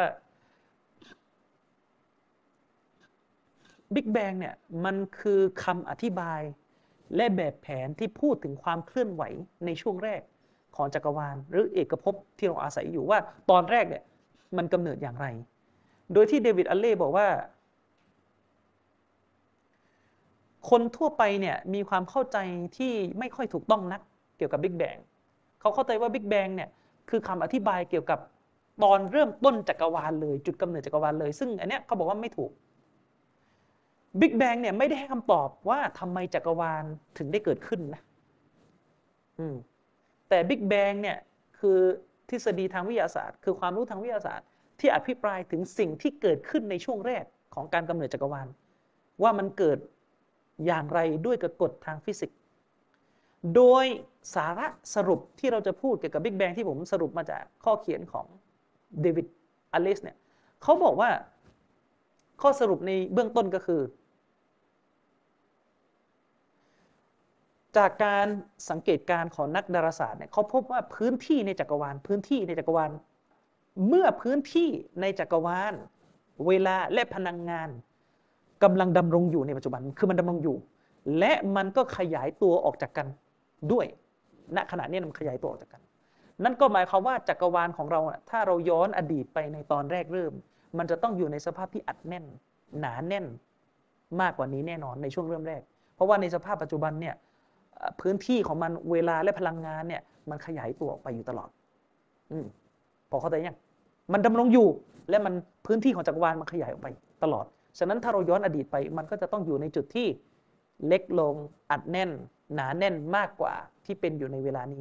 Big Bang เนี่ยมันคือคำอธิบายและแบบแผนที่พูดถึงความเคลื่อนไหวในช่วงแรกของจักรวาลหรือเอกภพที่เราอาศัยอยู่ว่าตอนแรกเนี่ยมันกำเนิดอย่างไรโดยที่เดวิดอัลเล่บอกว่าคนทั่วไปเนี่ยมีความเข้าใจที่ไม่ค่อยถูกต้องนักเกี่ยวกับบิ๊กแบงเขาเข้าใจว่าบิ๊กแบงเนี่ยคือคำอธิบายเกี่ยวกับตอนเริ่มต้นจักรวาลเลยจุดกำเนิดจักรวาลเลยซึ่งอันเนี้ยเขาบอกว่าไม่ถูกบิ๊กแบงเนี่ยไม่ได้ให้คำตอบว่าทำไมจักรวาลถึงได้เกิดขึ้นนะแต่บิ๊กแบงเนี่ยคือทฤษฎีทางวิทยาศาสตร์คือความรู้ทางวิทยาศาสตร์ที่อภิปรายถึงสิ่งที่เกิดขึ้นในช่วงแรกของการกำเนิดจักรวาลว่ามันเกิดอย่างไรด้วยกฎทางฟิสิกส์โดยสาระสรุปที่เราจะพูดเกี่ยวกับบิ๊กแบงที่ผมสรุปมาจากข้อเขียนของเดวิดอัลเลสเนี่ยเขาบอกว่าข้อสรุปในเบื้องต้นก็คือจากการสังเกตการณ์ของนักดาราศาสตร์เนี่ยเขาพบว่าพื้นที่ในจักรวาลเมื่อพื้นที่ในจักรวาลเวลาและพลังงานกำลังดำรงอยู่ในปัจจุบันคือมันดำรงอยู่และมันก็ขยายตัวออกจากกันด้วยณขณะนี้มันขยายตัวออกจากกันนั่นก็หมายความว่าจักรวาลของเราถ้าเราย้อนอดีตไปในตอนแรกเริ่มมันจะต้องอยู่ในสภาพที่อัดแน่นหนาแน่นมากกว่านี้แน่นอนในช่วงเริ่มแรกเพราะว่าในสภาพปัจจุบันเนี่ยพื้นที่ของมันเวลาและพลังงานเนี่ยมันขยายตัวออกไปอยู่ตลอดพอเข้าใจยังมันดำรงอยู่และมันพื้นที่ของจักรวาลมันขยายออกไปตลอดฉะนั้นถ้าเราย้อนอดีตไปมันก็จะต้องอยู่ในจุดที่เล็กลงอัดแน่นหนาแน่นมากกว่าที่เป็นอยู่ในเวลานี้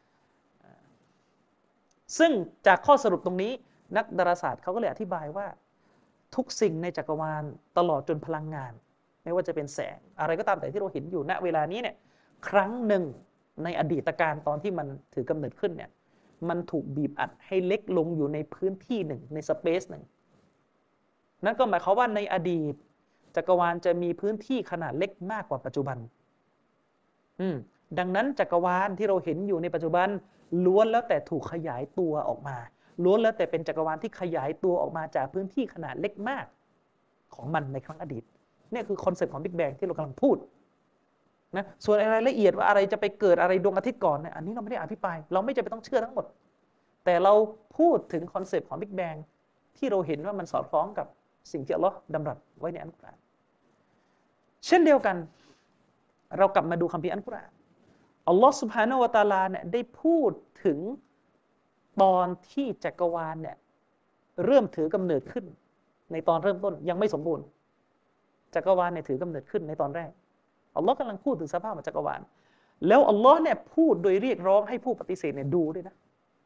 ซึ่งจากข้อสรุปตรงนี้นักดาราศาสตร์เขาก็เลยอธิบายว่าทุกสิ่งในจักรวาลตลอดจนพลังงานไม่ว่าจะเป็นแสงอะไรก็ตามแต่ที่เราเห็นอยู่ณเวลานี้เนี่ยครั้งหนึ่งในอดีตการตอนที่มันถือกำเนิดขึ้นเนี่ยมันถูกบีบอัดให้เล็กลงอยู่ในพื้นที่หนึ่งในสเปซหนึ่งนั่นก็หมายความว่าในอดีตจักรวาลจะมีพื้นที่ขนาดเล็กมากกว่าปัจจุบันดังนั้นจักรวาลที่เราเห็นอยู่ในปัจจุบันล้วนแล้วแต่ถูกขยายตัวออกมาล้วนแล้วแต่เป็นจักรวาลที่ขยายตัวออกมาจากพื้นที่ขนาดเล็กมากของมันในครั้งอดีตนี่คือคอนเซ็ปต์ของบิ๊กแบงที่เรากำลังพูดนะส่วนรายละเอียดว่าอะไรจะไปเกิดอะไรดวงอาทิตย์ก่อนเนี่ยอันนี้เราไม่ได้อภิปรายเราไม่จำเป็นต้องเชื่อทั้งหมดแต่เราพูดถึงคอนเซ็ปต์ของบิ๊กแบงที่เราเห็นว่ามันสอดคล้องกับสิ่งที่อัลลอฮ์ดำรัสไว้ในอัลกุรอานเช่นเดียวกันเรากลับมาดูคัมภีร์อัลกุรอานอัลลอฮ์ซุบฮานะฮูวะตะอาลาเนี่ยได้พูดถึงตอนที่จักรวาลเนี่ยเริ่มถือกำเนิดขึ้นในตอนเริ่มต้นยังไม่สมบูรณ์จักรวาลเนี่ยถือกำเนิดขึ้นในตอนแรกอัลลอฮ์กำลังพูดถึงสภาพของจักรวาลแล้วอัลลอฮ์เนี่ยพูดโดยเรียกร้องให้ผู้ปฏิเสธเนี่ยดูด้วยนะ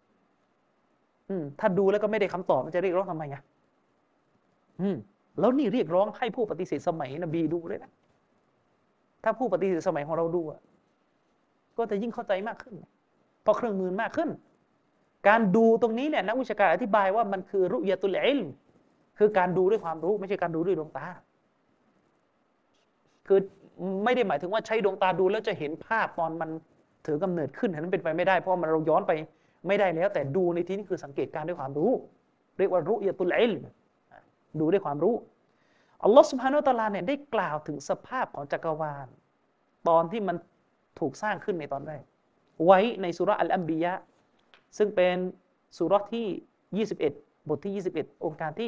ถ้าดูแล้วก็ไม่ได้คำตอบมันจะเรียกร้องทำไมแล้วนี่เรียกร้องให้ผู้ปฏิเสธสมัยนบีดูด้วยนะถ้าผู้ปฏิเสธสมัยของเราดูก็จะยิ่งเข้าใจมากขึ้นเพราะเครื่องมือมากขึ้นการดูตรงนี้เนี่ยนักวิชาการอธิบายว่ามันคือรุยะตุลอิลมคือการดูด้วยความรู้ไม่ใช่การดูด้วยดวงตาคือไม่ได้หมายถึงว่าใช้ดวงตาดูแล้วจะเห็นภาพตอนมันถือกำเนิดขึ้นนั้นเป็นไปไม่ได้เพราะมันเราย้อนไปไม่ได้แล้วแต่ดูในที่นี้คือสังเกตการด้วยความรู้เรียกว่ารุยะตุลอิลมดูด้วยความรู้อัลลอฮฺซุบฮานะฮูวะตะอาลาเนี่ยได้กล่าวถึงสภาพของจักรวาลตอนที่มันถูกสร้างขึ้นในตอนแรกไว้ในซูเราะห์อัลอัมบิยะห์ซึ่งเป็นซูเราะห์ที่21บทที่21องค์การที่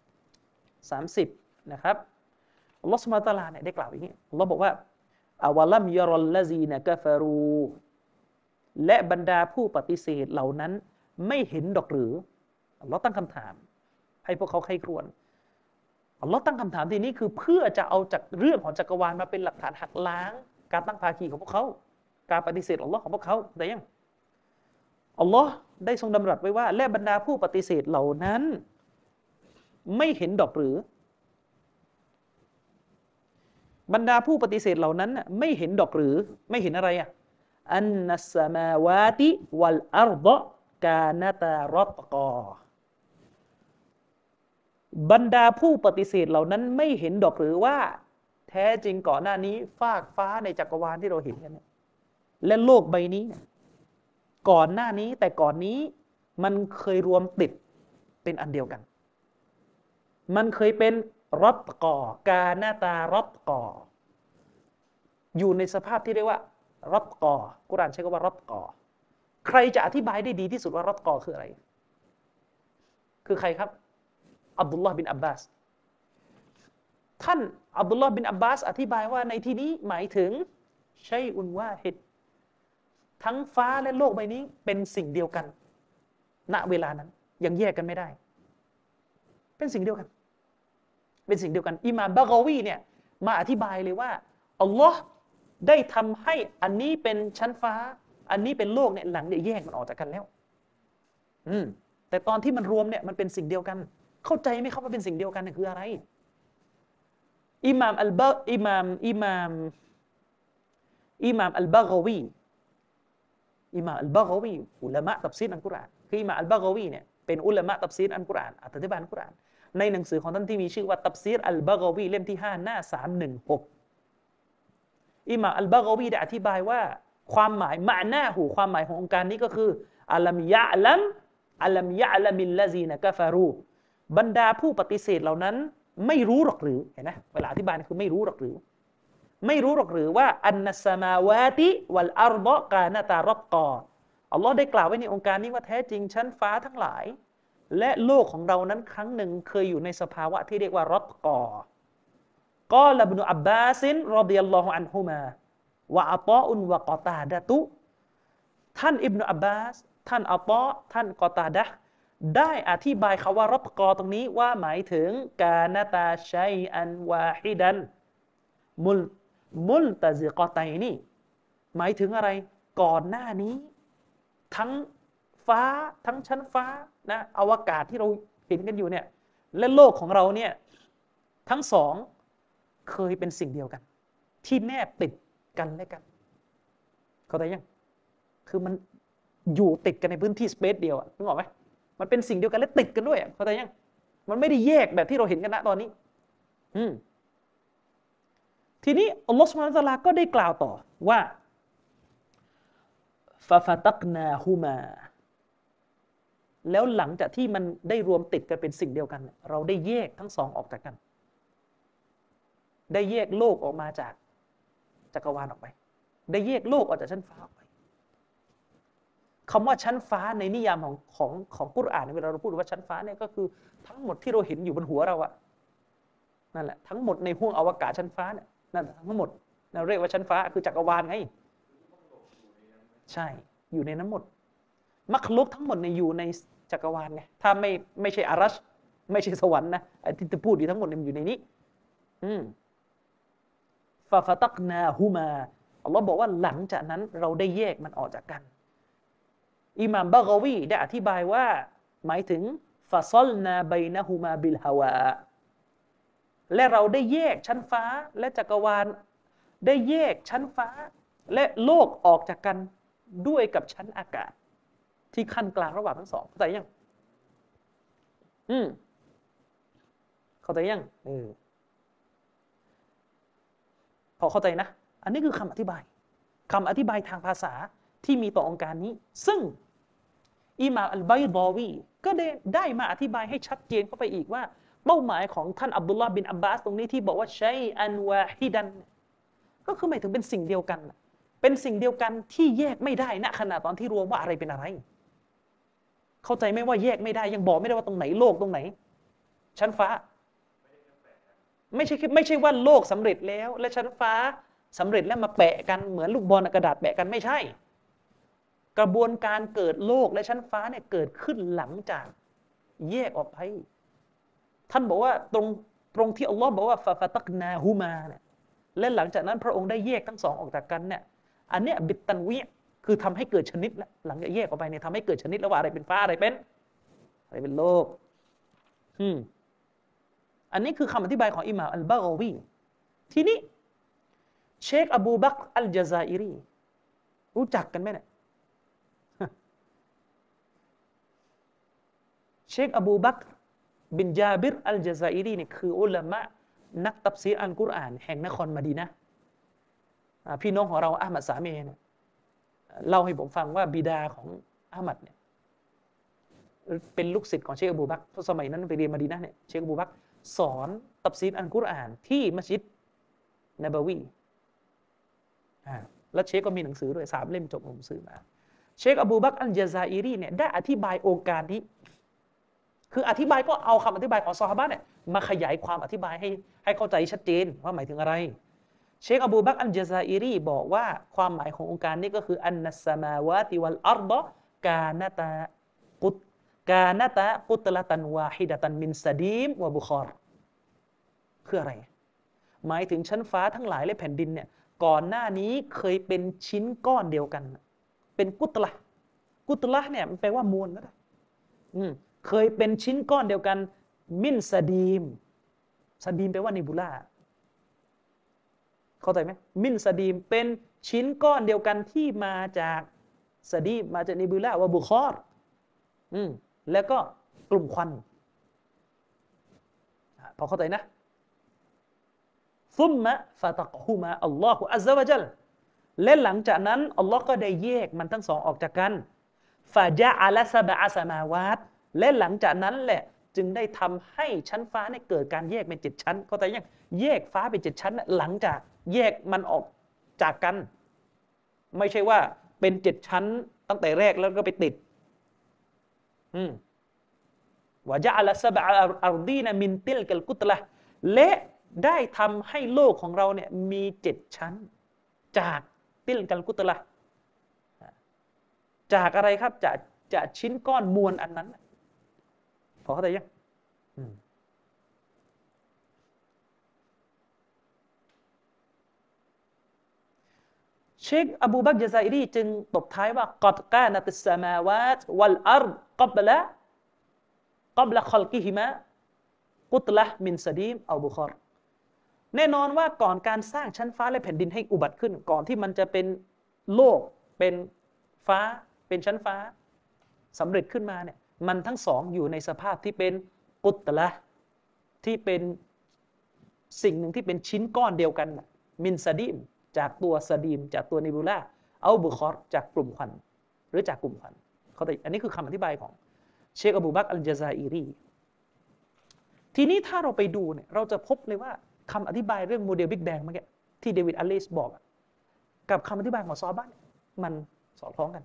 30นะครับอัลลอฮฺซุบฮานะฮูวะตะอาลาเนี่ยได้กล่าวอย่างนี้อัลลอฮฺบอกว่าอะวะลัมยะรัลลซีนะกะฟะรูและบรรดาผู้ปฏิเสธเหล่านั้นไม่เห็นดอกหรืออัลลอฮฺตั้งคำถามให้พวกเขาใคร่ครวญอัลลอฮ์ตั้งคำถามทีนี้คือเพื่อจะเอาจากเรื่องของจักรวาลมาเป็นหลักฐานหักล้างการตั้งภาคีของพวกเขาการปฏิเสธอัลลอฮ์ของพวกเขาแต่ยังอัลลอฮ์ได้ทรงดำรัสไว้ว่าและบรรดาผู้ปฏิเสธเหล่านั้นไม่เห็นดอกหรือบรรดาผู้ปฏิเสธเหล่านั้นไม่เห็นดอกหรือไม่เห็นอะไรอันนัสสมาวาติวัลอัรฎะกานะตารัตกอบรรดาผู้ปฏิเสธเหล่านั้นไม่เห็นดอกหรือว่าแท้จริงก่อนหน้านี้ฟากฟ้าในจักรวาลที่เราเห็นกันและโลกใบนี้ก่อนหน้านี้แต่ก่อนนี้มันเคยรวมติดเป็นอันเดียวกันมันเคยเป็นรัตกอกานาตารัตกออยู่ในสภาพที่เรียกว่ารัตกอกุรอานใช้คำว่ารัตกอใครจะอธิบายได้ดีที่สุดว่ารัตกอคืออะไรคือใครครับอับดุลลอฮ์บินอับบาสท่านอับดุลลอฮ์บินอับบาสอธิบายว่าในที่นี้หมายถึงชัยอุนวาฮิดทั้งฟ้าและโลกใบนี้เป็นสิ่งเดียวกันณเวลานั้นยังแยกกันไม่ได้เป็นสิ่งเดียวกันเป็นสิ่งเดียวกันอิหม่ามบะกอวีเนี่ยมาอธิบายเลยว่าอัลลอฮ์ได้ทำให้อันนี้เป็นชั้นฟ้าอันนี้เป็นโลกเนี่ยหลังเนี่ยแยกมันออกจากกันแล้วแต่ตอนที่มันรวมเนี่ยมันเป็นสิ่งเดียวกันเข้าใจไหมครับว่าเป็นสิ่งเดียวกันเนี่ยคืออะไรอิหม่ามอัลบะอิหม่ามอัลบะกอวีอิหม่ามอัลบะกอวีอุลามะตัฟซีรอัลกุรอานคืออิหม่ามอัลบะกอวีเนี่ยเป็นอุลามะตัฟซีรอัลกุรอานอธิบายอัลกุรอานในหนังสือของท่านที่มีชื่อว่าตัฟซีรอัลบะกอวีเล่มที่5หน้า316อิหม่ามอัลบะกอวีได้อธิบายว่าความหมายมะนาหูความหมายขององค์การนี้ก็คืออัลัมยะลัมมิลลซีนะกะฟารูบรรดาผู้ปฏิเสธเหล่านั้นไม่รู้หรอกหรือเห็นไหมเวลาอธิบายคือไม่รู้หรอกหรือว่าอันนัสสมาวาติวัลอัรฎกานะตารักกออัลลอฮ์ได้กล่าวไว้ในองค์การนี้ว่าแท้จริงชั้นฟ้าทั้งหลายและโลกของเรานั้นครั้งหนึ่งเคยอยู่ในสภาวะที่เรียกว่ารักกอกอลอิบนุอับบาสรอฎิยัลลอฮุอันฮุมาวะอะตออุนวะกอตาดะตุท่านอิบนุอับบาสท่านอะตอท่านกอตาดะห์ได้อธิบายคำว่ารัตกอตรงนี้ว่าหมายถึงกานะตาชัยอันวาฮิดันมุลตะซิกอตัยนี่หมายถึงอะไรก่อนหน้านี้ทั้งฟ้าทั้งชั้นฟ้านะอวกาศที่เราเห็นกันอยู่เนี่ยและโลกของเราเนี่ยทั้งสองเคยเป็นสิ่งเดียวกันที่แนบติดกันและกันเข้าใจยังคือมันอยู่ติดกันในพื้นที่สเปซเดียวนึกออกไหมมันเป็นสิ่งเดียวกันและติดกันด้วยเข้าใจยังมันไม่ได้แยกแบบที่เราเห็นกันณตอนนี้ทีนี้อัลลอฮฺซุบฮานะฮูวะตะอาลาก็ได้กล่าวต่อว่าฟะฟะตักนาฮุมาแล้วหลังจากที่มันได้รวมติดกันเป็นสิ่งเดียวกันเราได้แยกทั้งสองออกจากกันได้แยกโลกออกมาจากจักรวาลออกไปได้แยกโลกออกจากชั้นฟ้าออกไปคำว่าชั้นฟ้าในนิยามของกุรอานเวลาเราพูดว่าชั้นฟ้าเนี่ยก็คือทั้งหมดที่เราเห็นอยู่บนหัวเราอะนั่นแหละทั้งหมดในห้วงอวกาศชั้นฟ้าเนี่ยนั่นทั้งหมดเราเรียกว่าชั้นฟ้าคือจักรวาลไงใช่อยู่ในนั้นหมดมักลุกทั้งหมดในอยู่ในจักรวาลไงถ้าไม่ใช่อารัชไม่ใช่สวรรค์นะไอ้ที่จะพูดอยู่ทั้งหมดมันอยู่ในนี้ฟะฟะตักนาฮุมาอัลลอฮ์บอกว่าหลังจากนั้นเราได้แยกมันออกจากกันอิหม่ามบะกอวีได้อธิบายว่าหมายถึงฟะซอลนาบัยนะฮุมาบิลฮาวาและเราได้แยกชั้นฟ้าและจักรวาลได้แยกชั้นฟ้าและโลกออกจากกันด้วยกับชั้นอากาศที่ขั้นกลางระหว่างทั้งสองเข้าใจยังเข้าใจยังพอเข้าใจนะอันนี้คือคำอธิบายทางภาษาที่มีต่อองค์การนี้ซึ่งอิหม่ามอัลบัยฎอวีก็ได้มาอธิบายให้ชัดเจนเข้าไปอีกว่าเป้าหมายของท่านอับดุลลอฮ์บินอับบาสตรงนี้ที่บอกว่าชัยอันวาฮิดันก็คือหมายถึงเป็นสิ่งเดียวกันเป็นสิ่งเดียวกันที่แยกไม่ได้ณขณะตอนที่รวมว่าอะไรเป็นอะไรเข้าใจไหมว่าแยกไม่ได้ยังบอกไม่ได้ว่าตรงไหนโลกตรงไหนชั้นฟ้าไม่ใช่ว่าโลกสำเร็จแล้วและชั้นฟ้าสำเร็จแล้วมาแปะกันเหมือนลูกบอลกระดาษแปะกันไม่ใช่กระบวนการเกิดโลกและชั้นฟ้าเนี่ยเกิดขึ้นหลังจากแยกออกไปท่านบอกว่าตรงที่อัลลอฮ์บอกว่าฟะฟะตักนาฮุมาเนี่ยและหลังจากนั้นพระองค์ได้แยกทั้งสองออกจากกันเนี่ยอันเนี้ยบิตตันวิคือทำให้เกิดชนิดแล้วหลังจากแยกออกไปเนี่ยทำให้เกิดชนิดแล้วว่าอะไรเป็นฟ้าอะไรเป็นโลกอันนี้คือคำอธิบายของอิหม่ามอัลบะกอวีทีนี้เชคอบูบักรอัลญะซาอิรีรู้จักกันไหมเนี่ยเชคอบูบักรบินญาบิรอัลญะซาอิรีเนี่ยคืออุลามะนักตัฟซีรอัลกุรอานแห่งนครมะดีนะห์พี่น้องของเราอะห์มัดสามีเนี่ยเล่าให้ผมฟังว่าบิดาของอะห์มัดเนี่ยเป็นลูกศิษย์ของเชคอบูบักรเพราะสมัยนั้นไปเรียนมะดีนะห์เนี่ยเชคอบูบักรสอนตัฟซีรอัลกุรอานที่มัสยิดนบวีแล้วเชคก็มีหนังสือด้วย3 เล่มจบผมซื้อมาเชคอบูบักรอัลญะซาอิรีเนี่ยได้อธิบายองค์การนี้คืออธิบายก็เอาคำอธิบายของซอฮาบะห์เนี่ยมาขยายความอธิบายให้เข้าใจชัดเจนว่าหมายถึงอะไรเชคอบูบักรอัลญะซาอิรีบอกว่าความหมายขององค์การนี้ก็คืออันนัสสมาวาติวัลอัรฎะกานะตากุตกานะตากุตละตันวาฮิดะตันมินซะดีมวะบุคอรคืออะไรหมายถึงชั้นฟ้าทั้งหลายและแผ่นดินเนี่ยก่อนหน้านี้เคยเป็นชิ้นก้อนเดียวกันเป็นกุตละเนี่ยมันแปลว่ามวลก็ได้เคยเป็นชิ้นก้อนเดียวกันมินซะดีมแปลว่านิบูล่าเข้าใจไหมมินซะดีมเป็นชิ้นก้อนเดียวกันที่มาจากซะดีมมาจากนิบูล่าวะบุคอรแล้วก็กลุ่มควันพอเข้าใจนะซุมมะฟะตักฮุมาอัลลอฮุอัซซะวะญัลและหลังจากนั้นอัลลอฮ์ก็ได้แยกมันทั้งสองออกจากกันฟะญะอะละซะบะอะสมาวาตและหลังจากนั้นแหละจึงได้ทำให้ชั้นฟ้าเนี่ยเกิดการแยกเป็น7ชั้นเข้าใจยังแยกฟ้าเป็น7ชั้นหลังจากแยกมันออกจากกันไม่ใช่ว่าเป็น7ชั้นตั้งแต่แรกแล้วก็ไปติดวะญะอะละซะบะอัรฎีนะมินติลกัลกุตละและได้ทำให้โลกของเราเนี่ยมี7ชั้นจากติลกัลกุตละจากอะไรครับจากชิ้นก้อนมวลอันนั้นพอเข้าใจยังเชคอบูบักรญะซาอิรีจึงตบท้ายว่ากัดกานะติสสมาวาตวัลอัรฎกับละคอลกิฮิมะกุตละมินซะดีมเอาบุคอรแน่นอนว่าก่อนการสร้างชั้นฟ้าและแผ่นดินให้อุบัติขึ้นก่อนที่มันจะเป็นโลกเป็นฟ้าเป็นชั้นฟ้าสำเร็จขึ้นมาเนี่ยมันทั้งสองอยู่ในสภาพที่เป็นกุตละที่เป็นสิ่งหนึ่งที่เป็นชิ้นก้อนเดียวกันมินซะดีมจากตัวซะดีมจากตัวนิบูล่าเอาบุคอรจากกลุ่มควันหรือจากกลุ่มควันเขาแต่อันนี้คือคำอธิบายของเชคอบูบักรอัลญะซาอิรีทีนี้ถ้าเราไปดูเนี่ยเราจะพบเลยว่าคำอธิบายเรื่องโมเดลบิ๊กแบงเมื่อกี้ที่เดวิดอัลเลสบอกกับคำอธิบายของซอฮาบะห์มันสอดคล้องกัน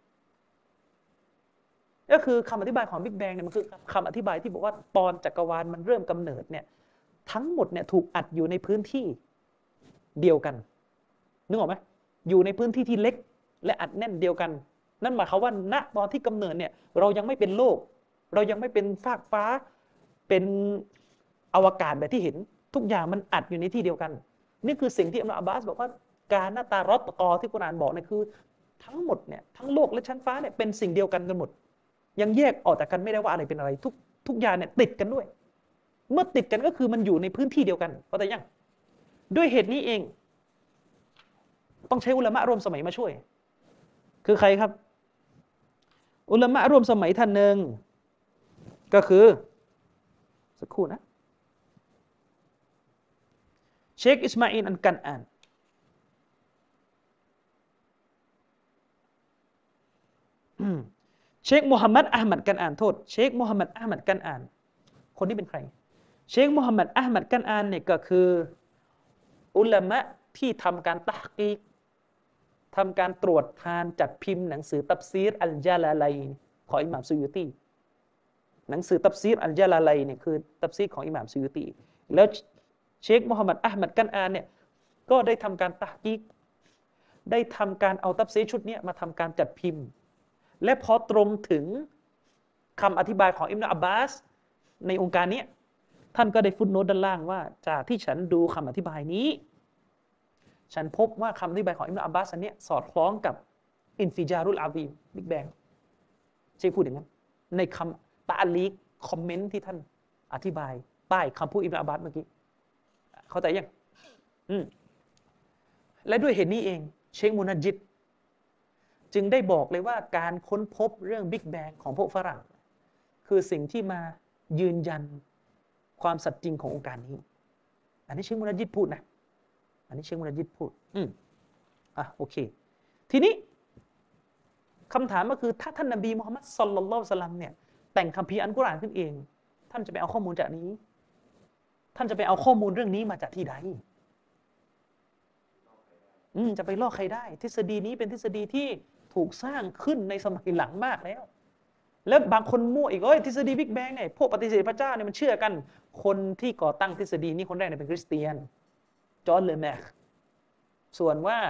ก็คือคำอธิบายของบิ๊กแบงเนี่ยมันคือคำอธิบายที่บอกว่าตอนจักรวาลมันเริ่มกำเนิดเนี่ยทั้งหมดเนี่ยถูกอัดอยู่ในพื้นที่เดียวกันนึกออกไหมอยู่ในพื้นที่ที่เล็กและอัดแน่นเดียวกันนั่นหมายความว่าณตอนที่กำเนิดเนี่ยเรายังไม่เป็นโลกเรายังไม่เป็นฟากฟ้าเป็นอวกาศแบบที่เห็นทุกอย่างมันอัดอยู่ในที่เดียวกันนี่คือสิ่งที่อัลลอฮฺอับบาสบอกว่าการนาตารอตกอที่กุรอานบอกเนี่ยคือทั้งหมดเนี่ยทั้งโลกและชั้นฟ้าเนี่ยเป็นสิ่งเดียวกันหมดยังแยกออกจากกันไม่ได้ว่าอะไรเป็นอะไรทุกอย่างเนี่ยติดกันด้วยเมื่อติดกันก็คือมันอยู่ในพื้นที่เดียวกันเข้าใจยังด้วยเหตุนี้เองต้องใช้อุลามะร่วมสมัยมาช่วยคือใครครับอุลามะร่วมสมัยท่านหนึ่งก็คือสักครู่นะเชคอิสมาอิลอันกันอานเชคมูฮัมหมัดอะห์มัดกันอานโทษเชคมูฮัมหมัดอะห์มัดกันอานคนนี้เป็นใครเชคมูฮัมหมัดอะห์มัดกันอานเนี่ยก็คืออุลามะที่ทำการตะฮ์กีกทำการตรวจทานจัดพิมพ์หนังสือตัฟซีรอัลญะลาลัยน์ของอิหม่ามซุยูตีหนังสือตัฟซีรอัลญะลาลัยน์เนี่ยคือตัฟซีรของอิหม่ามซุยูตีแล้วเชคมูฮัมหมัดอะห์มัดกันอานเนี่ยก็ได้ทำการตะฮ์กีกได้ทำการเอาตัฟซีรชุดนี้มาทำการจัดพิมพ์และพอตรงถึงคำอธิบายของอิบนุอับบาสในองค์การนี้ท่านก็ได้ฟุตโนตด้านล่างว่าจากที่ฉันดูคำอธิบายนี้ฉันพบว่าคำอธิบายของอิบนุอับบาสอันนี้สอดคล้องกับอินฟิจารุลอาซีมบิ๊กแบงใช่พูดอย่างนั้นในคำตะอัลีกคอมเมนต์ที่ท่านอธิบายใต้คำพูดอิบนุอับบาสเมื่อกี้เข้าใจยังและด้วยเหตุนี้เองเชคมุนัจญิดจึงได้บอกเลยว่าการค้นพบเรื่องบิ๊กแบงของพวกฝรั่งคือสิ่งที่มายืนยันความสัตย์จริงขององค์การนี้อันนี้เชคมุนัจญิดพูดนะอันนี้เชคมุนัจญิดพูดโอเคทีนี้คำถามก็คือถ้าท่านนบีมุฮัมมัดศ็อลลัลลอฮุอะลัยฮิวะซัลลัมเนี่ยแต่งคัมภีร์อัลกุรอานขึ้นเองท่านจะไปเอาข้อมูลจากนี้ท่านจะไปเอาข้อมูลเรื่องนี้มาจากที่ใดจะไปลอกใครได้ทฤษฎีนี้เป็นทฤษฎีที่ถูกสร้างขึ้นในสมัยหลังมากแล้วแล้วบางคนมั่วอีกทฤษฎีบิ๊กแบงเนี่ยพวกปฏิเสธพระเจ้าเนี่ยมันเชื่อกันคนที่ก่อตั้งทฤษฎีนี้คนแรกเนี่ยเป็นคริสเตียนจอห์นเลอแมคส่วนว่า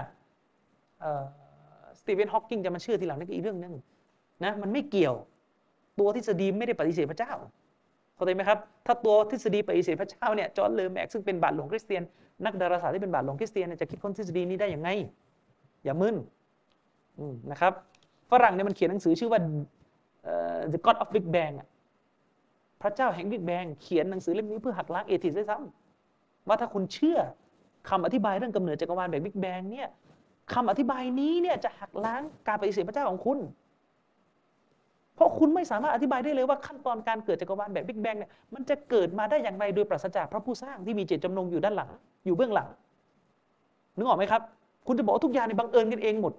สตีเวนฮอว์กิงจะมาเชื่อทีหลังนั่นก็อีกเรื่องนึงนะมันไม่เกี่ยวตัวทฤษฎีไม่ได้ปฏิเสธพระเจ้าเข้าใจไหมครับถ้าตัวทฤษฎีปฏิเสธพระเจ้าเนี่ยจอห์นเลอแมคซึ่งเป็นบาทหลวงคริสเตียนนักดาราศาสตร์ที่เป็นบาทหลวงคริสเตียนจะคิดค้นทฤษฎีนี้ได้ยังไงอย่ามึนนะครับฝรั่งเนี่ยมันเขียนหนังสือชื่อว่า The God of Big Bang พระเจ้าแห่ง Big Bang เขียนหนังสือเล่มนี้เพื่อหักล้างเอทิสต์ด้วยซ้ำว่าถ้าคุณเชื่อคำอธิบายเรื่องกำเนิดจักรวาลแบบ Big Bang เนี่ยคำอธิบายนี้เนี่ยจะหักล้างการปฏิเสธพระเจ้าของคุณเพราะคุณไม่สามารถอธิบายได้เลยว่าขั้นตอนการเกิดจักรวาลแบบ Big Bang เนี่ยมันจะเกิดมาได้อย่างไรโดยปราศจากพระผู้สร้างที่มีเจตจำนงอยู่ด้านหลังอยู่เบื้องหลังนึกออกไหมครับคุณจะบอกว่าทุกอย่างในบังเอิญกันเองหมด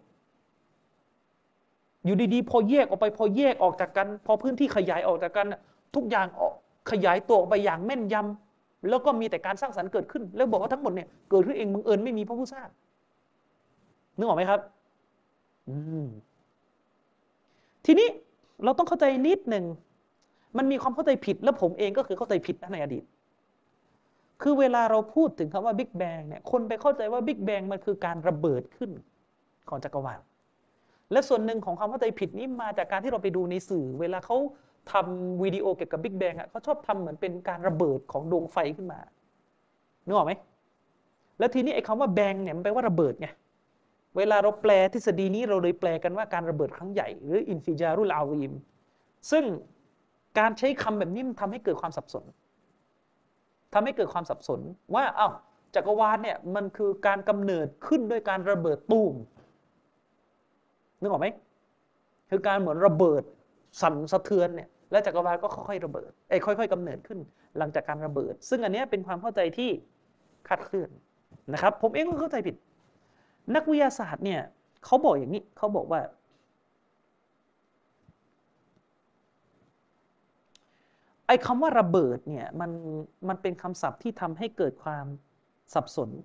อยู่ดีๆพอแยกออกไปพอแยกออกจากกันพอพื้นที่ขยายออกจากกันทุกอย่างขยายตัวออกไปอย่างแม่นยำแล้วก็มีแต่การสร้างสรรค์เกิดขึ้นแล้วบอกว่าทั้งหมดเนี่ยเกิดขึ้นเองบังเอิญไม่มีพระผู้สร้างนึกออกไหมครับทีนี้เราต้องเข้าใจนิดหนึ่งมันมีความเข้าใจผิดแล้วผมเองก็คือเข้าใจผิดในอดีตคือเวลาเราพูดถึงคำว่าบิ๊กแบงเนี่ยคนไปเข้าใจว่าบิ๊กแบงมันคือการระเบิดขึ้นของจักรวาลและส่วนหนึ่งของความเข้าใจผิดนี้มาจากการที่เราไปดูในสื่อเวลาเขาทำวิดีโอเกี่ยวกับบิ๊กแบงเขาชอบทำเหมือนเป็นการระเบิดของดวงไฟขึ้นมานึกออกไหมแล้วทีนี้ไอ้คำว่าแบงเนี่ยมันแปลว่าระเบิดไงเวลาเราแปลทฤษฎีนี้เราเลยแปลกันว่าการระเบิดครั้งใหญ่หรืออินฟิจารุลอาวีมซึ่งการใช้คำแบบนี้มันทำให้เกิดความสับสนว่าจักรวาลเนี่ยมันคือการกำเนิดขึ้นด้วยการระเบิดตูมนึกออกไหมคือการเหมือนระเบิดสั่นสะเทือนเนี่ยและจักรวาลก็ค่อยๆระเบิดค่อยๆกำเนิดขึ้นหลังจากการระเบิดซึ่งอันนี้เป็นความเข้าใจที่คลาดเคลื่อนนะครับผมเองก็เข้าใจผิดนักวิทยาศาสตร์เนี่ยเขาบอกอย่างนี้เขาบอกว่าไอ้คำว่าระเบิดเนี่ยมันเป็นคำศัพท์ที่ทำให้เกิดความสับสน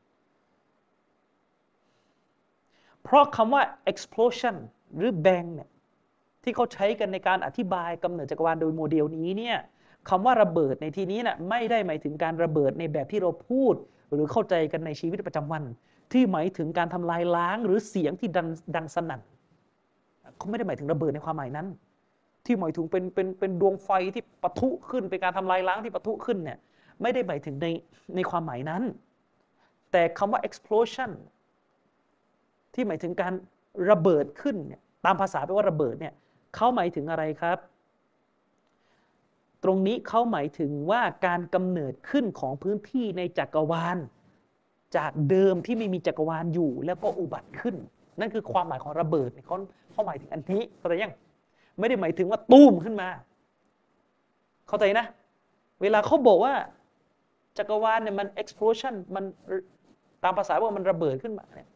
เพราะคำว่า explosion หรือ bang เนี่ยที่เขาใช้กันในการอธิบายกำเนิดจักรวาลโดยโมเดลนี้เนี่ยคำว่าระเบิดในที่นี้นะไม่ได้หมายถึงการระเบิดในแบบที่เราพูดหรือเข้าใจกันในชีวิตประจำวันที่หมายถึงการทำลายล้างหรือเสียงที่ดังสนั่นเขาไม่ได้หมายถึงระเบิดในความหมายนั้นที่หมายถึงเป็นดวงไฟที่ปะทุขึ้นเป็นการทำลายล้างที่ปะทุขึ้นเนี่ยไม่ได้หมายถึงในความหมายนั้นแต่คำว่า explosion ที่หมายถึงการระเบิดขึ้นเนี่ยตามภาษาแปลว่าระเบิดเนี่ยเขาหมายถึงอะไรครับตรงนี้เขาหมายถึงว่าการกำเนิดขึ้นของพื้นที่ในจักรวาลจากเดิมที่ไม่มีจักรวาลอยู่แล้วก็อุบัติขึ้นนั่นคือความหมายของระเบิดเขาหมายถึงอันนี้เข้าใจยังไม่ได้หมายถึงว่าตูมขึ้นมาเข้าใจนะเวลาเขาบอกว่าจักรวาลเนี่ยมัน explosion มันตามภาษาว่ามันระเบิดขึ้นมาเนี่ย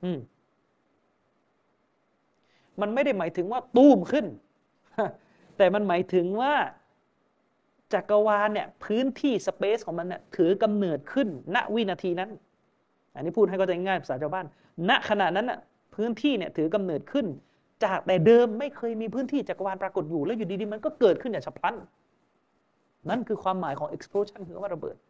มันไม่ได้หมายถึงว่าตูมขึ้นแต่มันหมายถึงว่าจักรวาลเนี่ยพื้นที่สเปซของมันเนี่ยถือกำเนิดขึ้นณวินาทีนั้นอันนี้พูดให้เข้าใจง่ายภาษาชาวบ้านณขณะนั้นน่ะพื้นที่เนี่ยถือกำเนิดขึ้นจากแต่เดิมไม่เคยมีพื้นที่จักรวาลปรากฏอยู่แล้วอยู่ดีๆมันก็เกิดขึ้นอย่างฉับพลันนั่นคือความหมายของ explosion คือว่าระเบิด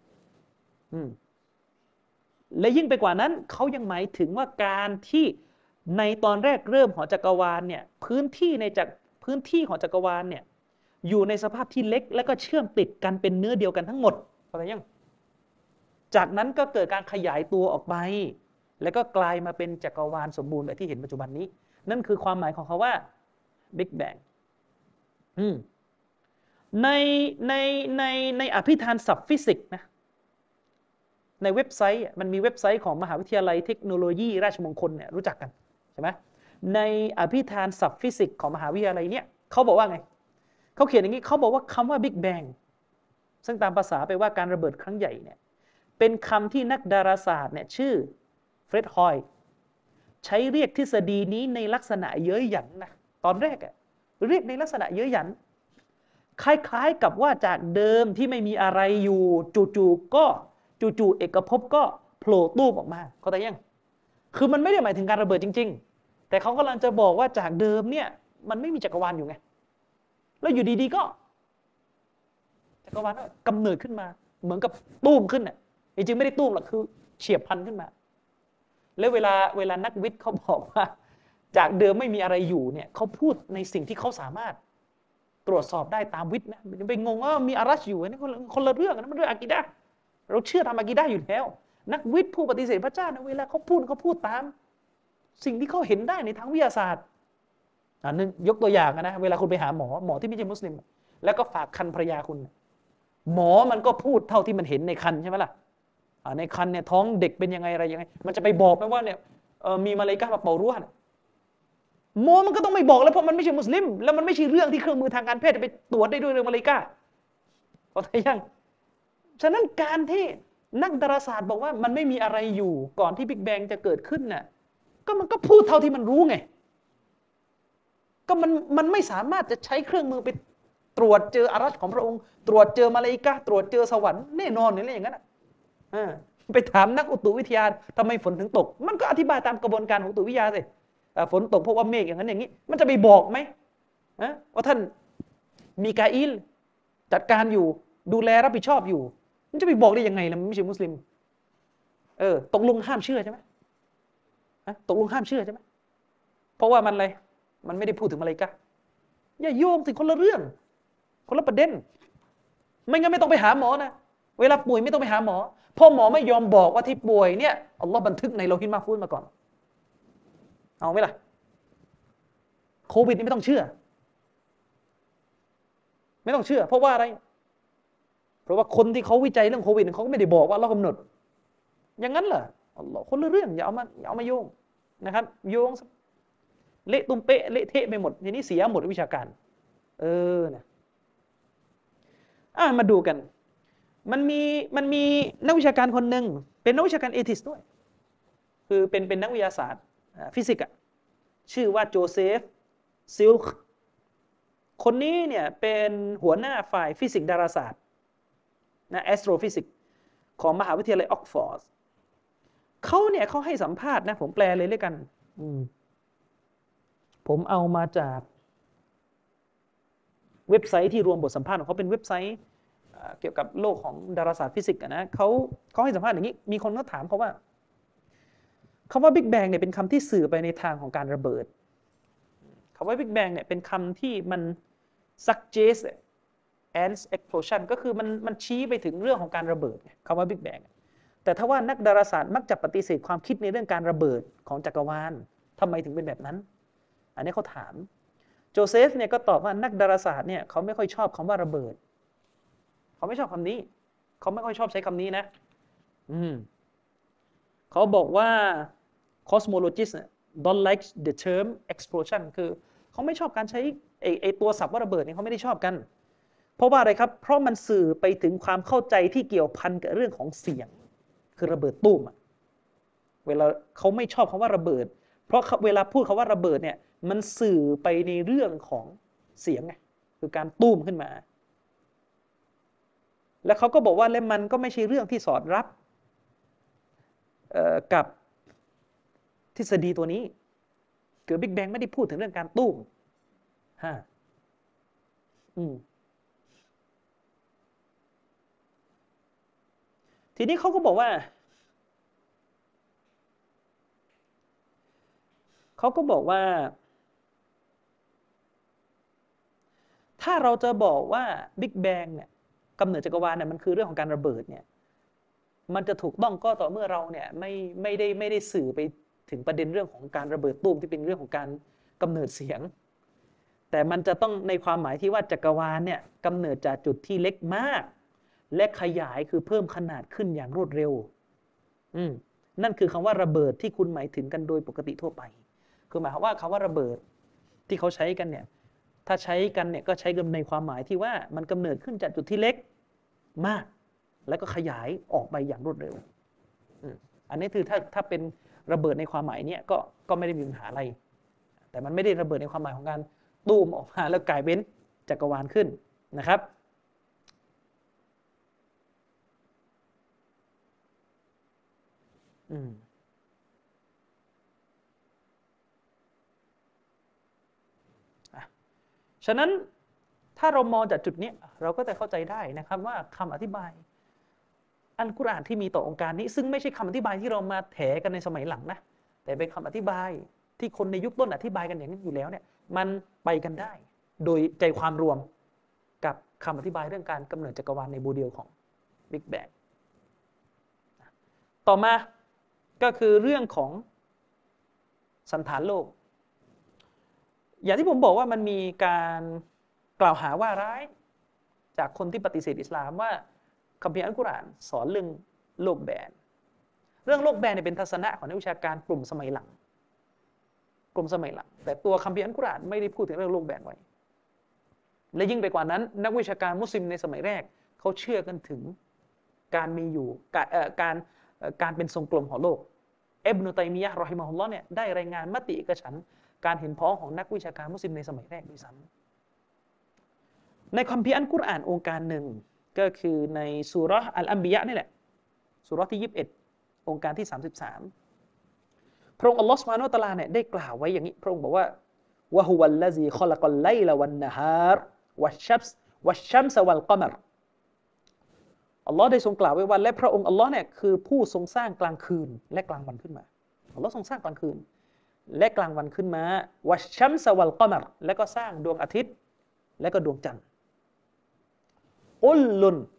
และยิ่งไปกว่านั้นเขายังหมายถึงว่าการที่ในตอนแรกเริ่มของจักรวาลเนี่ยพื้นที่ของจักรวาลเนี่ยอยู่ในสภาพที่เล็กแล้วก็เชื่อมติดกันเป็นเนื้อเดียวกันทั้งหมดเข้าใจยังจากนั้นก็เกิดการขยายตัวออกไปแล้วก็กลายมาเป็นจักรวาลสมบูรณ์แบบที่เห็นปัจจุบันนี้นั่นคือความหมายของเขาว่า Big Bang ในอภิธานศัพท์ฟิสิกส์นะในเว็บไซต์มันมีเว็บไซต์ของมหาวิทยาลัยเทคโนโลยีราชมงคลเนี่ยรู้จักกันใช่ไหมในอภิธานศัพท์ฟิสิกส์ของมหาวิทยาลัยเนี่ยเขาบอกว่าไงเขาเขียนอย่างนี้เขาบอกว่าคำว่า Big Bang ซึ่งตามภาษาแปลว่าการระเบิดครั้งใหญ่เนี่ยเป็นคำที่นักดาราศาสตร์เนี่ยชื่อเฟร็ดฮอยใช้เรียกทฤษฎีนี้ในลักษณะเย้ยหยันนะตอนแรกเรียกในลักษณะเย้ยหยันคล้ายๆกับว่าจากเดิมที่ไม่มีอะไรอยู่จู่ๆเอกภพก็โผล่ตูมออกมาเข้าใจยังคือมันไม่ได้หมายถึงการระเบิดจริงๆแต่เขากำลังจะบอกว่าจากเดิมเนี่ยมันไม่มีจักรวาลอยู่ไงแล้วอยู่ดีๆก็จักรวาลก็กำเนิดขึ้นมาเหมือนกับตูมขึ้นน่ะจริงๆไม่ได้ตูมหรอกคือเฉียบพลันขึ้นมาแล้วเวลานักวิทย์เขาบอกว่าจากเดิมไม่มีอะไรอยู่เนี่ยเขาพูดในสิ่งที่เขาสามารถตรวจสอบได้ตามวิทย์นะไปงงว่ามีอารัชอยู่นี่คนละเรื่องนะมันเรื่องอากีดะห์เราเชื่อตามอากีดะห์อยู่แล้วนักวิทย์ผู้ปฏิเสธพระเจ้านะเวลาเขาพูดตามสิ่งที่เขาเห็นได้ในทางวิทยาศาสตร์นึงยกตัวอย่างนะเวลาคุณไปหาหมอที่ไม่ใช่มุสลิมแล้วก็ฝากคันภรรยาคุณหมอมันก็พูดเท่าที่มันเห็นในคันใช่ไหมล่ะในคันเนี่ยท้องเด็กเป็นยังไงอะไรยังไงมันจะไปบอกไหมว่าเนี่ยมีมาเลาอิกะฮ์มาเป่ารั้วเนี่ยหมอมันก็ต้องไม่บอกแล้วเพราะมันไม่ใช่มุสลิมแล้วมันไม่ใช่เรื่องที่เครื่องมือทางการแพทย์จะไปตรวจได้ด้วยเรื่องมาเลาอิกะฮ์เข้าใจยังฉะนั้นการที่นักดาราศาสตร์บอกว่ามันไม่มีอะไรอยู่ก่อนที่บิ๊กแบงจะเกิดขึ้นน่ะก็มันก็พูดเท่าที่มันรู้ไงก็มันไม่สามารถจะใช้เครื่องมือไปตรวจเจออารัชของพระองค์ตรวจเจอมาลาอิกะฮ์ตรวจเจอสวรรค์แน่นอนอะไรอย่างนั้นไปถามนักอุตุวิทยาทำไมฝนถึงตกมันก็อธิบายตามกระบวนการของอุตุวิทยาสิฝนตกเพราะว่าเมฆอย่างนั้นอย่างนี้มันจะไปบอกไหมว่าท่านมีกาอิลจัดการอยู่ดูแลรับผิดชอบอยู่มันจะไปบอกได้ยังไงล่ะมันไม่ใช่มุสลิมตกลงห้ามเชื่อใช่ไหมตกลงห้ามเชื่อใช่ไหมเพราะว่ามันอะไรมันไม่ได้พูดถึงมาลาอิกะฮ์อย่าโยงสิคนละเรื่องคนละประเด็นไม่งั้นไม่ต้องไปหาหมอนะเวลาป่วยไม่ต้องไปหาหมอเพราะหมอไม่ยอมบอกว่าที่ป่วยเนี่ยอัลลอฮ์บันทึกในโลหิตมาฟูซมาก่อนเอาไหมล่ะโควิดนี่ไม่ต้องเชื่อเพราะว่าอะไรเพราะว่าคนที่เขาวิจัยเรื่องโควิดเขาก็ไม่ได้บอกว่าอัลเลาะห์กำหนดอย่างนั้นเหรออัลลอฮ์คนละเรื่องอย่าเอามาโยงนะครับโยงเละตุ้มเป๊ะเละเทะไปหมดทีนี้เสียหมดวิชาการนะมาดูกันมันมีนักวิชาการคนหนึ่งเป็นนักวิชาการเอทิสด้วยคือเป็นนักวิทยาศาสตร์ฟิสิกส์ชื่อว่าโจเซฟซิลค์คนนี้เนี่ยเป็นหัวหน้าฝ่ายฟิสิกส์ดาราศาสตร์แอสโทรฟิสิกส์ของมหาวิทยาลัยออกฟอร์ดเขาให้สัมภาษณ์นะผมแปลเลยด้วยกันผมเอามาจากเว็บไซต์ที่รวมบทสัมภาษณ์ของเขาเป็นเว็บไซต์เกี่ยวกับโลกของดาราศาสตร์ฟิสิกส์นะเขาให้สัมภาษณ์อย่างนี้มีคนก็ถามเขาว่าคำว่าบิ๊กแบงเนี่ยเป็นคำที่สื่อไปในทางของการระเบิดคำว่าบิ๊กแบงเนี่ยเป็นคำที่มัน suggest an explosion ก็คือมันชี้ไปถึงเรื่องของการระเบิดคำว่าบิ๊กแบงแต่ถ้าว่านักดาราศาสตร์มักจะปฏิเสธความคิดในเรื่องการระเบิดของจักรวาลทำไมถึงเป็นแบบนั้นอันนี้เขาถามโจเซฟเนี่ยก็ตอบว่านักดาราศาสตร์เนี่ยเขาไม่ค่อยชอบคำว่าระเบิดเขาไม่ชอบคำนี้เขาไม่ค่อยชอบใช้คำนี้นะเขาบอกว่า cosmologists don't like the term explosion คือเขาไม่ชอบการใช้ไอตัวศัพท์ว่าระเบิดเนี่ยเขาไม่ได้ชอบกันเพราะว่าอะไรครับเพราะมันสื่อไปถึงความเข้าใจที่เกี่ยวพันกับเรื่องของเสียงคือระเบิดตุ้มเวลาเขาไม่ชอบคำว่าระเบิดเพราะเวลาพูดคำว่าระเบิดเนี่ยมันสื่อไปในเรื่องของเสียงไงคือการตุ้มขึ้นมาแล้วเขาก็บอกว่าและมันก็ไม่ใช่เรื่องที่สอดรับกับทฤษฎีตัวนี้คือบิ๊กแบงไม่ได้พูดถึงเรื่องการตุ้มทีนี้เขาก็บอกว่าถ้าเราจะบอกว่าบิ๊กแบงเนี่ยกำเนิดจักรวาลเนี่ยมันคือเรื่องของการระเบิดเนี่ยมันจะถูกต้องก็ต่อเมื่อเราเนี่ยไม่ได้สื่อไปถึงประเด็นเรื่องของการระเบิดตุ้มที่เป็นเรื่องของการกำเนิดเสียงแต่มันจะต้องในความหมายที่ว่าจักรวาลเนี่ยกำเนิดจากจุดที่เล็กมากและขยายคือเพิ่มขนาดขึ้นอย่างรวดเร็วนั่นคือคำว่าระเบิดที่คุณหมายถึงกันโดยปกติทั่วไปคือหมายความว่าคำว่าระเบิดที่เขาใช้กันเนี่ยถ้าใช้กันเนี่ยก็ใช้กันในความหมายที่ว่ามันกำเนิดขึ้นจากจุดที่เล็กมากแล้วก็ขยายออกไปอย่างรวดเร็วอันนี้คือถ้าเป็นระเบิดในความหมายเนี่ยก็ไม่ได้มีปัญหาอะไรแต่มันไม่ได้ระเบิดในความหมายของการตูมออกมาแล้วกลายเป็นจักรวาลขึ้นนะครับฉะนั้นถ้าเรามองจากจุดนี้เราก็จะเข้าใจได้นะครับว่าคำอธิบายอัลกุรอานที่มีต่อองค์การนี้ซึ่งไม่ใช่คำอธิบายที่เรามาแถกันในสมัยหลังนะแต่เป็นคำอธิบายที่คนในยุคต้นอธิบายกันอย่างนี้อยู่แล้วเนี่ยมันไปกันได้โดยใจความรวมกับคำอธิบายเรื่องการกำเนิดจักรวาลในโมเดลของบิ๊กแบงต่อมาก็คือเรื่องของสันฐานโลกอย่างที่ผมบอกว่ามันมีการกล่าวหาว่าร้ายจากคนที่ปฏิเสธอิสลามว่าคัมภีร์อัลกุรอานสอนเรื่องโลกแบนเรื่องโลกแบนเนี่ยเป็นทัศนะของนักวิชาการกลุ่มสมัยหลังแต่ตัวคัมภีร์อัลกุรอานไม่ได้พูดถึงเรื่องโลกแบนไว้และยิ่งไปกว่านั้นนักวิชาการมุสลิมในสมัยแรกเขาเชื่อกันถึงการมีอยู่การเป็นทรงกลมของโลกอิบนุตัยมียะห์รอฮิมะฮุลลอฮ์เนี่ยได้รายงานมติเอกฉันท์การเห็นพ้องของนักวิชาการมุสลิมในสมัยแรกด้วยซ้ำในคัมภีร์อัลกุรอานองค์การหนึ่งก็คือในซูเราะห์อัลอัมบิยะห์นี่แหละซูเราะห์ที่21องค์การที่33พระองค์อัลเลาะห์ซุบฮานะฮูวะตะอาลาเนี่ยได้กล่าวไว้อย่างนี้พระองค์บอกว่าวะฮุวัลลซีคอลักัลไลละวันนะฮารวัชชัมซะวัลกอมัรอัลลอฮ์ได้ทรงกล่าวไว้ว่าและพระองค์อัลลอฮ์เนี่ยคือผู้ทรงสร้างกลางคืนและกลางวันขึ้นมาอัลลอฮ์ทรงสร้างกลางคืนและกลางวันขึ้นมาวัชชัมซะวัลกอมัรและก็สร้างดวงอาทิตย์และก็ดวงจันทร์กุล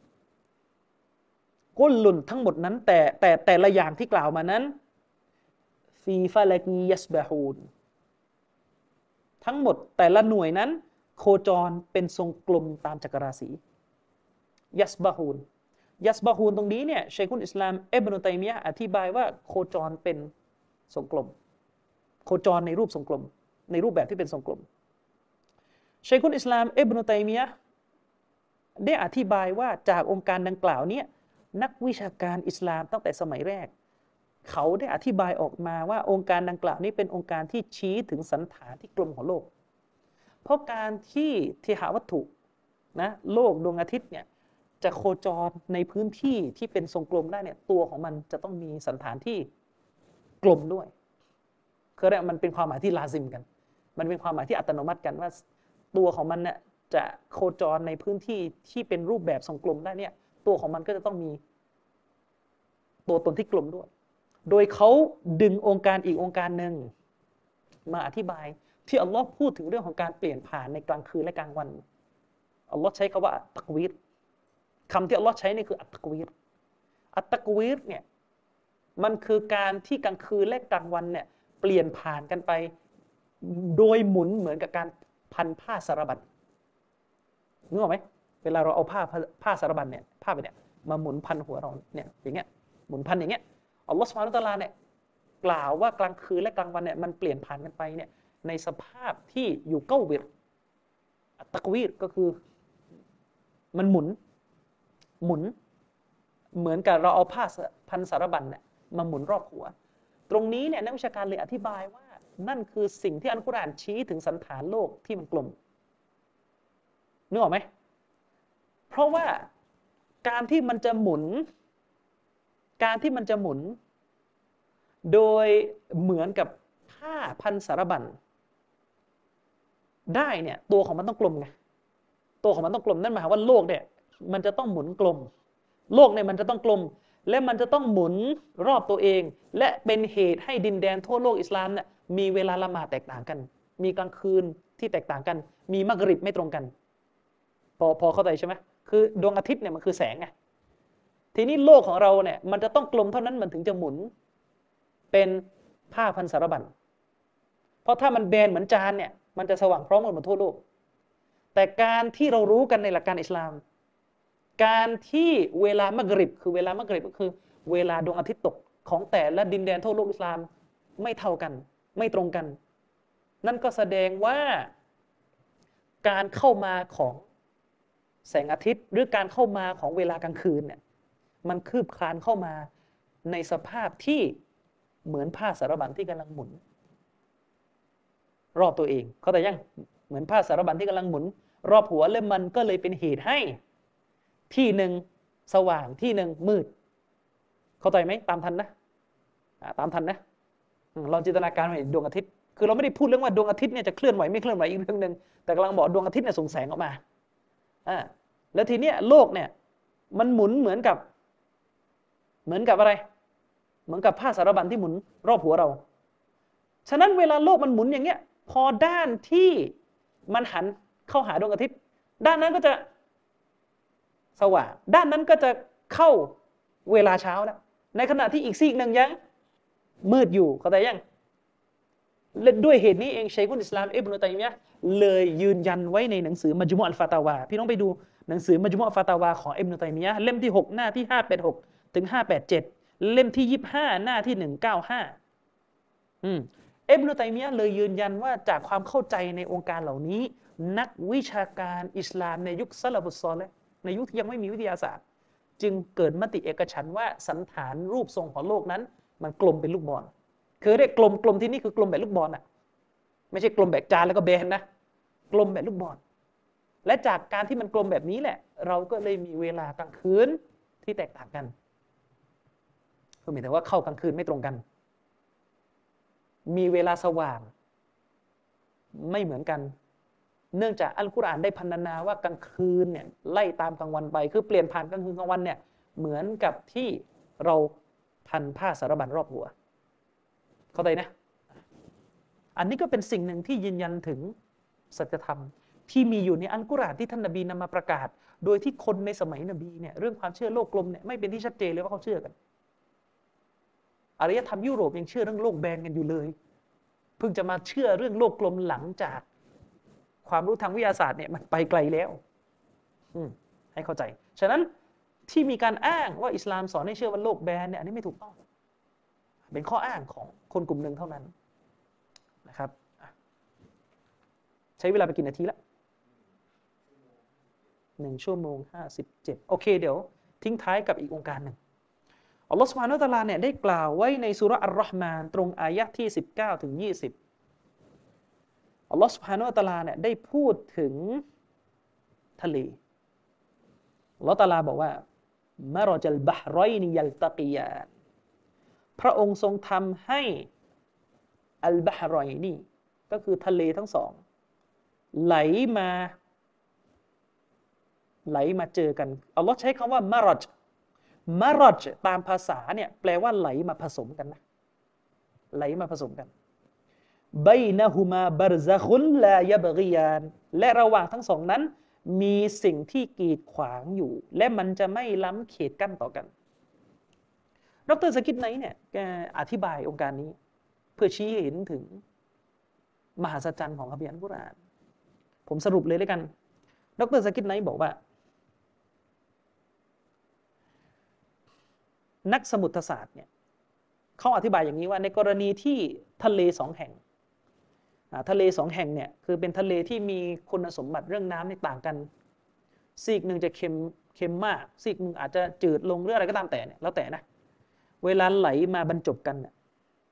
ลุนทั้งหมดนั้นแต่ละอย่างที่กล่าวมานั้นฟีฟะลักียัสบะฮูนทั้งหมดแต่ละหน่วยนั้นโคจรเป็นทรงกลมตามจักรราศียัสบะฮูนตรงนี้เนี่ยชัยคุลอิสลามอิบนุตัยมียะห์อธิบายว่าโคจรเป็นทรงกลมโคจรในรูปทรงกลมในรูปแบบที่เป็นทรงกลมชัยคุลอิสลามอิบนุตัยมียะห์ได้อธิบายว่าจากองค์การดังกล่าวนี้นักวิชาการอิสลามตั้งแต่สมัยแรกเขาได้อธิบายออกมาว่าองค์การดังกล่าวนี้เป็นองค์การที่ชี้ถึงสันฐานที่กลมของโลกเพราะการที่เทหวัตถุนะโลกดวงอาทิตย์เนี่ยจะโคจรในพื้นที่ที่เป็นทรงกลมได้เนี่ยตัวของมันจะต้องมีสันฐานที่กลมด้วยคือเนี่ยมันเป็นความหมายที่ลาซิมกันมันเป็นความหมายที่อัตโนมัติกันว่าตัวของมันเนี่ยจะโคจรในพื้นที่ที่เป็นรูปแบบทรงกลมได้เนี่ยตัวของมันก็จะต้องมีตัวตนที่กลมด้วยโดยเขาดึงองค์การอีกองค์การหนึ่งมาอธิบายที่อัลลอฮ์พูดถึงเรื่องของการเปลี่ยนผ่านในกลางคืนและกลางวันอัลลอฮ์ใช้คำว่าอัตตักวีรคำที่อัลลอฮ์ใช้นี่คืออัตตักวีรเนี่ยมันคือการที่กลางคืนและกลางวันเนี่ยเปลี่ยนผ่านกันไปโดยหมุนเหมือนกับการพันผ้าสารบัญนึกออกไหมเวลาเราเอาผ้าสารบัญเนี่ยผ้าไปเนี่ยมาหมุนพันหัวเราเนี่ยอย่างเงี้ยหมุนพันอย่างเงี้ยอัลลอฮฺซุบฮานะฮูวะตะอาลาเนี่ยกล่าวว่ากลางคืนและกลางวันเนี่ยมันเปลี่ยนผ่านกันไปเนี่ยในสภาพที่อยู่เก้าวิรตักวีรก็คือมันหมุนเหมือนกับเราเอาผ้าพันสารบัญเนี่ยมาหมุนรอบหัวตรงนี้เนี่ยนักวิชาการเลยอธิบายว่านั่นคือสิ่งที่อัลกุรอานชี้ถึงสันฐานโลกที่มันกลมนึกออกไหมเพราะว่าการที่มันจะหมุนโดยเหมือนกับผ้าพันสารบัญได้เนี่ยตัวของมันต้องกลมไงตัวของมันต้องกลมนั่นหมายความว่าโลกเนี่ยมันจะต้องหมุนกลมโลกเนี่ยมันจะต้องกลมและมันจะต้องหมุนรอบตัวเองและเป็นเหตุให้ดินแดนทั่วโลกอิสลามเนี่ยมีเวลาละหมาดแตกต่างกันมีกลางคืนที่แตกต่างกันมีมักริบไม่ตรงกันพอเข้าใจใช่ไหมคือดวงอาทิตย์เนี่ยมันคือแสงไงทีนี้โลกของเราเนี่ยมันจะต้องกลมเท่านั้นมันถึงจะหมุนเป็นผ้าพันสารบัญเพราะถ้ามันแบนเหมือนจานเนี่ยมันจะสว่างพร้อมกันหมดทั่วโลกแต่การที่เรารู้กันในหลักการอิสลามการที่เวลามักริบคือเวลามักริบก็คือเวลาดวงอาทิตย์ตกของแต่ละดินแดนทั่วโลกอิสลามไม่เท่ากันไม่ตรงกันนั่นก็แสดงว่าการเข้ามาของแสงอาทิตย์หรือการเข้ามาของเวลากลางคืนเนี่ยมันคืบคลานเข้ามาในสภาพที่เหมือนผ้าสารบัญที่กำลังหมุนรอบตัวเองเข้าใจยังเหมือนผ้าสารบัญที่กำลังหมุนรอบหัวแล้วมันก็เลยเป็นเหตุให้ที่หนึ่งสว่างที่หนึ่งมืดเข้าใจไหมตามทันนะเราจินตนาการไปดวงอาทิตย์คือเราไม่ได้พูดเรื่องว่าดวงอาทิตย์เนี่ยจะเคลื่อนไหวไม่เคลื่อนไหวอีกเรื่องนึงแต่กำลังบอกดวงอาทิตย์เนี่ยส่งแสงออกมาแล้วทีเนี้ยโลกเนี่ยมันหมุนเหมือนกับอะไรเหมือนกับผ้าสารบัญที่หมุนรอบหัวเราฉะนั้นเวลาโลกมันหมุนอย่างเงี้ยพอด้านที่มันหันเข้าหาดวงอาทิตย์ด้านนั้นก็จะสว่างด้านนั้นก็จะเข้าเวลาเช้าแล้วในขณะที่อีกซีกหนึ่งยังมืดอยู่เข้าใจยังและด้วยเหตุนี้เองชัยคุลอิสลามอิบนุตัยมียะห์เลยยืนยันไว้ในหนังสือมัจมุอัลฟาตาวาพี่น้องไปดูหนังสือมัจมุอัลฟาตาวาของอิบนุตัยมียะห์เล่มที่6หน้าที่586ถึง587เล่มที่25หน้าที่195อิบนุตัยมียะห์เลยยืนยันว่าจากความเข้าใจในองค์การเหล่านี้นักวิชาการอิสลามในยุคซะลาฟุศศอลิห์ในยุคที่ยังไม่มีวิทยาศาสตร์จึงเกิดมติเอกฉันท์ว่าสันฐานรูปทรงของโลกนั้นมันกลมเป็นลูกบอลคือเรียกกลมที่นี่คือกลมแบบลูกบอลไม่ใช่กลมแบบจานแล้วก็แบนนะกลมแบบลูกบอลและจากการที่มันกลมแบบนี้แหละเราก็เลยมีเวลากลางคืนที่แตกต่างกันก็หมายถึงว่าเข้ากลางคืนไม่ตรงกันมีเวลาสว่างไม่เหมือนกันเนื่องจากอัลกุรอานได้พรรณนาว่ากลางคืนเนี่ยไล่ตามกลางวันไปคือเปลี่ยนผ่านกลางคืนกลางวันเนี่ยเหมือนกับที่เราพันผ้าสารบัญรอบหัวเข้าใจนะอันนี้ก็เป็นสิ่งหนึ่งที่ยืนยันถึงสัจธรรมที่มีอยู่ในอัลกุรอานที่ท่านนบีนำมาประกาศโดยที่คนในสมัยนบีเนี่ยเรื่องความเชื่อโลกกลมเนี่ยไม่เป็นที่ชัดเจนเลยว่าเขาเชื่อกันอารยธรรมยุโรปยังเชื่อเรื่องโลกแบนกันอยู่เลยเพิ่งจะมาเชื่อเรื่องโลกกลมหลังจากความรู้ทางวิทยาศาสตร์เนี่ยมันไปไกลแล้วให้เข้าใจฉะนั้นที่มีการอ้างว่าอิสลามสอนให้เชื่อว่าโลกแบนเนี่ยอันนี้ไม่ถูกต้องเป็นข้ออ้างของคนกลุ่มหนึ่งเท่านั้นนะครับใช้เวลาไปกี่นาทีละ1 ชั่วโมง 57โอเคเดี๋ยวทิ้งท้ายกับอีกองค์การหนึ่งอัลลอฮฺซุบฮานะฮูวะตะอาลาเนี่ยได้กล่าวไว้ในซูเราะห์อัรเราะห์มานตรงอายะห์ที่19ถึง20อัลลอฮฺซุบฮานะฮูวะตะอาลาเนี่ยได้พูดถึงทะเลอัลลอฮฺตะอาลาบอกว่ามะรจัลบะฮรอยนยัลตะกียานพระองค์ทรงทำให้อัลบะฮรอยนีก็คือทะเลทั้งสองไหลมาเจอกันอัลลอฮ์ใช้คำว่ามะรจตามภาษาเนี่ยแปลว่าไหลมาผสมกันนะไหลมาผสมกันบัยนะฮุมาบัรซะคุลลายะบกียานและระหว่างทั้งสองนั้นมีสิ่งที่กีดขวางอยู่และมันจะไม่ล้ำเขตกั้นต่อกันดร.ซะกิดไนท์เนี่ยแกอธิบายองค์การนี้เพื่อชี้เห็นถึงมหัศจรรย์ของคัมภีร์อัลกุรอานผมสรุปเลยด้วยกันดร.ซะกิดไนท์บอกว่านักสมุทรศาสตร์เนี่ยเขาอธิบายอย่างนี้ว่าในกรณีที่ทะเลสองแห่งเนี่ยคือเป็นทะเลที่มีคุณสมบัติเรื่องน้ำนี่ต่างกันซีกหนึ่งจะเค็มมากซีกหนึ่งอาจจะจืดลงหรืออะไรก็ตามแต่เนี่ยแล้วแต่นะเวลาไหลมาบรรจบกันเนี่ย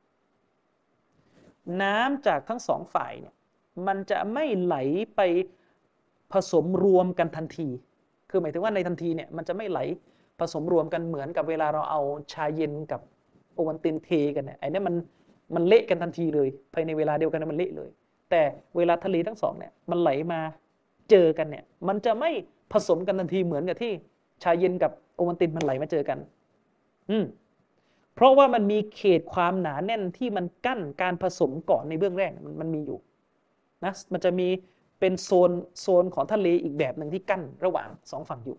น้ำจากทั้งสองฝ่ายเนี่ยมันจะไม่ไหลไปผสมรวมกันทันทีคือหมายถึงว่าในทันทีเนี่ยมันจะไม่ไหลผสมรวมกันเหมือนกับเวลาเราเอาชาเย็นกับโอวัลตินเทกันเนี่ยไอ้นี่มันเละกันทันทีเลยภายในเวลาเดียวกันมันเละเลยแต่เวลาทะเลทั้งสองเนี่ยมันไหลมาเจอกันเนี่ยมันจะไม่ผสมกันทันทีเหมือนกับที่ชาเย็นกับโอวัลตินมันไหลมาเจอกันเพราะว่ามันมีเขตความหนาแน่นที่มันกั้นการผสมก่อนในเบื้องแรกมันมีอยู่นะมันจะมีเป็นโซนของทะเลอีกแบบหนึ่งที่กั้นระหว่างสองฝั่งอยู่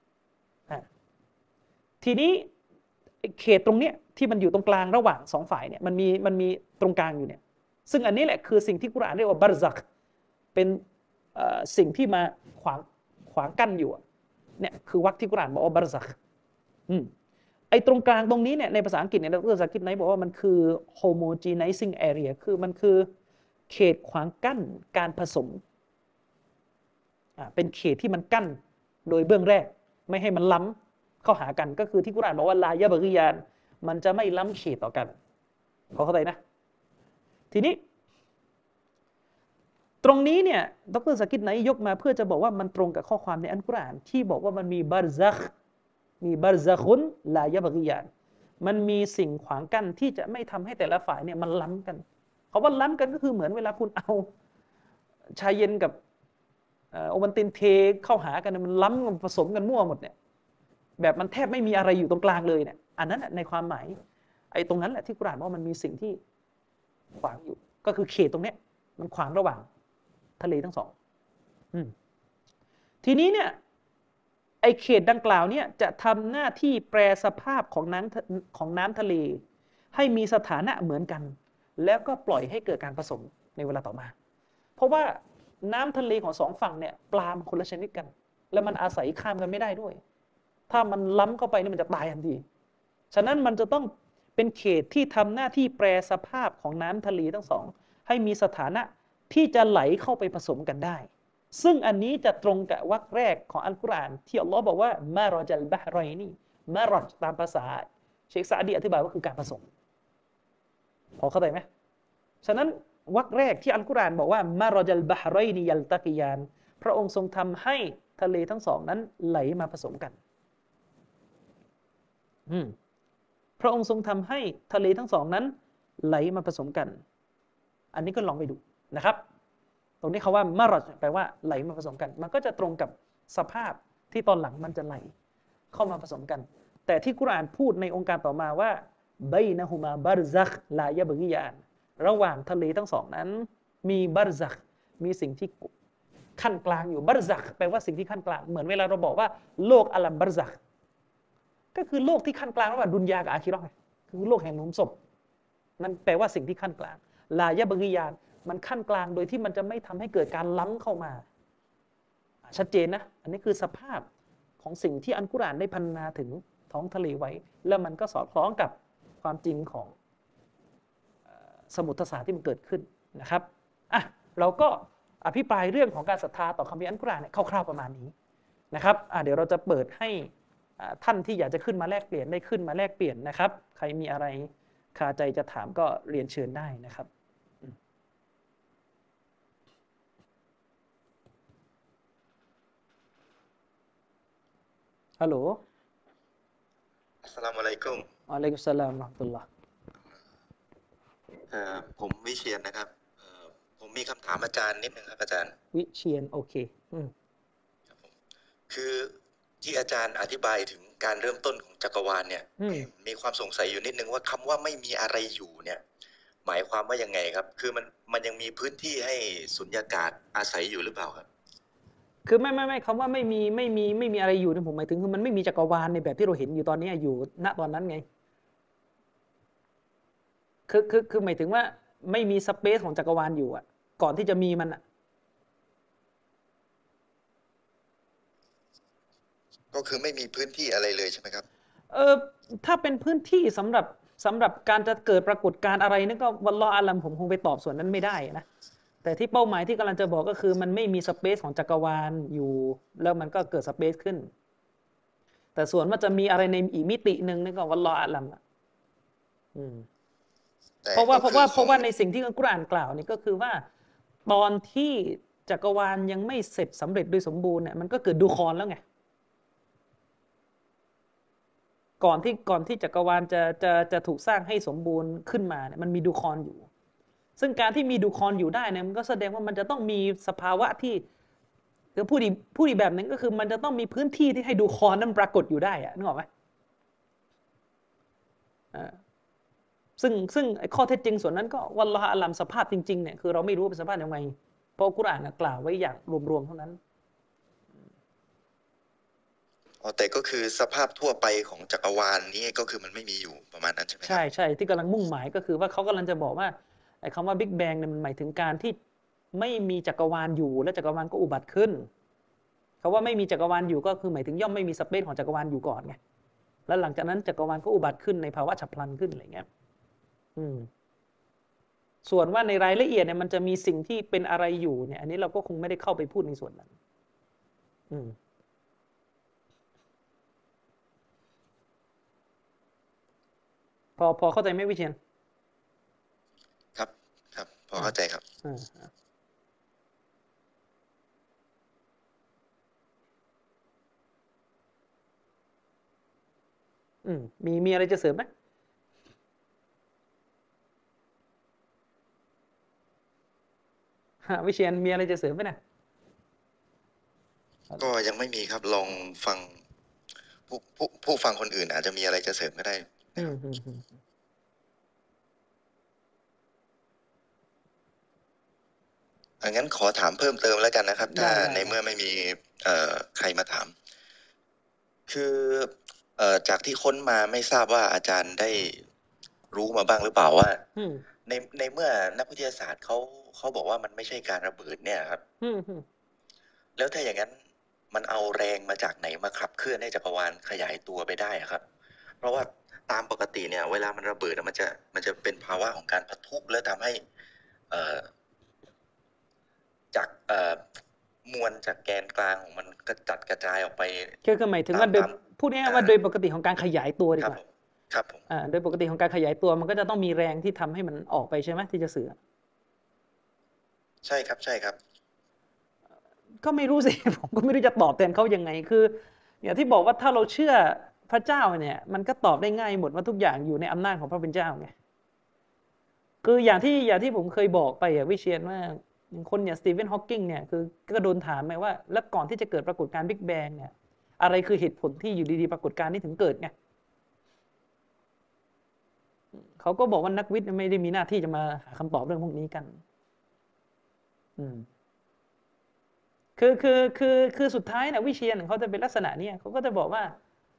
ทีนี้เขตตรงเนี้ยที่มันอยู่ตรงกลางระหว่างสองฝ่ายเนี่ยมันมีตรงกลางอยู่เนี่ยซึ่งอันนี้แหละคือสิ่งที่กุรอานเรียกว่าบัรซักเป็นสิ่งที่มาขวางกั้นอยู่เนี่ยคือวรรคที่กุรอานบอกว่าบัรซักไอ้ตรงกลางตรงนี้เนี่ยในภาษาอังกฤษเนี่ยดร.ซะกิดไนท์บอกว่ามันคือ homogenizing area คือมันคือเขตขวางกั้นการผสมเป็นเขตที่มันกั้นโดยเบื้องแรกไม่ให้มันล้ำเข้าหากันก็คือที่กุรอานบอกว่าลายะบกียานมันจะไม่ล้ำเขตต่อกันพอเข้าใจนะทีนี้ตรงนี้เนี่ยดร.ซะกิดไนท์ยกมาเพื่อจะบอกว่ามันตรงกับข้อความในอัลกุรอานที่บอกว่ามันมีบัรซักคุนลายะบกียานมันมีสิ่งขวางกั้นที่จะไม่ทำให้แต่ละฝ่ายเนี่ยมันล้ำกันเขาว่าล้ำกันก็คือเหมือนเวลาคุณเอาชาเย็นกับโอวัลตินเทเข้าหากันมันล้ำผสมกันมั่วหมดเนี่ยแบบมันแทบไม่มีอะไรอยู่ตรงกลางเลยเนี่ยอันนั้นในความหมายไอ้ตรงนั้นแหละที่กุรอานว่ามันมีสิ่งที่ขวางอยู่ก็คือเขตตรงเนี้ยมันขวางระหว่างทะเลทั้งสองทีนี้เนี่ยไอ้เขตดังกล่าวเนี่ยจะทำหน้าที่แปรสภาพของน้ำทะเลให้มีสถานะเหมือนกันแล้วก็ปล่อยให้เกิดการผสมในเวลาต่อมาเพราะว่าน้ำทะเลของสองฝั่งเนี่ยปลามันคนละชนิดกันแล้วมันอาศัยข้ามกันไม่ได้ด้วยถ้ามันล้ำเข้าไปนี่มันจะตายทันทีฉะนั้นมันจะต้องเป็นเขตที่ทำหน้าที่แปรสภาพของน้ำทะเลทั้งสองให้มีสถานะที่จะไหลเข้าไปผสมกันได้ซึ่งอันนี้จะตรงกับวรรคแรกของอัลกุรอานที่อัลลอฮ์บอกว่ามารอจัลบะฮรอยนีมารอจตามภาษาเชคซาดีอธิบายว่าคือการผสมพอเข้าใจไหมฉะนั้นวรรคแรกที่อัลกุรอานบอกว่ามารอจัลบะฮรอยนียัลตะกิยานพระองค์ทรงทำให้ทะเลทั้งสองนั้นไหลมาผสมกันพระองค์ทรงทำให้ทะเลทั้งสองนั้นไหลมาผสมกันอันนี้ก็ลองไปดูนะครับตรงนี้เขาว่ามารอดแปลว่าไหลมาผสมกันมันก็จะตรงกับสภาพที่ตอนหลังมันจะไหลเข้ามาผสมกันแต่ที่กุรอานพูดในองค์การต่อมาว่าบัยนะฮุมาบารซักลายะบกิยานระหว่างทะเลทั้งสองนั้นมีบารซักมีสิ่งที่ขั้นกลางอยู่บารซักแปลว่าสิ่งที่ขั้นกลางเหมือนเวลาเราบอกว่าโลกอัลลัมบารซักก็คือโลกที่ขั้นกลางระหว่างดุนยากับอาคิเราะห์คือโลกแห่งหลุมศพนั่นแปลว่าสิ่งที่ขั้นกลางลายะบกิยานมันขั้นกลางโดยที่มันจะไม่ทำให้เกิดการล้ำเข้ามาชัดเจนนะอันนี้คือสภาพของสิ่งที่อัลกุรอานได้พรรณนาถึงท้องทะเลไว้แล้วมันก็สอดคล้องกับความจริงของสมุทรศาสตร์ที่มันเกิดขึ้นนะครับอ่ะเราก็อภิปรายเรื่องของการศรัทธาต่อคัมภีร์อัลกุรอานเนี่ยคร่าวๆประมาณนี้นะครับเดี๋ยวเราจะเปิดให้ท่านที่อยากจะขึ้นมาแลกเปลี่ยนได้ขึ้นมาแลกเปลี่ยนนะครับใครมีอะไรคาใจจะถามก็เรียนเชิญได้นะครับฮัลโหลอัสสลามุอะลัยกุมอะลัยกุสสลามวะเราะห์มะตุลลอฮ์ผมวิเชียรนะครับผมมีคำถามอาจารย์นิดนึงครับอาจารย์วิเชียรโอเคครับผมคือที่อาจารย์อธิบายถึงการเริ่มต้นของจักรวาลเนี่ยมีความสงสัยอยู่นิดนึงว่าคำว่าไม่มีอะไรอยู่เนี่ยหมายความว่ายังไงครับคือมันยังมีพื้นที่ให้สุญญากาศอาศัยอยู่หรือเปล่าครับคือไม่คำว่าไม่มีอะไรอยู่เนี่ยผมหมายถึงคือมันไม่มีจักรวาลในแบบที่เราเห็นอยู่ตอนนี้อยู่ณตอนนั้นไงคือหมายถึงว่าไม่มีสเปซของจักรวาลอยู่ก่อนที่จะมีมันก็คือไม่มีพื้นที่อะไรเลยใช่ไหมครับถ้าเป็นพื้นที่สำหรับการจะเกิดปรากฏการณ์อะไรนั่นก็วัลลอฮุอาลัมผมคงไปตอบส่วนนั้นไม่ได้นะแต่ที่เป้าหมายที่กำลังจะบอกก็คือมันไม่มีสเปซของจักรวาลอยู่แล้วมันก็เกิดสเปซขึ้นแต่ส่วนว่าจะมีอะไรในอีกมิติหนึ่งนั่นก็วัลลอฮุอาลัมเพราะว่าในสิ่งที่อัลกุรอานกล่าวนี่ก็คือว่าตอนที่จักรวาลยังไม่เสร็จสำเร็จโดยสมบูรณ์เนี่ยมันก็เกิดดูคอนแล้วไงก่อนที่จักรวาลจะถูกสร้างให้สมบูรณ์ขึ้นมาเนี่ยมันมีดูคอนอยู่ซึ่งการที่มีดูคอนอยู่ได้เนี่ยมันก็แสดงว่ามันจะต้องมีสภาวะที่คือพูดอีกแบบหนึ่งก็คือมันจะต้องมีพื้นที่ที่ให้ดูคอนนั้นปรากฏอยู่ได้นึกออกไหมซึ่งข้อเท็จจริงส่วนนั้นก็วัลลอฮุอาลัมสภาพจริงๆเนี่ยคือเราไม่รู้เป็นสภาพยังไงเพราะกุรอานกล่าวไว้อย่างรวมๆเท่านั้นแต่ก็คือสภาพทั่วไปของจักรวาลนี้ก็คือมันไม่มีอยู่ประมาณนั้นใช่ไหมครับใช่ที่กำลังมุ่งหมายก็คือว่าเขากำลังจะบอกว่าไอ้คำว่าบิ๊กแบงเนี่ยมันหมายถึงการที่ไม่มีจักรวาลอยู่และจักรวาลก็อุบัติขึ้นเขาว่าไม่มีจักรวาลอยู่ก็คือหมายถึงย่อมไม่มีสเปซของจักรวาลอยู่ก่อนไงแล้วหลังจากนั้นจักรวาลก็อุบัติขึ้นในภาวะฉับพลันขึ้นอะไรเงี้ยส่วนว่าในรายละเอียดเนี่ยมันจะมีสิ่งที่เป็นอะไรอยู่เนี่ยอันนี้เราก็คงไม่ได้เข้าไปพูดในส่วนนั้นพอเข้าใจไหมวิเชียรครับพอเข้าใจครับมีอะไรจะเสริมไหมวิเชียรมีอะไรจะเสริมไหมนะก็ยังไม่มีครับลองฟังผู้ฟังคนอื่นอาจจะมีอะไรจะเสริมก็ได้งั้นขอถามเพิ่มเติมแล้วกันนะครับถ้าในเมื่อไม่มีใครมาถามคือจากที่ค้นมาไม่ทราบว่าอาจารย์ได้รู้มาบ้างหรือเปล่าว่าในเมื่อนักวิทยาศาสตร์เขาบอกว่ามันไม่ใช่การระเบิดเนี่ยครับแล้วถ้าอย่างนั้นมันเอาแรงมาจากไหนมาขับเคลื่อนให้จักรวาลขยายตัวไปได้ครับเพราะว่าตามปกติเนี่ยเวลามันระเบิดมันจะเป็นภาวะของการปะทุและทำให้จากมวลจากแกนกลางของมันกระจายออกไปคือหมายถึงว่าโดยพูดง่ายๆว่าโดยปกติของการขยายตัวดีกว่าครับผมโดยปกติของการขยายตัวมันก็จะต้องมีแรงที่ทำให้มันออกไปใช่ไหมที่จะสื่อใช่ครับก็ไม่รู้สิ ผมก็ไม่รู้จะตอบแทนเขายังไงคืออย่างที่บอกว่าถ้าเราเชื่อพระเจ้าเนี่ยมันก็ตอบได้ง่ายหมดว่าทุกอย่างอยู่ในอำนาจของพระเป็นเจ้าไงคืออย่างที่ผมเคยบอกไปวิเชียรว่าคนอย่างสตีเฟนฮอว์กิงเนี่ยคือก็โดนถามไปว่าแล้วก่อนที่จะเกิดปรากฏการณ์บิ๊กแบงเนี่ยอะไรคือเหตุผลที่อยู่ดีๆปรากฏการณ์นี้ถึงเกิดไงเขาก็บอกว่านักวิทย์ไม่ได้มีหน้าที่จะมาหาคำตอบเรื่องพวกนี้กันคือสุดท้ายนะวิเชียรเขาจะเป็นลักษณะนี้เขาก็จะบอกว่า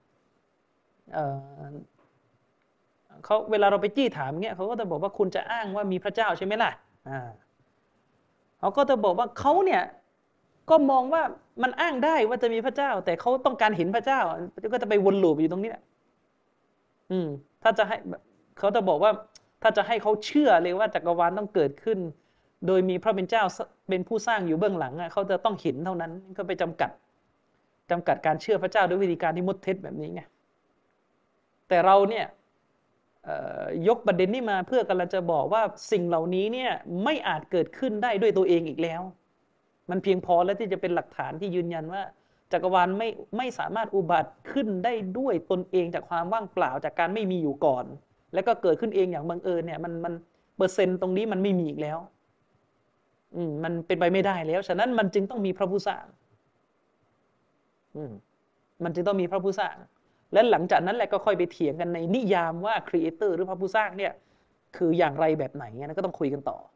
เขาเวลาเราไปจี้ถามเงี้ยเขาก็จะบอกว่าคุณจะอ้างว่ามีพระเจ้าใช่ไหมล่ะเขาก็จะบอกว่าเขาเนี่ยก็มองว่ามันอ้างได้ว่าจะมีพระเจ้าแต่เขาต้องการเห็นพระเจ้าก็จะไปวนลูปอยู่ตรงนี้แหละถ้าจะให้เขาจะบอกว่าถ้าจะให้เขาเชื่อเลยว่าจักรวาลต้องเกิดขึ้นโดยมีพระเป็นเจ้าเป็นผู้สร้างอยู่เบื้องหลังเขาจะต้องเห็นเท่านั้นก็ไปจำกัดการเชื่อพระเจ้าด้วยวิธีการที่มดเท็จแบบนี้ไงแต่เราเนี่ยยกประเด็นนี้มาเพื่อกำลังจะบอกว่าสิ่งเหล่านี้เนี่ยไม่อาจเกิดขึ้นได้ด้วยตัวเองอีกแล้วมันเพียงพอแล้วที่จะเป็นหลักฐานที่ยืนยันว่าจักรวาลไม่สามารถอุบัติขึ้นได้ด้วยตนเองจากความว่างเปล่าจากการไม่มีอยู่ก่อนแล้วก็เกิดขึ้นเองอย่างบังเอิญเนี่ยมันเปอร์เซ็นต์ตรงนี้มันไม่มีอีกแล้วมันเป็นไปไม่ได้แล้วฉะนั้นมันจึงต้องมีพระผู้สร้างมันจึงต้องมีพระผู้สร้างและหลังจากนั้นแหละก็ค่อยไปเถียงกันในนิยามว่าครีเอเตอร์หรือพระผู้สร้างเนี่ยคืออย่างไรแบบไหนนะก็ต้องคุยกันต่อ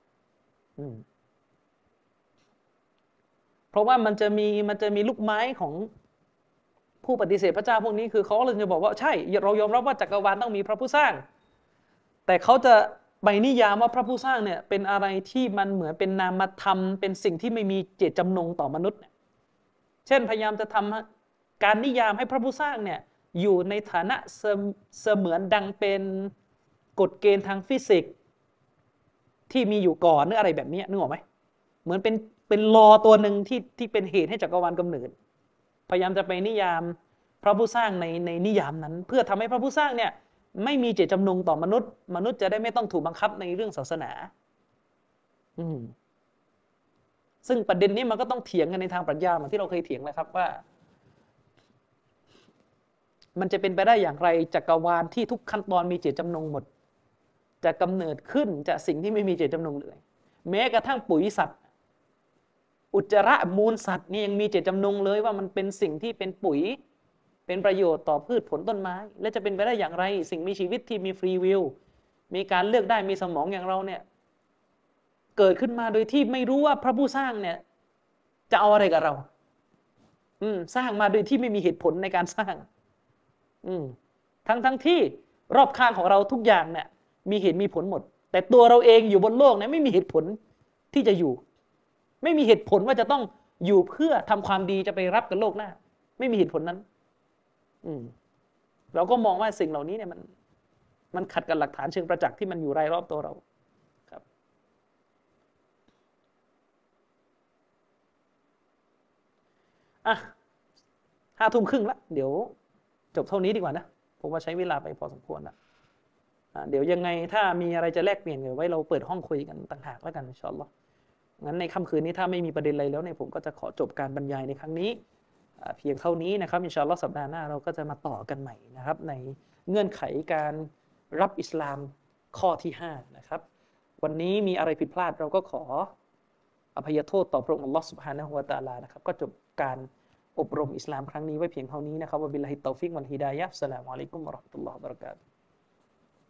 เพราะว่ามันจะมีลูกไม้ของผู้ปฏิเสธพระเจ้าพวกนี้คือเขาเลยจะบอกว่าใช่เรายอมรับว่าจักรวาลต้องมีพระผู้สร้างแต่เขาจะไปนิยามว่าพระผู้สร้างเนี่ยเป็นอะไรที่มันเหมือนเป็นนามธรรมเป็นสิ่งที่ไม่มีเจตจำนงต่อมนุษย์เช่นพยายามจะทำการนิยามให้พระผู้สร้างเนี่ยอยู่ในฐานะเสมือนดังเป็นกฎเกณฑ์ทางฟิสิกส์ที่มีอยู่ก่อนหรืออะไรแบบนี้นึกออกไหมเหมือนเป็นลอตัวหนึ่งที่เป็นเหตุให้จักรวาลกำเนิดพยายามจะไปนิยามพระผู้สร้างในนิยามนั้นเพื่อทำให้พระผู้สร้างเนี่ยไม่มีเจตจำนงต่อมนุษย์จะได้ไม่ต้องถูกบังคับในเรื่องศาสนาซึ่งประเด็นนี้มันก็ต้องเถียงกันในทางปรัชญาเหมือนที่เราเคยเถียงนะครับว่ามันจะเป็นไปได้อย่างไรจักรวาลที่ทุกขั้นตอนมีเจตจำนงหมดจะกำเนิดขึ้นจากสิ่งที่ไม่มีเจตจำนงเลยแม้กระทั่งปุ๋ยสัตว์อุจจาระมูลสัตว์นี่ยังมีเจตจำนงเลยว่ามันเป็นสิ่งที่เป็นปุ๋ยเป็นประโยชน์ต่อพืชผลต้นไม้และจะเป็นไปได้อย่างไรสิ่งมีชีวิตที่มีฟรีวิลมีการเลือกได้มีสมองอย่างเราเนี่ยเกิดขึ้นมาโดยที่ไม่รู้ว่าพระผู้สร้างเนี่ยจะเอาอะไรกับเราสร้างมาโดยที่ไม่มีเหตุผลในการสร้างทั้งที่รอบข้างของเราทุกอย่างเนี่ยมีเหตุมีผลหมดแต่ตัวเราเองอยู่บนโลกเนี่ยไม่มีเหตุผลที่จะอยู่ไม่มีเหตุผลว่าจะต้องอยู่เพื่อทำความดีจะไปรับกับโลกหน้าไม่มีเหตุผลนั้นเราก็มองว่าสิ่งเหล่านี้เนี่ยมันขัดกับหลักฐานเชิงประจักษ์ที่มันอยู่รายรอบตัวเราครับ5 ทุ่มครึ่งละเดี๋ยวจบเท่านี้ดีกว่านะผมว่าใช้เวลาไปพอสมควรละเดี๋ยวยังไงถ้ามีอะไรจะแลกเปลี่ยนเดี๋ยวไว้เราเปิดห้องคุยกันต่างหากแล้วกันอินชาอัลลอฮ์งั้นในค่ำคืนนี้ถ้าไม่มีประเด็นอะไรแล้วเนี่ยผมก็จะขอจบการบรรยายในครั้งนี้เพียงเท่านี้นะครับอินชาอัลลอฮ์สัปดาห์หน้าเราก็จะมาต่อกันใหม่นะครับในเงื่อนไขการรับอิสลามข้อที่5นะครับวันนี้มีอะไรผิดพลาดเราก็ขออภัยโทษต่อพระองค์อัลลอฮ์ซุบฮานะฮูวะตะอาลานะครับก็จบการอบรมอิสลามครั้งนี้ไว้เพียงเท่านี้นะครับวะบิลลาฮิตตอฟิกวัลฮิดายะฮ์อัสสลามุอะลัยกุมวะเราะห์มะตุลลอฮิวะบะเราะกาตุฮ์